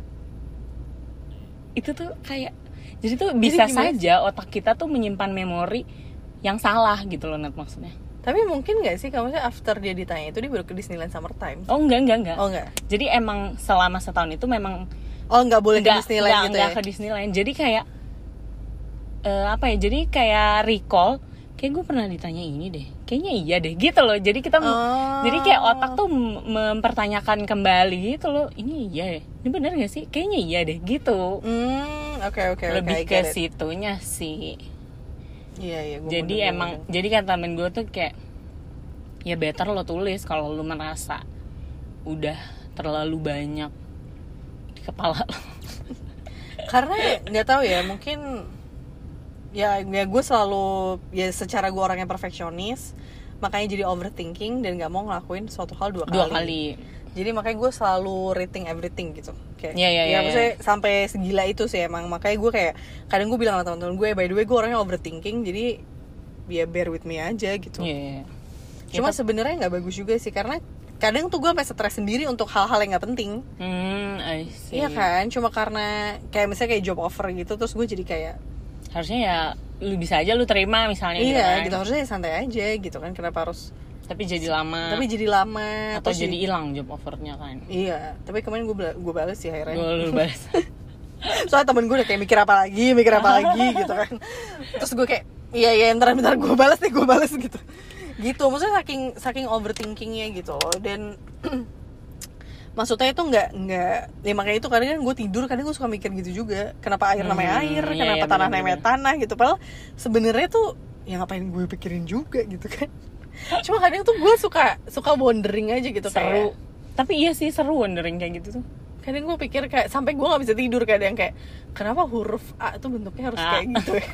Itu tuh kayak, jadi tuh bisa jadi saja otak kita tuh menyimpan memori yang salah gitu loh, Nat, maksudnya. Tapi mungkin gak sih kalau misalnya after dia ditanya itu dia baru ke Disneyland summertime? Oh enggak, enggak, enggak. Oh enggak. Jadi emang selama setahun itu memang oh enggak boleh enggak, ke Disneyland enggak, gitu enggak ya? Ke Disneyland. Jadi kayak uh, apa ya? Jadi kayak recall, kayak gue pernah ditanya ini deh. Kayaknya iya deh gitu loh. Jadi kita oh. jadi kayak otak tuh mempertanyakan kembali gitu loh. Ini iya deh. Ini benar gak sih? Kayaknya iya deh gitu. Hmm, oke oke oke. Lebih ke situnya sih. Iya iya. Jadi bener, emang bener. jadi kata temen gue tuh kayak ya better lo tulis kalau lo merasa udah terlalu banyak di kepala lo. Karena nggak tahu ya, mungkin ya ya gue selalu ya secara gue orangnya perfeksionis, makanya jadi overthinking dan nggak mau ngelakuin suatu hal dua kali. Dua kali. Jadi makanya gue selalu rating everything gitu. Kayak yeah, yeah, ya yeah, maksudnya yeah. sampai segila itu sih emang. Makanya gue kayak kadang gue bilang sama teman-teman gue, by the way gue orangnya overthinking, jadi ya bear with me aja gitu. Yeah, yeah. Cuma ya, sebenarnya nggak bagus juga sih, karena kadang tuh gue sampai stres sendiri untuk hal-hal yang nggak penting. Hmm, I see. Iya kan, cuma karena kayak misalnya kayak job offer gitu, terus gue jadi kayak harusnya ya lu bisa aja lu terima misalnya. Iya, gitu, kan? gitu harusnya santai aja gitu kan, kenapa harus? Tapi jadi lama. Tapi jadi lama. Atau jadi hilang job offernya kan? Iya, tapi kemarin gue gue balas sih akhirnya. Gue balas. Soalnya temen gue udah kayak mikir apa lagi, mikir apa lagi gitu kan. Terus gue kayak, iya iya ntar bentar gue balas deh, gue balas gitu. Gitu, maksudnya saking saking overthinkingnya gitu loh. Dan maksudnya itu nggak nggak ya makanya itu kadang kan gue tidur kadang gue suka mikir gitu juga, kenapa air namanya air, hmm, kenapa iya, tanah bener, namanya bener. tanah gitu, padahal sebenarnya tuh yang ngapain gue pikirin juga gitu kan. Cuma kadang tuh gue suka suka wondering aja gitu, seru. Kayak, tapi iya sih seru wondering kayak gitu tuh. Kadang gue pikir kayak sampai gue nggak bisa tidur, kadang kayak kenapa huruf A tuh bentuknya harus ah. kayak gitu ya.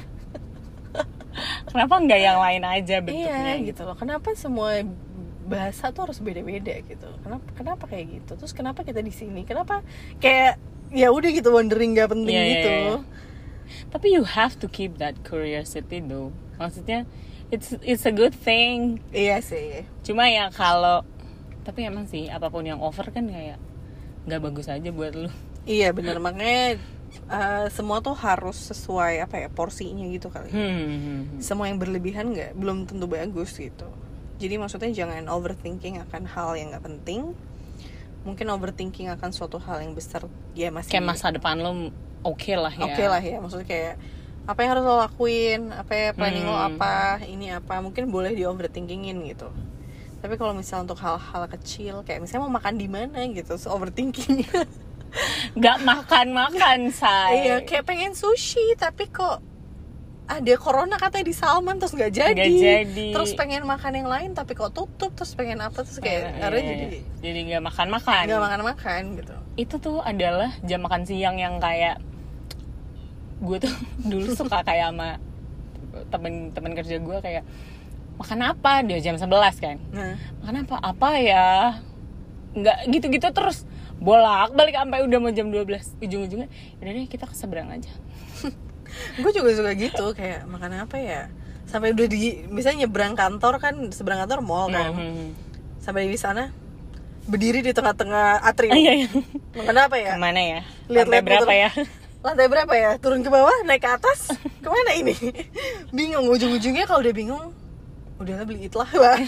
Kenapa nggak yang lain aja bentuknya? Iya gitu loh. Kenapa semua bahasa tuh harus beda-beda gitu? Kenapa kenapa kayak gitu? Terus kenapa kita di sini? Kenapa kayak ya udah gitu wondering nggak penting yeah, gitu. Yeah, yeah. Tapi you have to keep that curiosity though. Maksudnya it's it's a good thing. Iya sih. Cuma ya kalau tapi emang sih apapun yang over kan kayak nggak bagus aja buat lu. Iya benar, makanya Uh, semua tuh harus sesuai apa ya porsinya gitu kali. Hmm. Semua yang berlebihan nggak belum tentu bagus gitu. Jadi maksudnya jangan overthinking akan hal yang nggak penting. Mungkin overthinking akan suatu hal yang besar ya masih. Kayak masa depan lo oke okay lah ya. Oke okay lah ya, maksudnya kayak apa yang harus lo lakuin, apa ya planning hmm. lo apa, ini apa, mungkin boleh di overthinkingin gitu. Tapi kalau misalnya untuk hal-hal kecil kayak misalnya mau makan di mana gitu, so overthinking. Gak makan-makan say. Iya, kayak pengen sushi tapi kok ada corona katanya di Salman terus nggak jadi. Nggak jadi. Terus pengen makan yang lain tapi kok tutup, terus pengen apa terus kayak Iya, akhirnya iya, jadi jadi nggak makan-makan. nggak makan-makan gitu. Itu tuh adalah jam makan siang yang kayak gue tuh dulu suka kayak sama temen-temen kerja gue kayak makan apa, dia jam sebelas kan. Nah, Makan apa? Apa ya? Nggak gitu-gitu terus bolak-balik sampai udah mau jam dua belas. Ujung-ujungnya udah deh kita ke seberang aja. gue juga suka gitu kayak makan apa ya, sampai udah di misalnya nyebrang kantor kan, seberang kantor mall kan, Hmm. sampai di sana berdiri di tengah-tengah atrium. Ah, iya, iya. Makan apa ya? Kemana ya? Lihat-lihat Lantai berapa muter. ya? Lantai berapa ya? Turun ke bawah, naik ke atas, kemana ini? Bingung, ujung-ujungnya kalau udah bingung, udahlah beli itlah.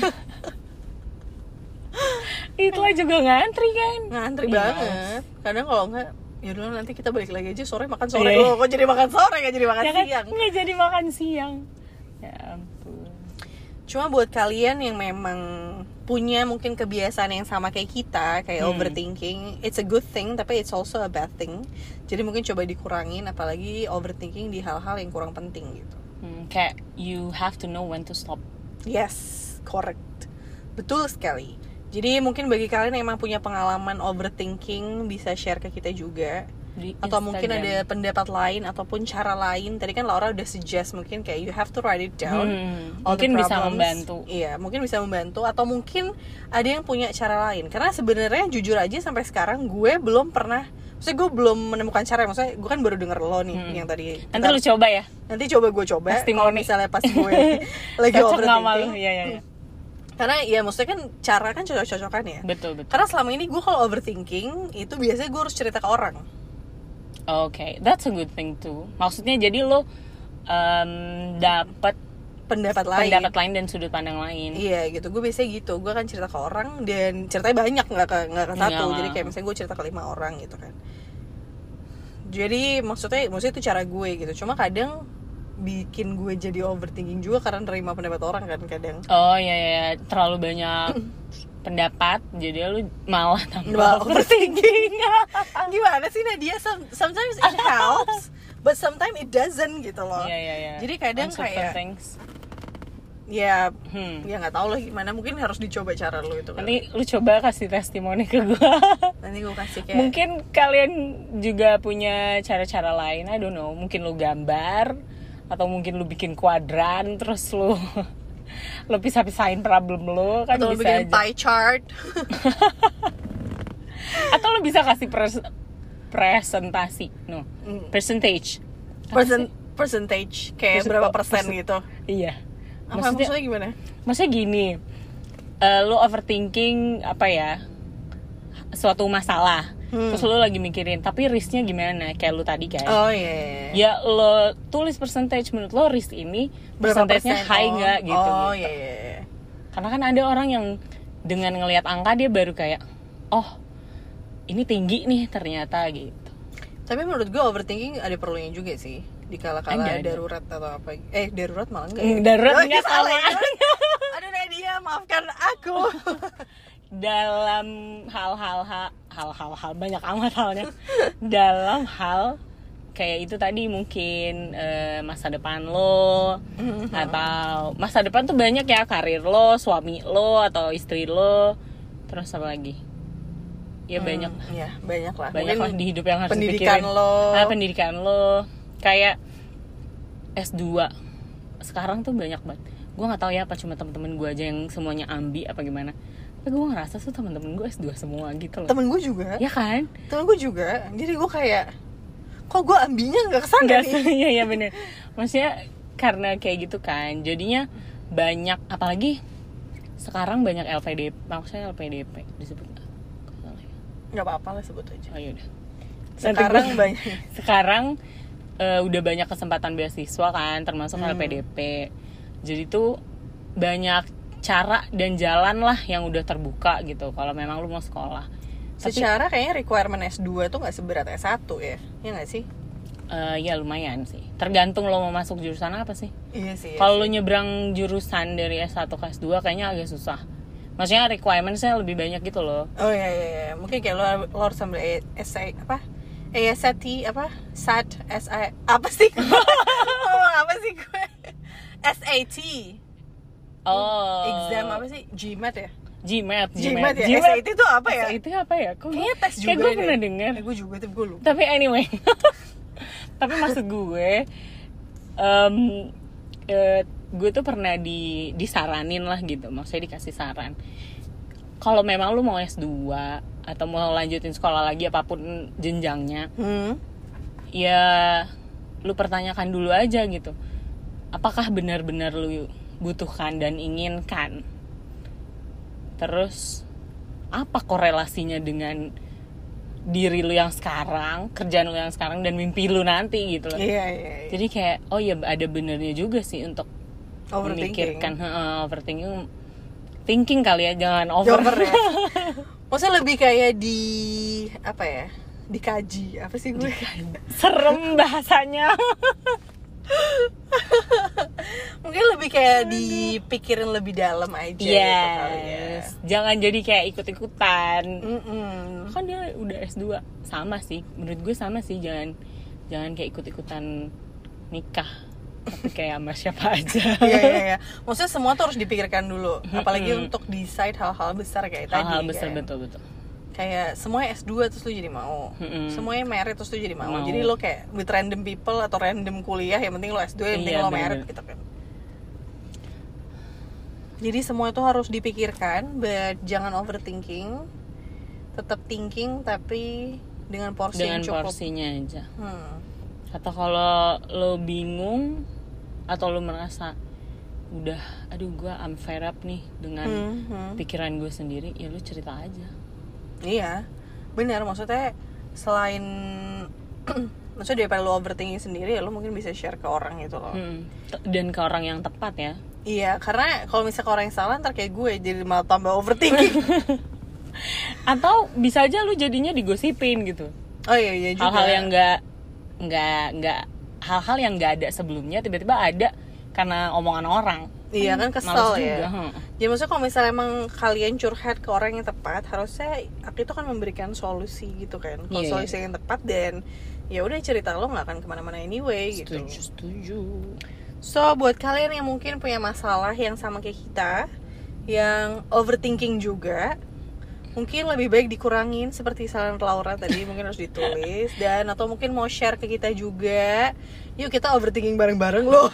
Itulah juga ngantri kan? Ngantri Iya. banget. Kadang kalau enggak, ya dulu nanti kita balik lagi aja sore makan sore. Iya. Oh, kok jadi makan sore, nggak jadi makan Ya kan? siang. Nggak jadi makan siang. Ya ampun. Cuma buat kalian yang memang punya mungkin kebiasaan yang sama kayak kita, kayak Hmm. overthinking, it's a good thing tapi it's also a bad thing. Jadi mungkin coba dikurangin, apalagi overthinking di hal-hal yang kurang penting gitu. Hmm, kayak you have to know when to stop. Yes, correct. Betul sekali. Jadi mungkin bagi kalian yang emang punya pengalaman overthinking bisa share ke kita juga. Di Atau mungkin Instagram. ada pendapat lain ataupun cara lain. Tadi kan Laura udah suggest mungkin kayak you have to write it down. Hmm, all the mungkin bisa problems. membantu. Iya, mungkin bisa membantu. Atau mungkin ada yang punya cara lain. Karena sebenarnya jujur aja sampai sekarang gue belum pernah, maksudnya gue belum menemukan cara. Maksudnya gue kan baru denger lo nih Hmm. yang tadi. Nanti kita- lu coba ya. nanti coba gue coba. Testimoni. Kalau misalnya pas gue lagi Cocok nggak sama lu? overthinking. Iya, iya, iya. Karena ya maksudnya kan cara kan cocok-cocokan ya. Betul, betul. Karena selama ini gue kalau overthinking itu biasanya gue harus cerita ke orang. Oke, that's a good thing too. Maksudnya jadi lo um, dapat Pendapat lain. pendapat lain dan sudut pandang lain. Iya gitu, gue biasanya gitu. Gue akan cerita ke orang dan ceritanya banyak, nggak ke nggak ke satu. Iya. Jadi kayak misalnya gue cerita ke lima orang gitu kan. Jadi maksudnya maksudnya itu cara gue gitu. Cuma kadang bikin gue jadi overthinking juga karena nerima pendapat orang kan kadang. Oh iya, iya, terlalu banyak pendapat, jadi lu malah tambah Wah, overthinking. Gimana sih Nadia? Some- Sometimes it helps, but sometimes it doesn't gitu loh. Iya, iya, iya. Jadi kadang On certain kayak things. ya Hmm. ya nggak tahu lah gimana, mungkin harus dicoba cara lu itu kan. Nanti lu coba kasih testimoni ke gua. Nanti gue kasih kayak Mungkin kalian juga punya cara-cara lain, I don't know. Mungkin lu gambar atau mungkin lu bikin kuadran terus lu lu pisah-pisahin problem lu kan atau lu bisa bikin aja. pie chart. Atau lu bisa kasih pres- presentasi, no, Hmm. percentage. Percent percentage kayak Persen- berapa persen persen- gitu. Iya. Apa Maksudnya, maksudnya gimana? maksudnya gini, eh, lu overthinking apa ya, suatu masalah, Hmm. terus lu lagi mikirin, tapi risknya gimana? Kayak lu tadi kan. Oh iya. Ya lo tulis percentage, menurut lo risk ini Berapa persentasenya persen? high Oh. nggak gitu, Oh gitu. iya. iya. Karena kan ada orang yang dengan ngelihat angka dia baru kayak, oh ini tinggi nih ternyata gitu. Tapi menurut gue overthinking ada perlunya juga sih. Di kala-kala Ada, ada. darurat atau apa. Eh darurat malah enggak Mm, ya? darurat Oh, enggak salah sama. ya. Aduh Nadia, maafkan aku. Dalam hal-hal hal-hal hal banyak amat halnya. Dalam hal kayak itu tadi mungkin eh, masa depan lo atau masa depan tuh banyak ya, karir lo, suami lo atau istri lo, terus apa lagi? Ya banyak lah. Iya, banyak lah. Banyak Mungkin lah di hidup yang harus pendidikan dipikirin. lo. Ah, pendidikan lo. Kayak S dua sekarang tuh banyak banget. Gue nggak tahu ya apa cuma temen-temen gue aja yang semuanya ambi apa gimana. Tapi gue ngerasa tuh temen-temen gue S dua semua gitu loh. Temen gue juga. Ya kan? Temen gue juga. Jadi gue kayak, kok gue ambinya nggak kesana Enggak nih? sih, iya iya bener. Maksudnya karena kayak gitu kan, jadinya banyak, apalagi sekarang banyak L P D P, maksudnya L P D P disebut nggak? Kok salah ya? Nggak apa-apa lah sebut aja. Oh yaudah. Sekarang Nanti gua- banyak. Sekarang eh, udah banyak kesempatan beasiswa kan, termasuk Hmm. L P D P. Jadi tuh banyak cara dan jalan lah yang udah terbuka gitu kalau memang lu mau sekolah. Tapi Secara kayaknya requirement S dua tuh nggak seberat S satu ya. Iya nggak sih? eh, ya lumayan sih. Tergantung lo mau masuk jurusan apa sih. Iya sih. Iya Kalau lu sih. nyebrang jurusan dari S satu ke S dua kayaknya agak susah. Maksudnya requirement-nya lebih banyak gitu loh. Oh iya iya iya. Mungkin kayak lo, lo harus ambil E- S A apa? E S A T apa? S A T S A apa sih? Ngomong apa sih gue? S A T. Oh. Exam apa sih? GMAT ya? GMAT, GMAT ya? GMAT. S A T itu apa ya? S A T apa ya? Kok Kayaknya tes juga kayak gue deh. pernah dengar. Eh, gue juga, tapi gue lupa. Tapi anyway. Tapi maksud gue um, uh, gue tuh pernah di disaranin lah gitu. Maksudnya dikasih saran. Kalau memang lu mau S dua atau mau lanjutin sekolah lagi apapun jenjangnya, Hmm. ya lu pertanyakan dulu aja gitu. Apakah benar-benar lu butuhkan dan inginkan? Terus apa korelasinya dengan diri lu yang sekarang, kerjaan lu yang sekarang dan mimpi lu nanti gitu loh. Iya, iya, iya. Jadi kayak oh ya ada benernya juga sih untuk Overthinking. memikirkan uh, overthinking thinking kali ya, jangan over. Over ya. Maksudnya lebih kayak di apa ya? Dikaji. Apa sih gue? Serem bahasanya. Mungkin lebih kayak dipikirin lebih dalam aja gitu kali ya. Yes. Jangan jadi kayak ikut-ikutan. Mm-mm. Kan dia udah S dua. Sama sih. Menurut gue sama sih, jangan jangan kayak ikut-ikutan nikah. Tapi kayak sama siapa aja. Iya, iya, iya. Maksudnya semua tuh harus dipikirkan dulu. Apalagi untuk decide hal-hal besar kayak tadi. Hal-hal besar, kan. betul-betul. Kayak semuanya S dua terus lu jadi mau. Mm-mm. Semuanya merit terus lu jadi mau. Mau. Jadi lo kayak with random people atau random kuliah, yang penting lo S dua, yang penting Iya, lo bener-bener. merit gitu kan. Jadi semua itu harus dipikirkan, but jangan overthinking. Tetap thinking tapi dengan porsi Dengan yang cukup. porsinya aja. Hmm. Atau kalau lo bingung atau lo merasa udah aduh gue I'm fed up nih dengan Hmm, hmm. pikiran gue sendiri, ya lo cerita aja. Iya, benar. Maksudnya selain maksudnya daripada lo overthinking sendiri, ya lo mungkin bisa share ke orang gitu loh. Hmm. Dan ke orang yang tepat ya. Iya, karena kalau misalnya ke orang yang salah, ntar kayak gue jadi malah tambah overthinking. Atau bisa aja lu jadinya digosipin gitu. Oh iya, iya juga. Hal-hal yang nggak nggak nggak hal-hal yang nggak ada sebelumnya tiba-tiba ada karena omongan orang. Iya kan, kesel Males ya. juga, hmm. Jadi maksudnya kalau misalnya emang kalian curhat ke orang yang tepat, harusnya aku itu kan memberikan solusi gitu kan. Kalau Iya, solusi yang tepat, dan ya udah cerita lo nggak akan kemana-mana anyway gitu. Setuju, setuju. So buat kalian yang mungkin punya masalah yang sama kayak kita, yang overthinking juga, mungkin lebih baik dikurangin seperti saran Laura tadi, mungkin harus ditulis, dan atau mungkin mau share ke kita juga. Yuk kita overthinking bareng-bareng loh.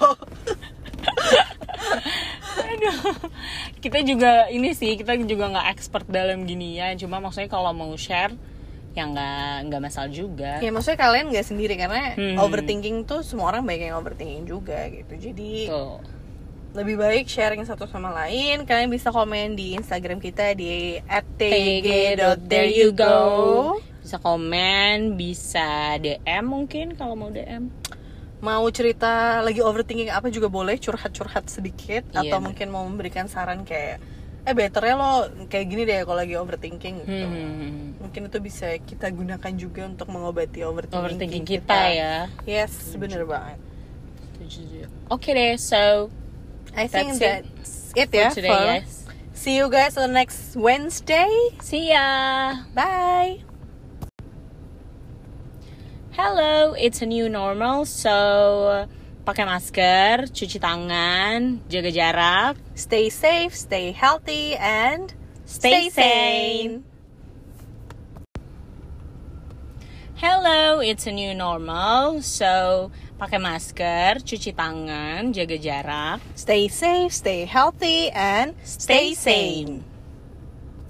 Aduh. Kita juga ini sih, kita juga nggak expert dalam ginian, cuma maksudnya kalau mau share ya nggak nggak masalah juga. Ya maksudnya kalian nggak sendiri, karena Hmm. overthinking tuh semua orang banyak yang overthinking juga gitu. Jadi Tuh. lebih baik sharing satu sama lain. Kalian bisa komen di Instagram kita di at t g dot there you go. Bisa komen, bisa D M mungkin kalau mau D M. Mau cerita lagi overthinking apa juga boleh, curhat-curhat sedikit. Iya, Atau bener. mungkin mau memberikan saran kayak, eh betternya lo kayak gini deh kalau lagi overthinking gitu. Hmm. Mungkin itu bisa kita gunakan juga untuk mengobati overthinking, Overthinking kita ya. Yes, bener banget. Oke deh, so I think That's it that's it, for ya today, for- guys. See you guys on next Wednesday. See ya. Bye. Hello, it's a new normal, so pakai masker, cuci tangan, jaga jarak, Stay safe, stay healthy, and stay, sane. Hello, it's a new normal, so pakai masker, cuci tangan, jaga jarak, Stay safe, stay healthy, and stay sane.